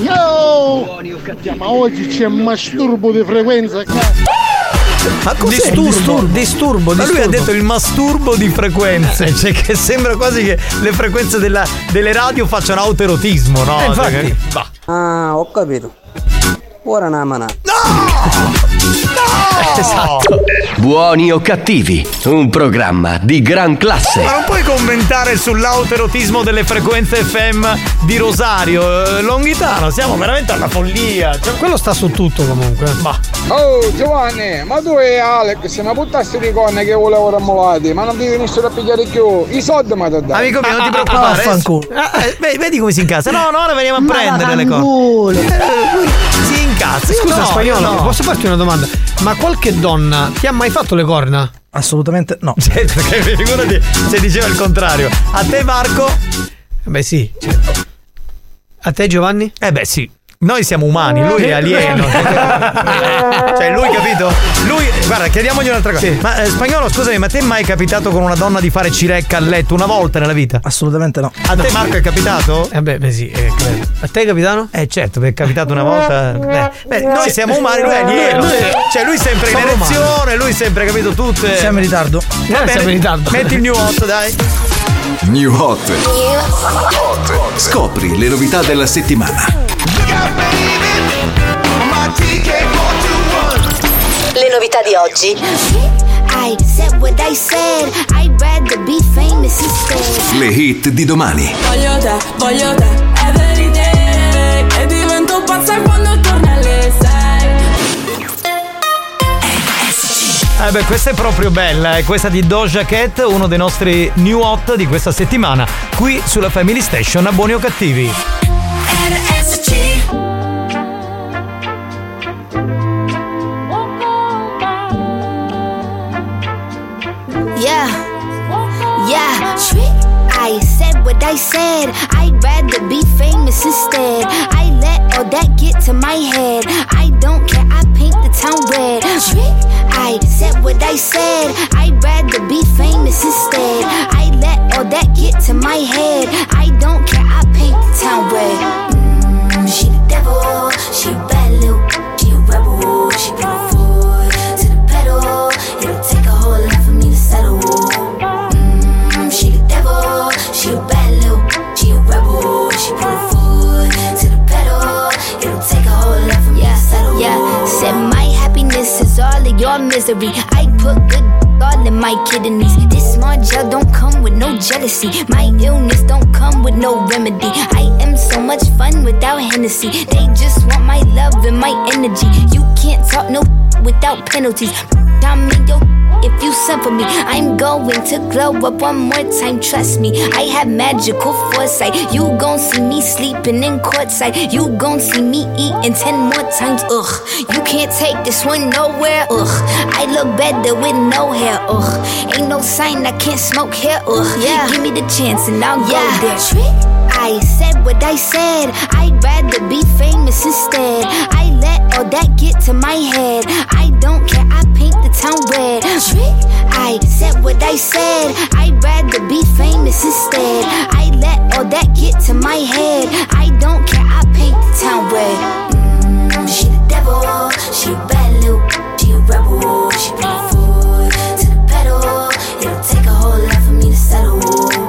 Ma oggi c'è un masturbo di frequenza. Ma cos'è? Disturbo. Ma lui ha detto il masturbo di frequenze. Cioè che sembra quasi che le frequenze delle radio facciano autoerotismo, no? Infatti. Ho capito. Ora una manà. No! Esatto. Buoni o cattivi, un programma di gran classe. Ma non puoi commentare sull'autoerotismo delle frequenze FM di Rosario, Longhitano, siamo veramente alla follia. Quello sta su tutto comunque. Ma oh Giovanni, ma tu e Alex se mi buttassi di conne che volevo rammolati, ma non vi venissero a pigliare più i soldi ma da dare. Amico mio, non ti preoccupare. Vedi come si incazza. No, ora veniamo a prendere le cose. Lui si incazza. Scusa, Spagnolo, posso farti una domanda? Ma qualche donna ti ha mai fatto le corna? Assolutamente no. Figurati se diceva il contrario. A te Marco? Beh sì, certo. A te Giovanni? Beh sì. Noi siamo umani, lui è alieno. Cioè lui, capito? Lui, guarda, chiediamogli un'altra cosa. Sì. Ma Spagnolo, scusami, ma a te è mai capitato con una donna di fare cirecca a letto una volta nella vita? Assolutamente no. A te Marco è capitato? Beh sì, credo. A te capitano? Certo, mi è capitato una volta. Noi siamo umani, lui è alieno. Cioè lui sempre in erezione, lui sempre, capito, tutte. Siamo in ritardo. Siamo in ritardo. Metti il new hot, dai. New Hot. Scopri le novità della settimana. Le novità di oggi. Le hit di domani. Voglio te, every day. E divento pazza quando torna alle 6. Beh, questa è proprio bella, questa di Doja Cat, uno dei nostri new hot di questa settimana, qui sulla Family Station a Buoni o Cattivi. I said what I said, I'd rather be famous instead. I let all that get to my head, I don't care, I paint the town red. I said what I said, I'd rather be famous instead. I let all that get to my head, I don't care, I paint the town red. She the devil, she a bad little, she a rebel. She put her foot to the pedal, it'll take a whole lot for me to settle. She the devil, she a bad little, she a rebel. She put her foot to the pedal, it'll take a whole lot for me to settle. Yeah, said my happiness is all of your misery. I put good all in my kidneys. This small gel don't come with no jealousy. My illness don't come with no remedy. I am so much fun without Hennessy. They just want my love and my energy. You can't talk no without penalties. I'm in your if you send for me. I'm going to glow up one more time, trust me. I have magical foresight. You gon' see me sleeping in courtside. You gon' see me eating 10 more times, ugh. You can't take this one nowhere, ugh. I look better with no hair, ugh. Ain't no sign I can't smoke here, ugh. Yeah. Give me the chance and I'll go there. I said what I said, I'd rather be famous instead. I let all that get to my head, I don't care, I paint the town red. I said what I said, I'd rather be famous instead. I let all that get to my head, I don't care, I paint the town red. She the devil, she a bad little, she a rebel. She put her foot to the pedal, it'll take a whole lot for me to settle.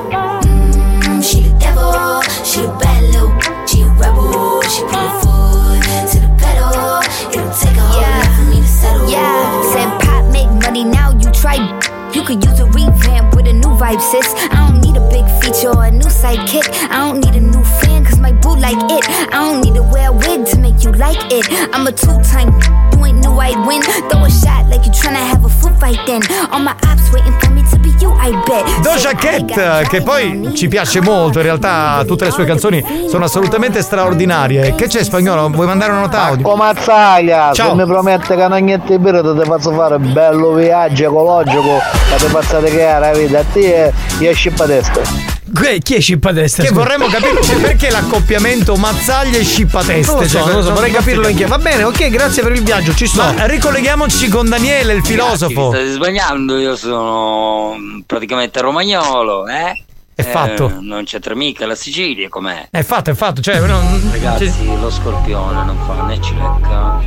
She the devil, she a bad little, she a rebel. She put her foot to the pedal, it'll take a whole lot for me to settle. Yeah, said pop make money, now you try. You could use a revamp with a new vibe, sis. I don't need a big feature or a new sidekick. I don't need a new fan, cause my boo like it. I don't need to wear a wig to make you like it. I'm a two-time, you ain't knew I'd win. Throw a shot like you tryna have a foot fight then. All my ops waiting for me to be you, I bet. Doja Cat, che poi ci piace molto, in realtà tutte le sue canzoni sono assolutamente straordinarie. Che c'è, Spagnolo? Vuoi mandare una nota audio? Come Mazzaglia, se mi promette che non niente birra ti faccio fare bello viaggio ecologico, che ti passate che è la vita a te e scippa destra. Chi è Scippadeste? Che vorremmo capire perché l'accoppiamento Mazzaglia e Scippateste. Non lo so, vorrei capirlo anche io. Va bene, ok, grazie per il viaggio, ci sto. Ma ricolleghiamoci con Daniele, il filosofo. State sbagliando, io sono praticamente romagnolo, È fatto. Non c'entra mica la Sicilia, com'è? È fatto, cioè ragazzi, lo scorpione non fa né cilecca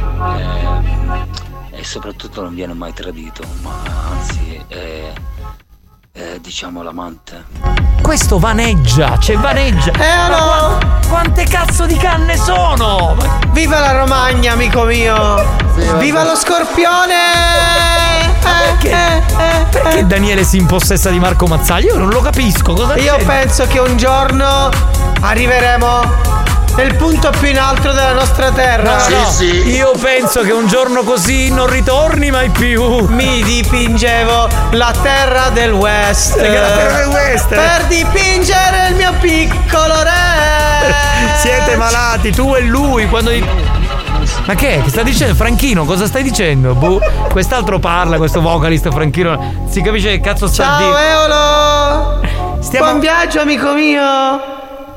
e soprattutto non viene mai tradito, ma anzi diciamo l'amante. Questo vaneggia, vaneggia. Allora. Quante quante cazzo di canne sono? Viva la Romagna, amico mio! Viva lo Scorpione! Perché Daniele si impossessa di Marco Mazzaglia? Io non lo capisco. Cosa Io penso che un giorno arriveremo nel punto più in alto della nostra terra. Io penso che un giorno così non ritorni mai più. Mi dipingevo la terra del West. Per dipingere il mio piccolo re. Siete malati, tu e lui. Ma che sta dicendo? Franchino, cosa stai dicendo? Quest'altro parla, questo vocalist Franchino. Si capisce che cazzo sta dicendo. Ciao Eolo. Buon viaggio, amico mio.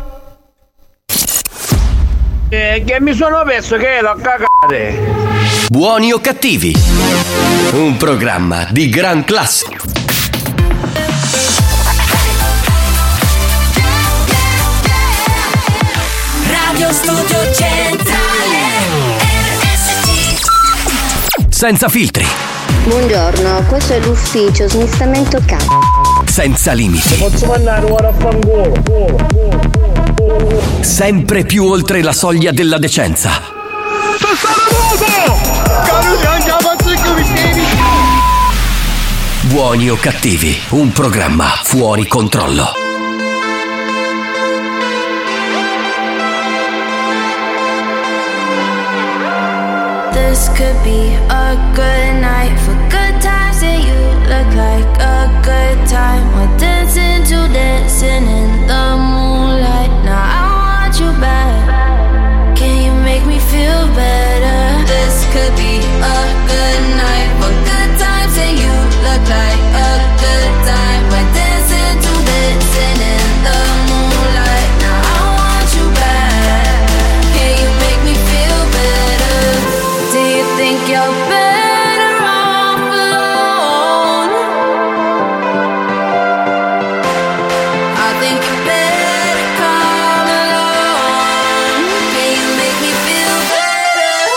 Che mi sono perso che l'ho cagate. Buoni o cattivi? Un programma di gran classe. Radio Studio Centrale RSC. Senza filtri. Buongiorno, questo è l'ufficio smistamento Senza limiti. Posso mandare ora a fangolo. Sempre più oltre la soglia della decenza. Buoni o cattivi, un programma fuori controllo. This could be a good night for good times, and you look like a good time. We're dancing to dancing in the moonlight. Now I want you back. Can you make me feel better? This could be a good night for good times, and you look like a good time. We're dancing to dancing in the moonlight. Now I want you back. Can you make me feel better? Do you think you're better off alone? I think you better come along. Can you make me feel better?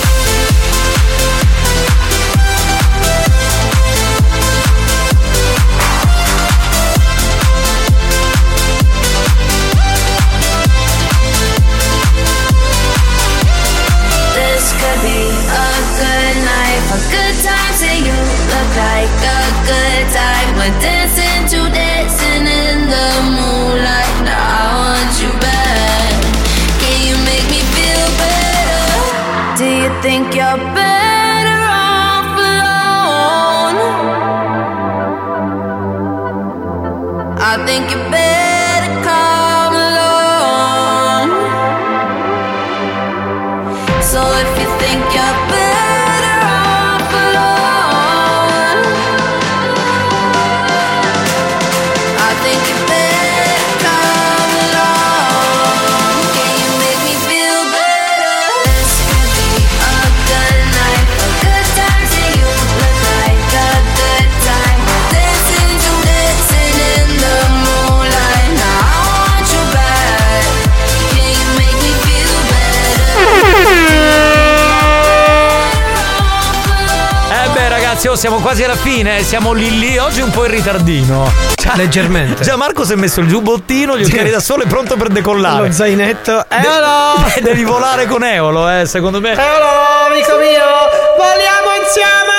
This could be a good night for good times, and you look like a good time. We're dancing to dancing in the moonlight. Now I want you back. Can you make me feel better? Do you think you're better off alone? I think you better come along. So if you think you're better off alone, I think you better come along. Can you make me feel better? This could be a good night for good times, and you look like a good time. Dancing to dancing in the moonlight. Now I want you back. Can you make me feel better? Ragazzi, siamo quasi alla fine, siamo lì, oggi un po' in ritardino. Leggermente. Già Marco si è messo il giubbottino, gli occhiali da sole, pronto per decollare. Lo zainetto. Eolo! Devi volare con Eolo, secondo me. Eolo, amico mio, voliamo insieme!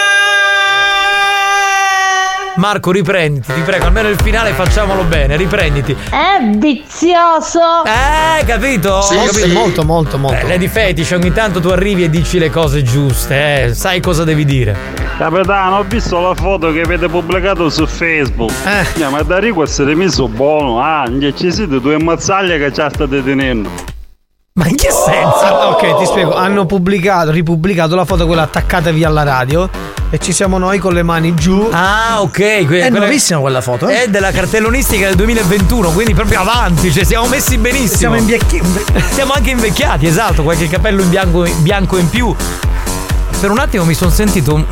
Marco, riprenditi, ti prego, almeno il finale facciamolo bene, riprenditi. È vizioso. Capito? Sì, Capito? sì. Molto. Lady Fetish, ogni tanto tu arrivi e dici le cose giuste, sai cosa devi dire. Capitano, ho visto la foto che avete pubblicato su Facebook. Ma da Rico essere messo buono, ci siete due mazzaglie che ci state tenendo. Ma in che senso? Ok, ti spiego. Hanno ripubblicato la foto quella attaccata via alla radio e ci siamo noi con le mani giù. Ok, è nuovissima quella foto. È della cartellonistica del 2021, quindi proprio avanti, cioè siamo messi benissimo. Siamo anche invecchiati, esatto, qualche capello in bianco in più. Per un attimo mi sono sentito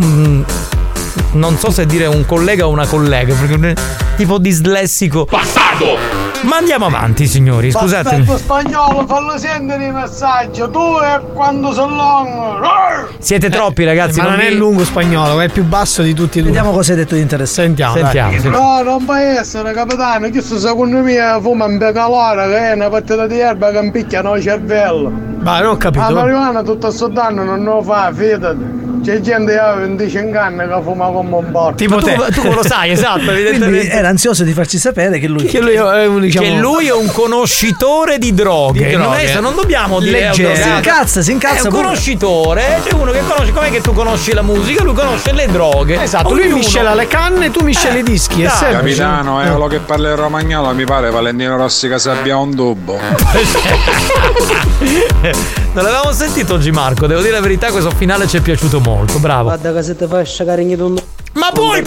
non so se dire un collega o una collega, perché tipo dislessico. Bastardo! Ma andiamo avanti, signori, scusatemi. Aspetta, spagnolo, fallo sentire il messaggio. Tu e quando sono lungo. Siete troppi, ragazzi. Ma non è lungo spagnolo, è più basso di tutti e due. Vediamo cosa hai detto di interessante. Sentiamo. No, non può essere, capitano. Questo secondo me fuma un becalora, che è una partita di erba che impicchiano il cervello. Ma non ho capito. La marijuana tutto sto danno non lo fa, fidati. C'è gente che ha 25 anni che fuma come un porco. Tipo tu lo sai, esatto, evidentemente. Era ansioso di farci sapere che lui è un conoscitore di droghe. Non dobbiamo dire si incazza. È un conoscitore, c'è uno che conosce, com'è che tu conosci la musica, lui conosce le droghe. Esatto, lui miscela le canne, tu misceli i dischi. È semplice. Capitano, è quello che parla il romagnolo, mi pare Valentino Rossi che si abbia un dubbo. Non l'avevamo sentito oggi, Marco, devo dire la verità, questo finale ci è piaciuto molto, bravo. Guarda che se ti fai sciacare in ma poi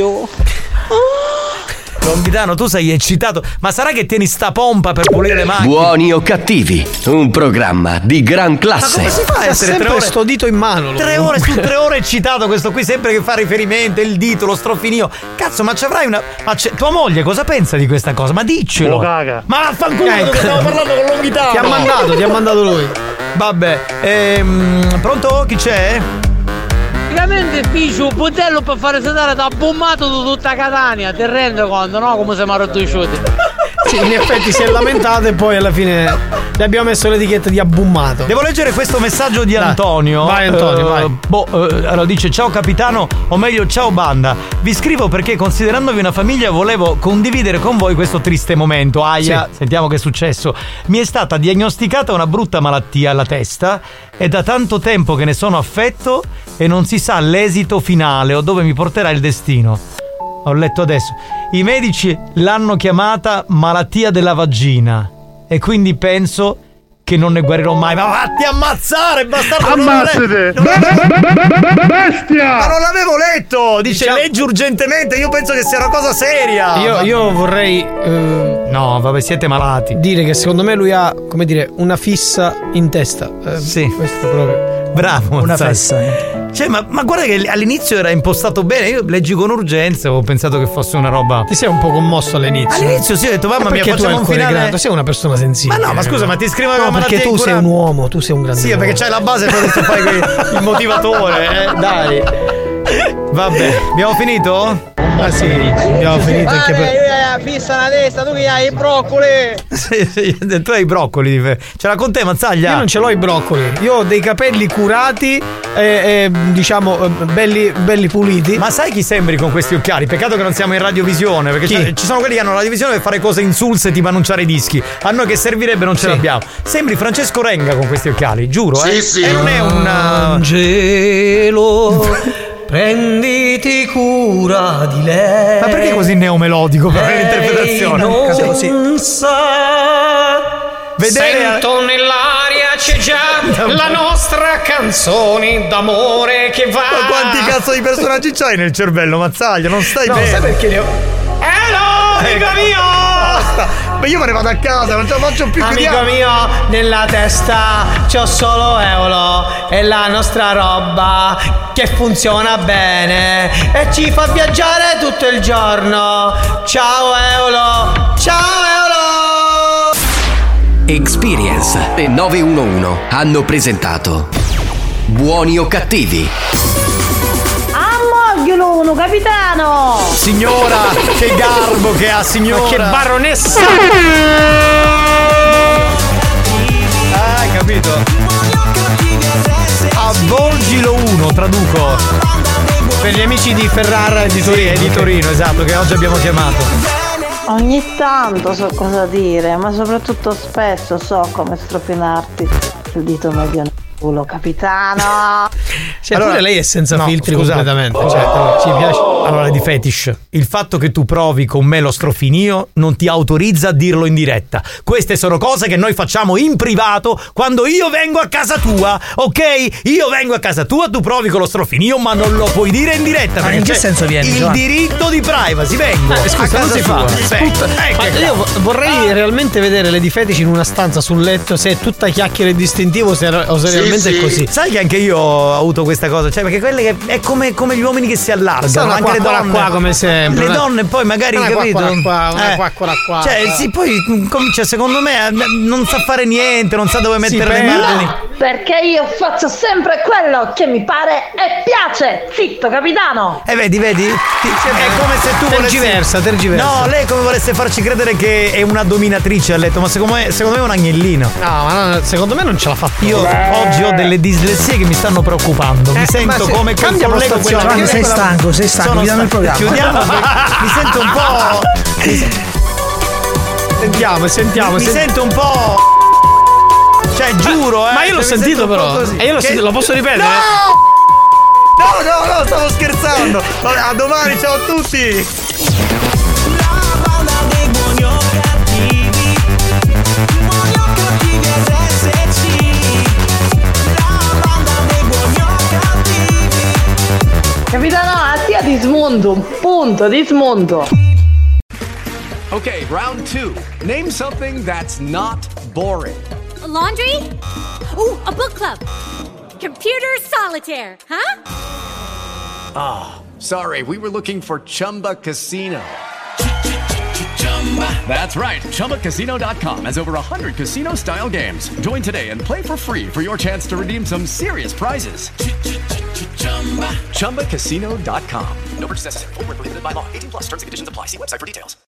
Lombitano, tu sei eccitato, ma sarà che tieni sta pompa per pulire le macchine? Buoni o cattivi, un programma di gran classe. Ma come si fa a essere sempre sto dito in mano? 3 ore su 3 ore eccitato questo qui, sempre che fa riferimento, il dito, lo strofinio. Cazzo, ma ci avrai una... tua moglie cosa pensa di questa cosa? Ma diccelo. Lo caga. Ma vaffanculo, che stiamo parlando con Lombitano. Ti ha mandato lui. Vabbè, pronto? Chi c'è? Praticamente Ficio, un butello per fare sedare da bombato da tutta Catania, ti rendi conto, no? Come siamo rottusciuti. Sì, in effetti si è lamentato e poi alla fine gli abbiamo messo l'etichetta di abbummato. Devo leggere questo messaggio di Antonio. Vai Antonio, vai. Allora dice: ciao capitano, o meglio ciao banda. Vi scrivo perché considerandovi una famiglia volevo condividere con voi questo triste momento. Aia, sì. Sentiamo che è successo. Mi è stata diagnosticata una brutta malattia alla testa e da tanto tempo che ne sono affetto e non si sa l'esito finale o dove mi porterà il destino. Ho letto adesso. I medici l'hanno chiamata malattia della vagina e quindi penso che non ne guarirò mai. Ma vatti a ammazzare, bastardo! Ammazzate! Bestia! Ma non l'avevo letto! Dice leggi urgentemente, io penso che sia una cosa seria. Io vorrei no, vabbè, siete malati. Dire che secondo me lui ha, come dire, una fissa in testa. Sì. Questo proprio. Bravo, una fissa. Cioè, ma guarda che all'inizio era impostato bene. Io leggi con urgenza, avevo pensato che fosse una roba. Ti sei un po' commosso all'inizio. All'inizio sì, ho detto mamma mia, facciamo un finale grande. Sei una persona sensibile. Ma no, ma scusa, ma ti scrivo una perché tu sei un uomo, tu sei un grande uomo. Sì, perché c'hai la base per adesso fai il motivatore, dai. Vabbè, abbiamo finito? Ah sì, abbiamo finito anche per... fissa la testa, tu che hai i broccoli. Sì, tu hai i broccoli. Ce l'ha con te, Mazzaglia? Io non ce l'ho i broccoli. Io ho dei capelli curati diciamo belli puliti. Ma sai chi sembri con questi occhiali? Peccato che non siamo in radiovisione, perché ci sono quelli che hanno la radiovisione per fare cose insulse tipo annunciare i dischi. A noi che servirebbe non ce l'abbiamo. Sembri Francesco Renga con questi occhiali, giuro. Sì. E non è un angelo. Prenditi cura di lei. Ma perché così neomelodico per l'interpretazione? Non sa. Sento nell'aria c'è già la nostra canzone d'amore che va. Ma quanti cazzo di personaggi c'hai nel cervello, Mazzaglia? Non stai bene. Sai perché ne ho. Amico mio! Basta! Ma io me ne vado a casa, non ce la faccio più. Amico mio, nella testa c'ho solo Eolo e la nostra roba che funziona bene e ci fa viaggiare tutto il giorno. Ciao Eolo! Ciao Eolo! Experience e 911 hanno presentato Buoni o cattivi? Uno, capitano! Signora, che garbo che ha, signora! Ma che baronessa! Hai capito? Avvolgilo uno, traduco. Per gli amici di Ferrara e di Torino. Sì, di Torino, esatto, che oggi abbiamo chiamato. Ogni tanto so cosa dire, ma soprattutto spesso so come strofinarti il dito medio nel culo, capitano. Cioè, allora, lei è senza filtri completamente. Ci piace. Allora, di fetish, il fatto che tu provi con me lo strofinio non ti autorizza a dirlo in diretta. Queste sono cose che noi facciamo in privato quando io vengo a casa tua, ok? Io vengo a casa tua, tu provi con lo strofinio, ma non lo puoi dire in diretta. Ma in che senso vieni? Il diritto di privacy, vengo. Scusa, non si fa. Ma io vorrei realmente vedere Lady Fetish in una stanza sul letto, se è tutta chiacchiere distintivo o se realmente è così. Sai che anche io ho avuto questa cosa, cioè perché quelle che è come gli uomini che si allargano, anche le Eccola donne qua come sempre. le donne poi magari capito qua. cioè sì, poi comincia secondo me non sa fare niente, non sa dove mettere le mani. Perché io faccio sempre quello che mi pare e piace. Zitto, capitano. Vedi? È come se tu tergiversa. No, lei come volesse farci credere che è una dominatrice, ha detto, ma secondo me è un agnellino. No, ma secondo me non ce l'ha fatta. Io oggi ho delle dislessie che mi stanno preocupando. Mi sento come quel collega Giovanni, sei stanco, chiudiamo il programma. Chiudiamo, mi sento un po'. Sentiamo. Mi sento un po'. Cioè, giuro, Ma io l'ho sentito però. E io lo posso ripetere? No, stavo scherzando. A domani, ciao a tutti. Capitano, a te ti smonto, punto, ti smonto. Okay, round 2. Name something that's not boring. A laundry? Ooh, a book club. Computer solitaire, huh? Ah, sorry, we were looking for Chumba Casino. That's right, ChumbaCasino.com has over 100 casino-style games. Join today and play for free for your chance to redeem some serious prizes. ChumbaCasino.com. No purchase necessary. Void where prohibited by law. 18+ terms and conditions apply. See website for details.